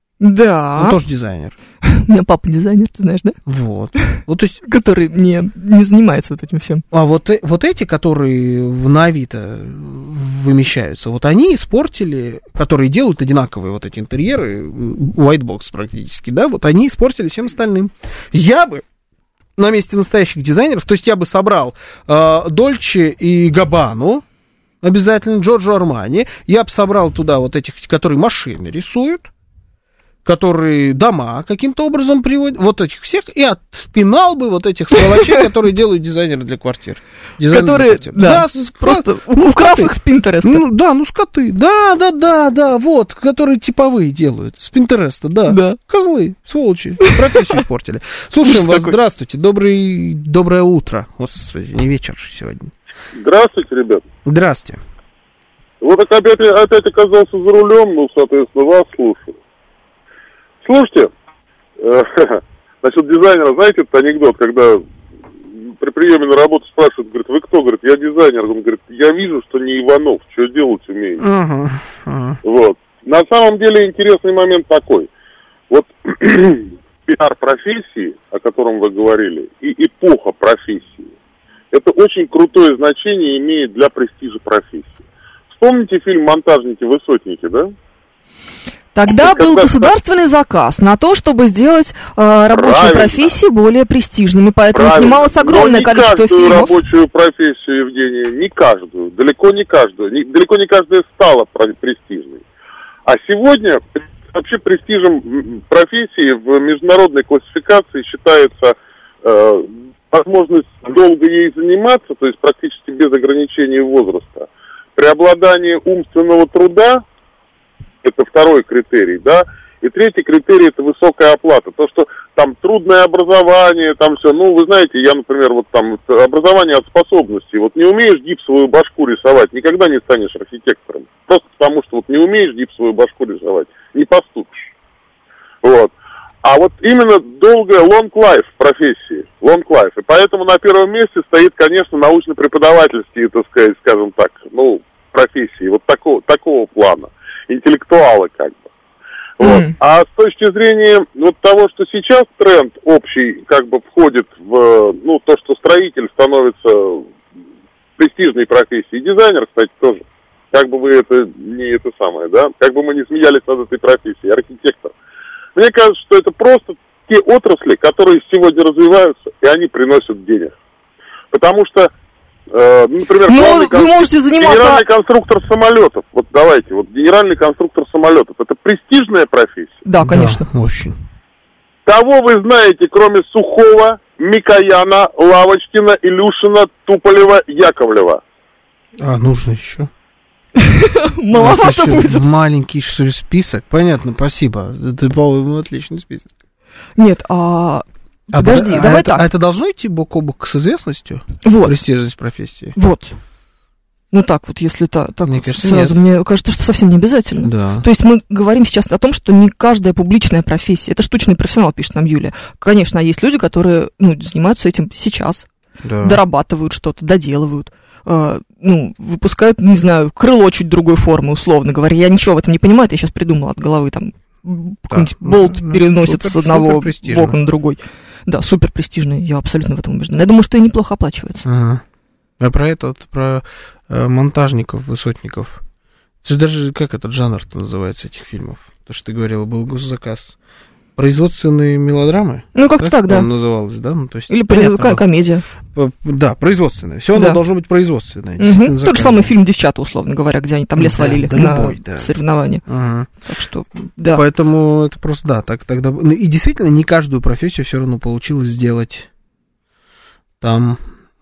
S3: Да.
S2: Он тоже дизайнер.
S3: У меня папа дизайнер, ты знаешь, да?
S2: Вот. Вот то есть...
S3: Который не, не занимается вот этим всем.
S2: А вот, вот эти, которые на Авито вымещаются, вот они испортили, которые делают одинаковые вот эти интерьеры, white box практически, да, вот они испортили всем остальным. Я бы на месте настоящих дизайнеров, то есть я бы собрал э, Дольче и Габбану, обязательно Джорджо Армани, я бы собрал туда вот этих, которые машины рисуют, которые дома каким-то образом приводят, вот этих всех, и отпинал бы вот этих сволочей, которые делают дизайнеры для квартир.
S3: Которые, да, просто украв их с Пинтереста.
S2: Ну, да, ну скоты, да, да, да, да, вот, которые типовые делают, с Пинтереста, да.
S3: Да.
S2: Козлы, сволочи, профессию испортили. Слушаем вас, здравствуйте, добрый, доброе утро. Господи, не вечер сегодня.
S6: Здравствуйте, ребят.
S2: Здравствуйте.
S6: Вот опять, опять оказался за рулем, ну, соответственно, вас слушаю. Слушайте, э, насчет дизайнера, знаете, этот анекдот, когда при приеме на работу спрашивают, говорит, вы кто? Говорит, я дизайнер. Он говорит, я вижу, что не Иванов, что делать умеете. Uh-huh. Uh-huh. Вот. На самом деле интересный момент такой. Вот пиар профессии, о котором вы говорили, и эпоха профессии, это очень крутое значение имеет для престижа профессии. Вспомните фильм «Монтажники-высотники», да?
S3: Тогда был государственный заказ на то, чтобы сделать э, рабочие Правильно. профессии более престижными, поэтому Правильно. снималось огромное количество фильмов.
S6: Не каждую рабочую профессию, Евгения, не каждую, далеко не каждую, не, далеко не каждая стала престижной. А сегодня вообще престижем профессии в международной классификации считается э, возможность долго ей заниматься, то есть практически без ограничения возраста, преобладание умственного труда. Это второй критерий, да, и третий критерий – это высокая оплата. То, что там трудное образование, там все, ну, вы знаете, я, например, вот там образование от способностей, вот не умеешь гипсовую башку рисовать, никогда не станешь архитектором, просто потому что вот не умеешь гипсовую башку рисовать, не поступишь, вот. А вот именно долгая long life профессии, long life, и поэтому на первом месте стоит, конечно, научно-преподавательские, так сказать, скажем так, ну, профессии, вот такого, такого плана. Интеллектуалы как бы. Вот. Mm. А с точки зрения вот того, что сейчас тренд общий как бы входит в, ну, то, что строитель становится престижной профессией, дизайнер, кстати, тоже. Как бы вы это не это самое, да? Как бы мы не смеялись над этой профессией, архитектор. Мне кажется, что это просто те отрасли, которые сегодня развиваются, и они приносят денег. Потому что Э, например,
S3: ну, вы можете заниматься...
S6: генеральный конструктор самолетов. Вот давайте, вот генеральный конструктор самолетов. Это престижная профессия?
S3: Да, конечно.
S2: Да, очень.
S6: Кого вы знаете, кроме Сухого, Микояна, Лавочкина, Илюшина, Туполева, Яковлева?
S2: А, нужно еще.
S3: Маловато будет.
S2: Маленький, что ли, список? Понятно, спасибо. Это, по-моему, отличный список.
S3: Нет, а...
S2: А
S3: Подожди,
S2: а
S3: давай
S2: это,
S3: так.
S2: А это должно идти бок о бок с известностью?
S3: Вот.
S2: Престижность профессии?
S3: Вот. Ну так вот, если так, так
S2: Мне
S3: вот
S2: кажется,
S3: сразу,
S2: нет.
S3: мне кажется, что совсем не обязательно.
S2: Да.
S3: То есть мы говорим сейчас о том, что не каждая публичная профессия, это штучный профессионал, пишет нам Юлия. Конечно, есть люди, которые ну, занимаются этим сейчас,
S2: Да.
S3: дорабатывают что-то, доделывают, э, ну, выпускают, не знаю, крыло чуть другой формы, условно говоря. Я ничего в этом не понимаю, это я сейчас придумала от головы, там, какой-нибудь
S2: ну,
S3: болт
S2: ну,
S3: переносит
S2: супер-
S3: с одного
S2: суперпрестижно.
S3: бока на другой. Да, супер престижный, я абсолютно в этом убеждена. Я думаю, что и неплохо оплачивается.
S2: Ага. А про это, вот, про э, монтажников, высотников. Это же даже, как этот жанр-то называется, этих фильмов? То, что ты говорила, был госзаказ. Производственные мелодрамы?
S3: Ну, как-то так, да.
S2: По-моему, называлось, да? Ну, то есть,
S3: Или
S2: понятно,
S3: какая
S2: вот.
S3: комедия.
S2: П- Да, производственное. Все
S3: Да.
S2: оно должно быть производственное.
S3: Мгм.
S2: действительно
S3: Тот же
S2: заказано.
S3: самый фильм «Девчата», условно говоря, где они там лес
S2: Да,
S3: валили
S2: да,
S3: на
S2: любой, да.
S3: соревнования.
S2: Ага.
S3: Так что, да.
S2: Поэтому это просто, да, так тогда... Ну, и действительно, не каждую профессию все равно получилось сделать там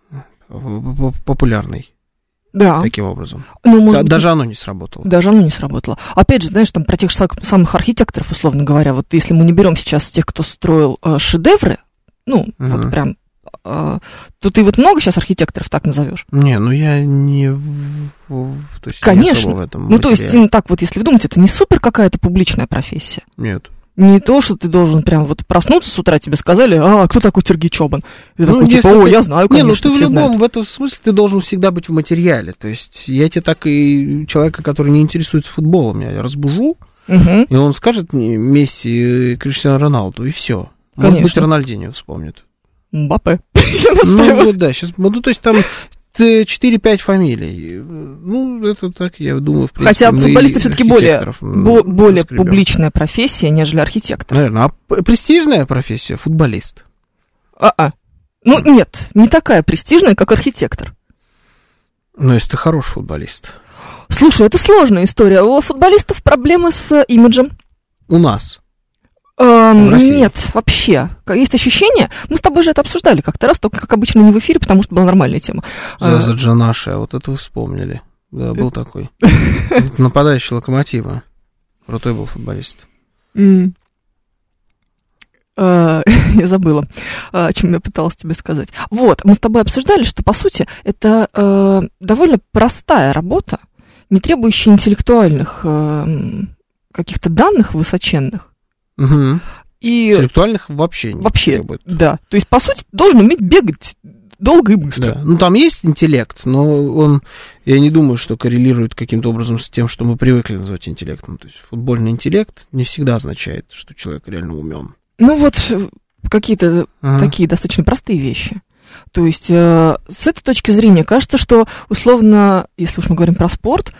S2: п- п- популярной
S3: Да.
S2: таким образом.
S3: Ну, может
S2: Да,
S3: быть,
S2: даже оно не сработало.
S3: Даже оно не сработало. Опять же, знаешь, там про тех же са- самых архитекторов, условно говоря, вот если мы не берем сейчас тех, кто строил э, шедевры, ну,
S2: Мгм.
S3: вот прям, э, то ты вот много сейчас архитекторов так назовешь?
S2: Не, ну я не... в- в- то есть не
S3: Конечно.
S2: особо в этом
S3: Ну, то есть,
S2: материале.
S3: ну, так вот, если вы думаете, это не супер какая-то публичная профессия.
S2: Нет.
S3: Не то, что ты должен прям вот проснуться с утра, тебе сказали, а, кто такой Сергей Чобан? И ты
S2: Ну,
S3: такой, типа,
S2: если
S3: о,
S2: ты-
S3: я знаю,
S2: Не,
S3: конечно,
S2: ну ты в
S3: все
S2: любом,
S3: знают.
S2: в этом смысле ты должен всегда быть в материале. То есть я тебе так и человека, который не интересуется футболом, я разбужу,
S3: Мгм.
S2: и он скажет мне Месси и Криштиану Роналду, и все. Может быть,
S3: Конечно.
S2: Рональдинho вспомнит.
S3: Мбаппе. Я
S2: Ну,
S3: настаиваю.
S2: вот, да, сейчас, ну, то есть там т- четыре-пять фамилий. Ну, это так, я думаю, в принципе,
S3: Хотя
S2: мы
S3: футболисты все-таки более,
S2: архитекторов, м,
S3: бо- более
S2: скребем.
S3: публичная профессия, нежели архитектор.
S2: Наверное, а п- престижная профессия — футболист.
S3: А-а. Ну, нет, не такая престижная, как архитектор.
S2: Ну, если ты хороший футболист.
S3: Слушай, это сложная история. У футболистов проблемы с э, имиджем.
S2: У нас.
S3: Эм,
S2: В России?
S3: нет, вообще. К- Есть ощущение, мы с тобой же это обсуждали как-то раз, только, как обычно, не в эфире, потому что была нормальная тема.
S2: За,
S3: А,
S2: за Джанаша, вот это вы вспомнили. Да, был такой. Нападающий Локомотива. Крутой был футболист.
S3: м. Э, Я забыла, э, о чем я пыталась тебе сказать. Вот, мы с тобой обсуждали, что, по сути, это э, довольно простая работа, не требующая интеллектуальных э, м, каких-то данных высоченных.
S2: Угу.
S3: И
S2: Интеллектуальных вообще не
S3: вообще,
S2: требует.
S3: да. То есть, по сути, ты должен уметь бегать долго и быстро.
S2: Да. Ну, там есть интеллект, но он, я не думаю, что коррелирует каким-то образом с тем, что мы привыкли называть интеллектом. То есть футбольный интеллект не всегда означает, что человек реально умен.
S3: Ну вот э, какие-то
S2: Ага.
S3: такие достаточно простые вещи. То есть э, с этой точки зрения кажется, что условно, если уж мы говорим про спорт,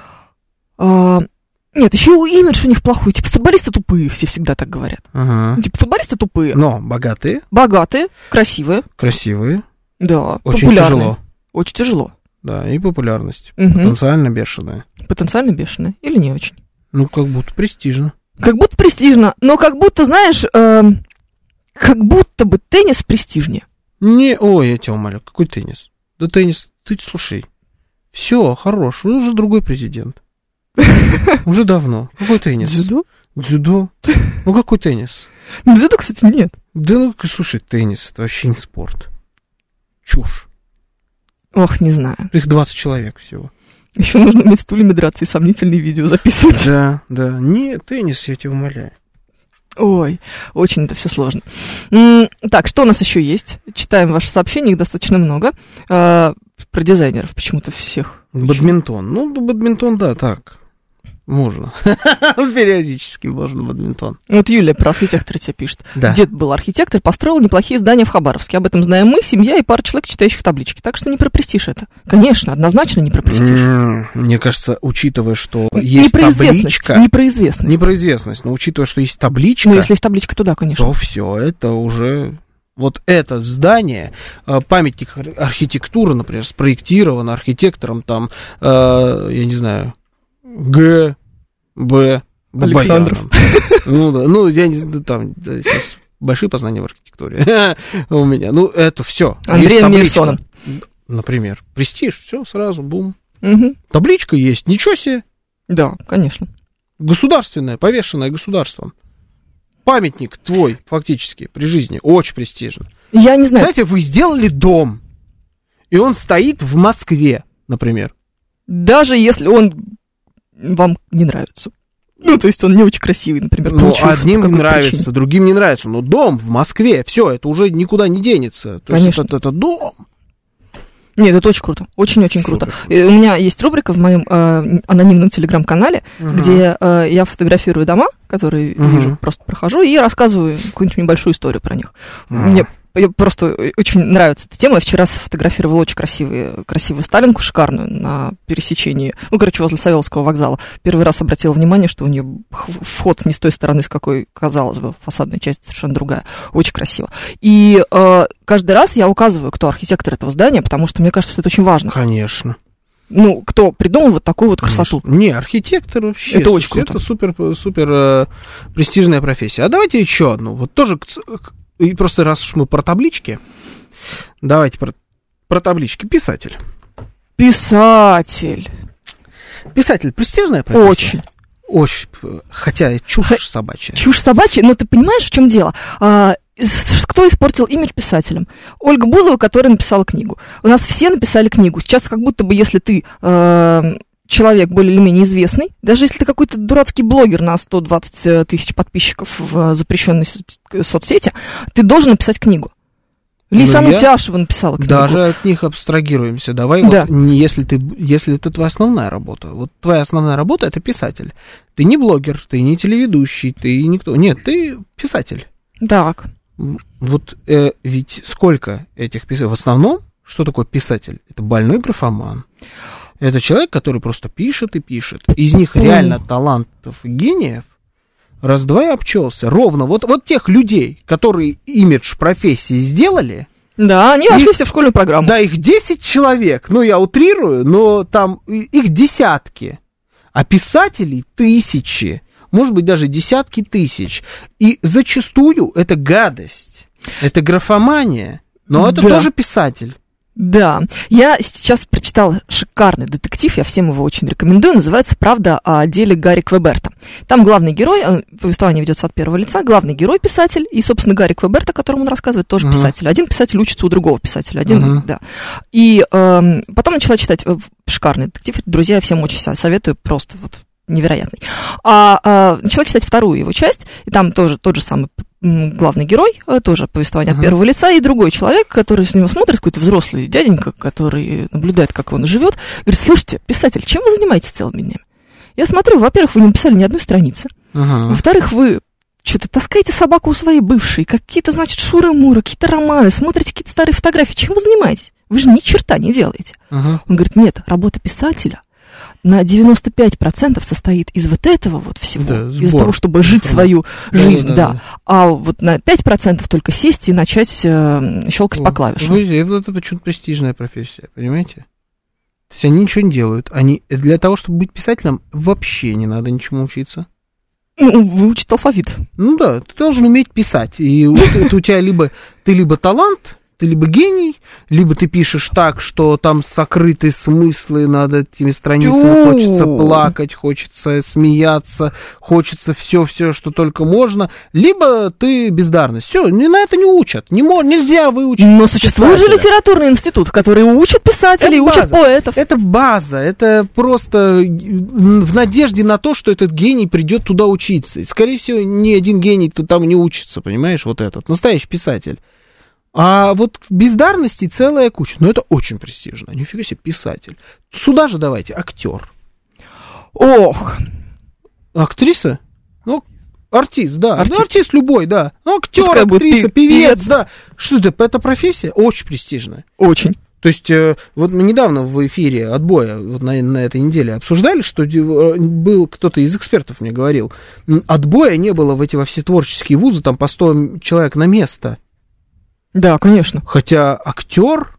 S3: э, нет, еще и имидж у них плохой. Типа футболисты тупые, все всегда так говорят.
S2: Ага.
S3: Ну, типа футболисты тупые,
S2: Но богатые,
S3: богатые, красивые,
S2: красивые,
S3: да,
S2: очень
S3: популярные.
S2: тяжело.
S3: Очень тяжело.
S2: Да, и популярность.
S3: Мгм.
S2: Потенциально бешеная.
S3: Потенциально бешеные или не очень.
S2: Ну, как будто престижно.
S3: Как будто престижно, но как будто, знаешь, э, как будто бы теннис престижнее.
S2: Не, ой, я тебя умоляю, какой теннис? Да теннис, ты слушай, все, хорош, уже другой президент. Уже давно. Какой теннис?
S3: Дзюдо?
S2: Дзюдо? Ну, какой теннис?
S3: Ну, дзюдо, кстати, нет.
S2: Да ну, слушай, теннис, это вообще не спорт. Чушь.
S3: Ох, не знаю.
S2: Их двадцать человек всего.
S3: Еще нужно уметь стульями драться и сомнительные видео записывать.
S2: Да, да. Не, теннис, я тебя умоляю.
S3: Ой, очень это все сложно. М, Так, что у нас еще есть? Читаем ваши сообщения, их достаточно много. А, Про дизайнеров почему-то всех.
S2: Бадминтон. Ну, бадминтон, да, так. Можно. Периодически можно бадминтон.
S3: Вот Юлия про архитектора тебе пишет.
S2: Да.
S3: Дед был архитектор, построил неплохие здания в Хабаровске. Об этом знаем мы, семья и пара человек, читающих таблички. Так что не про престиж это. Конечно, однозначно не про престиж.
S2: М, Мне кажется, учитывая, что
S3: Не
S2: есть
S3: про известность.
S2: табличка...
S3: Не про известность.
S2: Не про известность, но учитывая, что есть табличка,
S3: Ну, если есть табличка, то да, конечно.
S2: то все, это уже... Вот это здание, э, памятник ар- архитектуры, например, спроектировано архитектором там, э, я не знаю, Г. Б.
S3: Александров.
S2: Бабаяном. Ну да, ну я не знаю, там да, сейчас большие познания в архитектуре у меня. Ну это все.
S3: Андреем Мирсоном.
S2: Например, престиж, все сразу, бум.
S3: Угу.
S2: Табличка есть, ничего себе.
S3: Да, конечно.
S2: Государственная, повешенная государством. Памятник твой, фактически, при жизни. Очень престижно.
S3: Я не знаю.
S2: Кстати, вы сделали дом, и он стоит в Москве, например.
S3: Даже если он вам не нравится. Ну, то есть он не очень красивый, например,
S2: Ну,
S3: получился.
S2: одним
S3: по
S2: не
S3: какой-то
S2: нравится,
S3: причине.
S2: другим не нравится. Но дом в Москве, все, это уже никуда не денется. То
S3: Конечно.
S2: есть это, это дом.
S3: Нет, это очень круто. Очень-очень круто.
S2: Супер.
S3: И у меня есть рубрика в моем э, анонимном телеграм-канале,
S2: Мгм.
S3: где э, я фотографирую дома, которые
S2: Мгм.
S3: вижу, просто прохожу, и рассказываю какую-нибудь небольшую историю про них.
S2: Мгм.
S3: Мне я просто очень нравится эта тема. Я вчера сфотографировала очень красивую, красивую Сталинку, шикарную, на пересечении, ну, короче, возле Савеловского вокзала. Первый раз обратила внимание, что у нее вход не с той стороны, с какой, казалось бы, фасадная часть совершенно другая. Очень красиво. И э, каждый раз я указываю, кто архитектор этого здания, потому что мне кажется, что это очень важно.
S2: Конечно.
S3: Ну, кто придумал вот такую вот красоту.
S2: Конечно. Не, архитектор вообще.
S3: Это очень
S2: слушайте,
S3: круто.
S2: Это супер, супер э, престижная профессия. А давайте еще одну. Вот тоже, и просто раз уж мы про таблички, давайте про, про таблички. Писатель.
S3: Писатель.
S2: Писатель престижная профессия?
S3: Очень.
S2: Очень. Хотя чушь
S3: Х-
S2: собачья.
S3: Чушь собачья, но ты понимаешь, в чем дело? А, с- кто испортил имидж писателям? Ольга Бузова, которая написала книгу. У нас все написали книгу. Сейчас как будто бы, если ты э, человек более или менее известный, даже если ты какой-то дурацкий блогер на сто двадцать тысяч подписчиков в запрещенной со- соцсети, ты должен написать книгу. Лейсан
S2: Ну, я
S3: Утяшева написала книгу.
S2: Даже от них абстрагируемся. Давай,
S3: Да.
S2: вот, не, если, ты, если это твоя основная работа. Вот твоя основная работа — это писатель. Ты не блогер, ты не телеведущий, ты никто. Нет, ты писатель.
S3: Так.
S2: Вот э, ведь сколько этих писателей? В основном, что такое писатель? Это больной графоман. Это человек, который просто пишет и пишет. Из них реально талантов и гениев раз-два и обчелся. Ровно. Вот, вот тех людей, которые имидж профессии сделали,
S3: Да, они
S2: Их-
S3: вошли все в школьную программу.
S2: да, их десять человек, ну, я утрирую, но там и- их десятки, а писателей тысячи, может быть, даже десятки тысяч. И зачастую это гадость, это графомания, но это
S3: Да.
S2: тоже писатель.
S3: Да, я сейчас прочитала шикарный детектив, я всем его очень рекомендую, называется «Правда о деле Гарри Квеберта». Там главный герой, э, повествование ведется от первого лица, главный герой писатель, и, собственно, Гарри Квеберт, о котором он рассказывает, тоже
S2: Мгм.
S3: писатель. Один писатель учится у другого писателя, один,
S2: Мгм.
S3: да. И эм, потом начала читать э, шикарный детектив, друзья, я всем очень со- советую, просто вот невероятный. А, а начала читать вторую его часть, и там тоже тот же самый м, главный герой, э, тоже повествование
S2: Мгм.
S3: от первого лица, и другой человек, который с него смотрит, какой-то взрослый дяденька, который наблюдает, как он живет, говорит: слушайте, писатель, чем вы занимаетесь целыми днями? Я смотрю, во-первых, вы не написали ни одной страницы,
S2: Ага.
S3: во-вторых, вы что-то таскаете собаку у своей бывшей, какие-то, значит, шуры-муры, какие-то романы, смотрите какие-то старые фотографии, чем вы занимаетесь? Вы же ни черта не делаете.
S2: Ага.
S3: Он говорит: нет, работа писателя на девяносто пять процентов состоит из вот этого вот всего,
S2: Да,
S3: из
S2: сбор.
S3: того, чтобы жить свою жизнь,
S2: Да,
S3: да,
S2: да, да.
S3: А вот на пять процентов только сесть и начать э, щелкать по клавишам.
S2: Вы- Это, это почему-то престижная профессия, понимаете? То есть они ничего не делают. Они для того, чтобы быть писателем, вообще не надо ничему учиться.
S3: Ну, выучить алфавит.
S2: Ну да, ты должен уметь писать. И у, это у тебя либо ты либо талант, ты либо гений, либо ты пишешь так, что там сокрыты смыслы над этими страницами.
S3: Тю.
S2: Хочется плакать, хочется смеяться, хочется все-все, что только можно. Либо ты бездарность. Все, на это не учат. Не мо- нельзя выучить.
S3: Но существует же
S2: писателя.
S3: литературный институт, который учит писателей,
S2: Это
S3: учит
S2: база.
S3: поэтов.
S2: Это база, это просто в надежде на то, что этот гений придет туда учиться. И, скорее всего, ни один гений тут там не учится, понимаешь, вот этот, настоящий писатель. А вот бездарностей целая куча. Но это очень престижно. Нифига себе, писатель. Сюда же давайте, актер.
S3: Ох,
S2: Актриса? Ну, артист, да.
S3: Артист.
S2: Ну, артист любой, да. Ну, актер,
S3: Пускай будет
S2: актриса,
S3: пи-
S2: певец,
S3: певец.
S2: да. Что это? Это профессия очень престижная.
S3: очень.
S2: То есть, э, вот мы недавно в эфире отбоя, вот на, на этой неделе обсуждали, что ди- э, был кто-то из экспертов мне говорил, м, отбоя не было в эти во все творческие вузы, там по сто человек на место.
S3: Да, конечно.
S2: Хотя актер,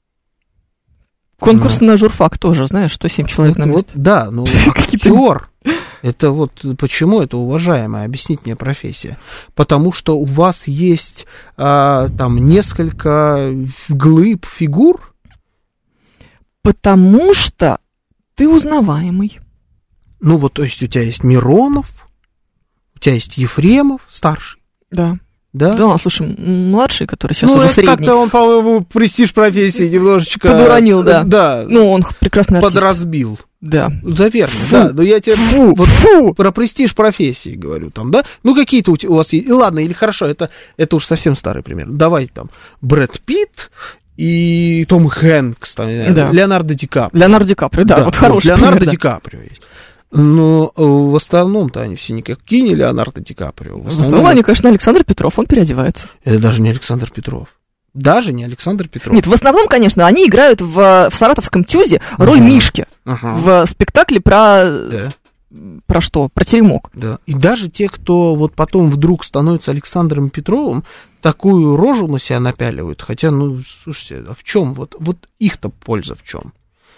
S3: Конкурс на журфак тоже, знаешь, сто семь человек на
S2: вот,
S3: месте.
S2: да, ну актер, это вот почему это уважаемая, объяснить мне профессия. Потому что у вас есть а, там несколько глыб, фигур.
S3: Потому что Ты узнаваемый.
S2: Ну вот, то есть у тебя есть Миронов, у тебя есть Ефремов, старший.
S3: Да.
S2: Да?
S3: Да, слушай, младший, который сейчас
S2: ну,
S3: уже
S2: это
S3: средний.
S2: как-то он, по-моему, престиж профессии немножечко...
S3: Подуронил, да.
S2: Да.
S3: Ну, он прекрасный артист.
S2: Подразбил.
S3: Да.
S2: Наверное,
S3: Фу.
S2: да. Но я тебе
S3: Фу,
S2: вот
S3: фу.
S2: про престиж профессии говорю там, да? Ну, какие-то у, те- у вас есть... Ладно, или хорошо, это, это уж совсем старый пример. Давай там Брэд Питт и Том Хэнкс, там,
S3: Да.
S2: Леонардо Ди Каприо.
S3: Леонардо Ди Каприо, да, вот хороший
S2: Леонардо
S3: пример, да.
S2: Ди Каприо есть. Но э, в основном-то они все никакие не Леонардо Ди Каприо. В основном
S3: Ну, они, конечно, Александр Петров, он переодевается.
S2: это даже не Александр Петров. Даже не Александр Петров.
S3: Нет, в основном, конечно, они играют в, в саратовском ТЮЗе роль
S2: Ага.
S3: Мишки
S2: Ага.
S3: в спектакле про...
S2: Да,
S3: Про что? Про теремок.
S2: да. И даже те, кто вот потом вдруг становится Александром Петровым, такую рожу на себя напяливают. Хотя, ну, слушайте, а в чем? Вот, вот их-то польза в чем?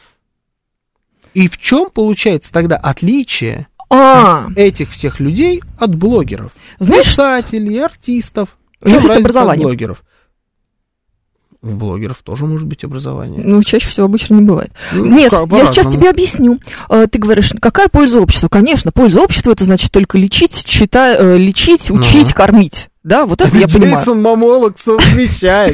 S2: И в чем получается тогда отличие
S3: А,
S2: этих всех людей от блогеров?
S3: знаешь,
S2: Писателей, артистов.
S3: У них
S2: В чем
S3: есть
S2: разница от
S3: образование.
S2: блогеров? У блогеров тоже может быть образование.
S3: ну, чаще всего обычно не бывает.
S2: Ну,
S3: Нет,
S2: как,
S3: я сейчас
S2: по-разному.
S3: тебе объясню. Э, Ты говоришь, какая польза обществу? Конечно, польза обществу — это значит только лечить, чита- э, лечить, учить,
S2: Ну.
S3: кормить. Да, вот это я понимаю.
S2: Джейсон Момолог совмещает.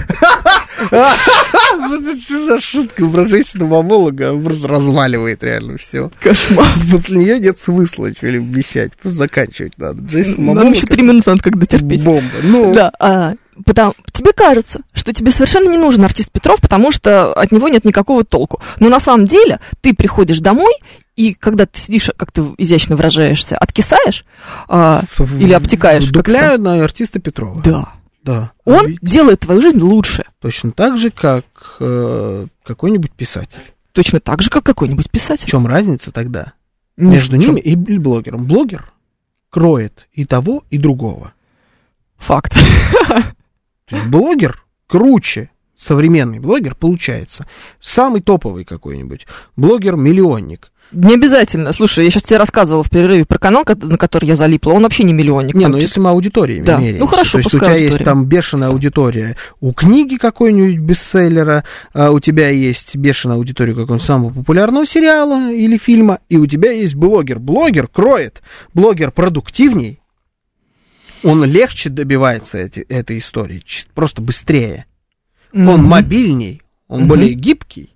S2: Что за шутка про Джейсона Момолога? Он просто разваливает реально все.
S3: Кошмар.
S2: После нее нет смысла что-либо вмещать. Просто заканчивать надо. Джейсон
S3: Нам
S2: Момолог
S3: еще три минуты надо когда терпеть.
S2: бомба. Ну,
S3: Да, а, потому, тебе кажется, что тебе совершенно не нужен артист Петров, потому что от него нет никакого толку. Но на самом деле ты приходишь домой, и когда ты сидишь, как ты изящно выражаешься, откисаешь а, или обтекаешь. как
S2: Дупляю на артиста Петрова.
S3: там. Да.
S2: Да.
S3: Он
S2: Видите?
S3: делает твою жизнь лучше.
S2: Точно так же, как э, какой-нибудь писатель.
S3: Точно так же, как какой-нибудь
S2: В
S3: писатель.
S2: чем разница тогда
S3: Ни в
S2: между
S3: чем.
S2: ними и блогером? Блогер кроет и того, и другого.
S3: Факт.
S2: То есть блогер круче, современный блогер получается. Самый топовый какой-нибудь. Блогер-миллионник.
S3: Не обязательно. Слушай, я сейчас тебе рассказывала в перерыве про канал, ко- на который я залипла. Он вообще не миллионник.
S2: Не,
S3: Там
S2: ну
S3: чё-
S2: если мы аудиториями
S3: Да.
S2: меряемся.
S3: Ну, хорошо,
S2: То есть у
S3: пускай
S2: тебя
S3: аудитория.
S2: есть там бешеная аудитория у книги какой-нибудь бестселлера, а у тебя есть бешеная аудитория какого-нибудь самого популярного сериала или фильма, и у тебя есть блогер. Блогер кроет, блогер продуктивней, он легче добивается эти, этой истории, чис- просто быстрее. Он
S3: Мгм.
S2: мобильней, он
S3: Мгм.
S2: более гибкий,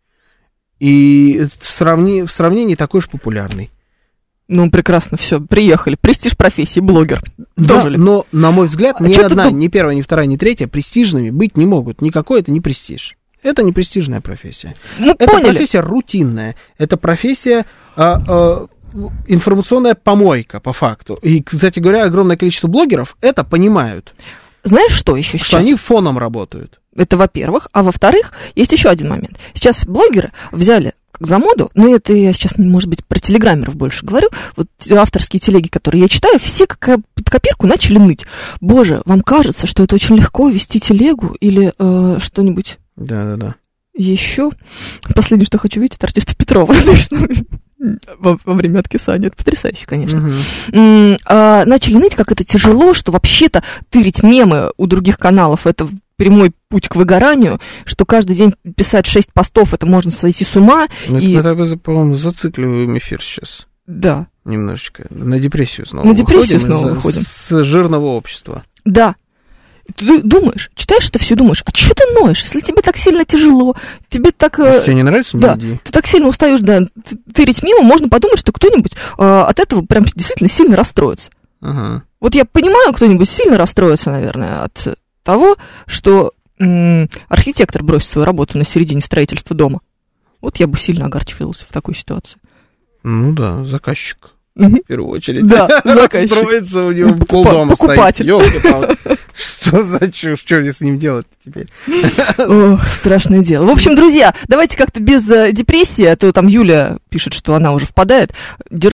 S2: и в, сравни- в сравнении такой же популярный.
S3: Ну, прекрасно, все, приехали. Престиж профессии, блогер.
S2: Да,
S3: Дожили.
S2: но, на мой взгляд,
S3: А
S2: ни
S3: чё ты
S2: одна,
S3: дум-
S2: ни первая, ни вторая, ни третья престижными быть не могут. Никакой это не престиж. Это не престижная профессия.
S3: Мы
S2: Это
S3: поняли.
S2: профессия рутинная. Это профессия а, а, информационная помойка, по факту. И, кстати говоря, огромное количество блогеров это понимают,
S3: Знаешь, что еще
S2: что
S3: сейчас?
S2: они фоном работают.
S3: Это во-первых. А во-вторых, есть еще один момент. Сейчас блогеры взяли как за моду, но это я сейчас, может быть, про телеграммеров больше говорю, вот авторские телеги, которые я читаю, все как под копирку начали ныть. Боже, вам кажется, что это очень легко вести телегу или э, что-нибудь
S2: Да-да-да.
S3: еще? Последнее, что хочу видеть, это артиста Петрова во, во время откисания. Это потрясающе, конечно.
S2: Мгм.
S3: М, а, начали ныть, как это тяжело, что вообще-то тырить мемы у других каналов — это прямой путь к выгоранию, что каждый день писать шесть постов — это можно сойти с ума.
S2: Мы,
S3: И-
S2: мы так, по-моему, зацикливаем эфир сейчас.
S3: Да,
S2: Немножечко. На депрессию снова
S3: На депрессию
S2: выходим
S3: снова
S2: из-за-
S3: выходим.
S2: С жирного общества.
S3: да. Ты думаешь, читаешь это все, думаешь, а что ты ноешь, если тебе так сильно тяжело, тебе так... э,
S2: Если тебе не нравится, не
S3: да.
S2: иди.
S3: Ты так сильно устаешь, да, ты- тырить мимо, можно подумать, что кто-нибудь э, от этого прям действительно сильно расстроится.
S2: Ага.
S3: Вот я понимаю, кто-нибудь сильно расстроится, наверное, от того, что м, архитектор бросит свою работу на середине строительства дома. Вот я бы сильно огорчилась в такой ситуации.
S2: Ну да, заказчик.
S3: Мгм.
S2: В первую очередь.
S3: Да, заказчик.
S2: Строится у него
S3: Покупа-
S2: полдома
S3: покупатель.
S2: стоит. Ёлки-палки. Что за чушь? Что мне с ним делать теперь?
S3: Ох, страшное дело. В общем, друзья, давайте как-то без э, депрессии, а то там Юля пишет, что она уже впадает.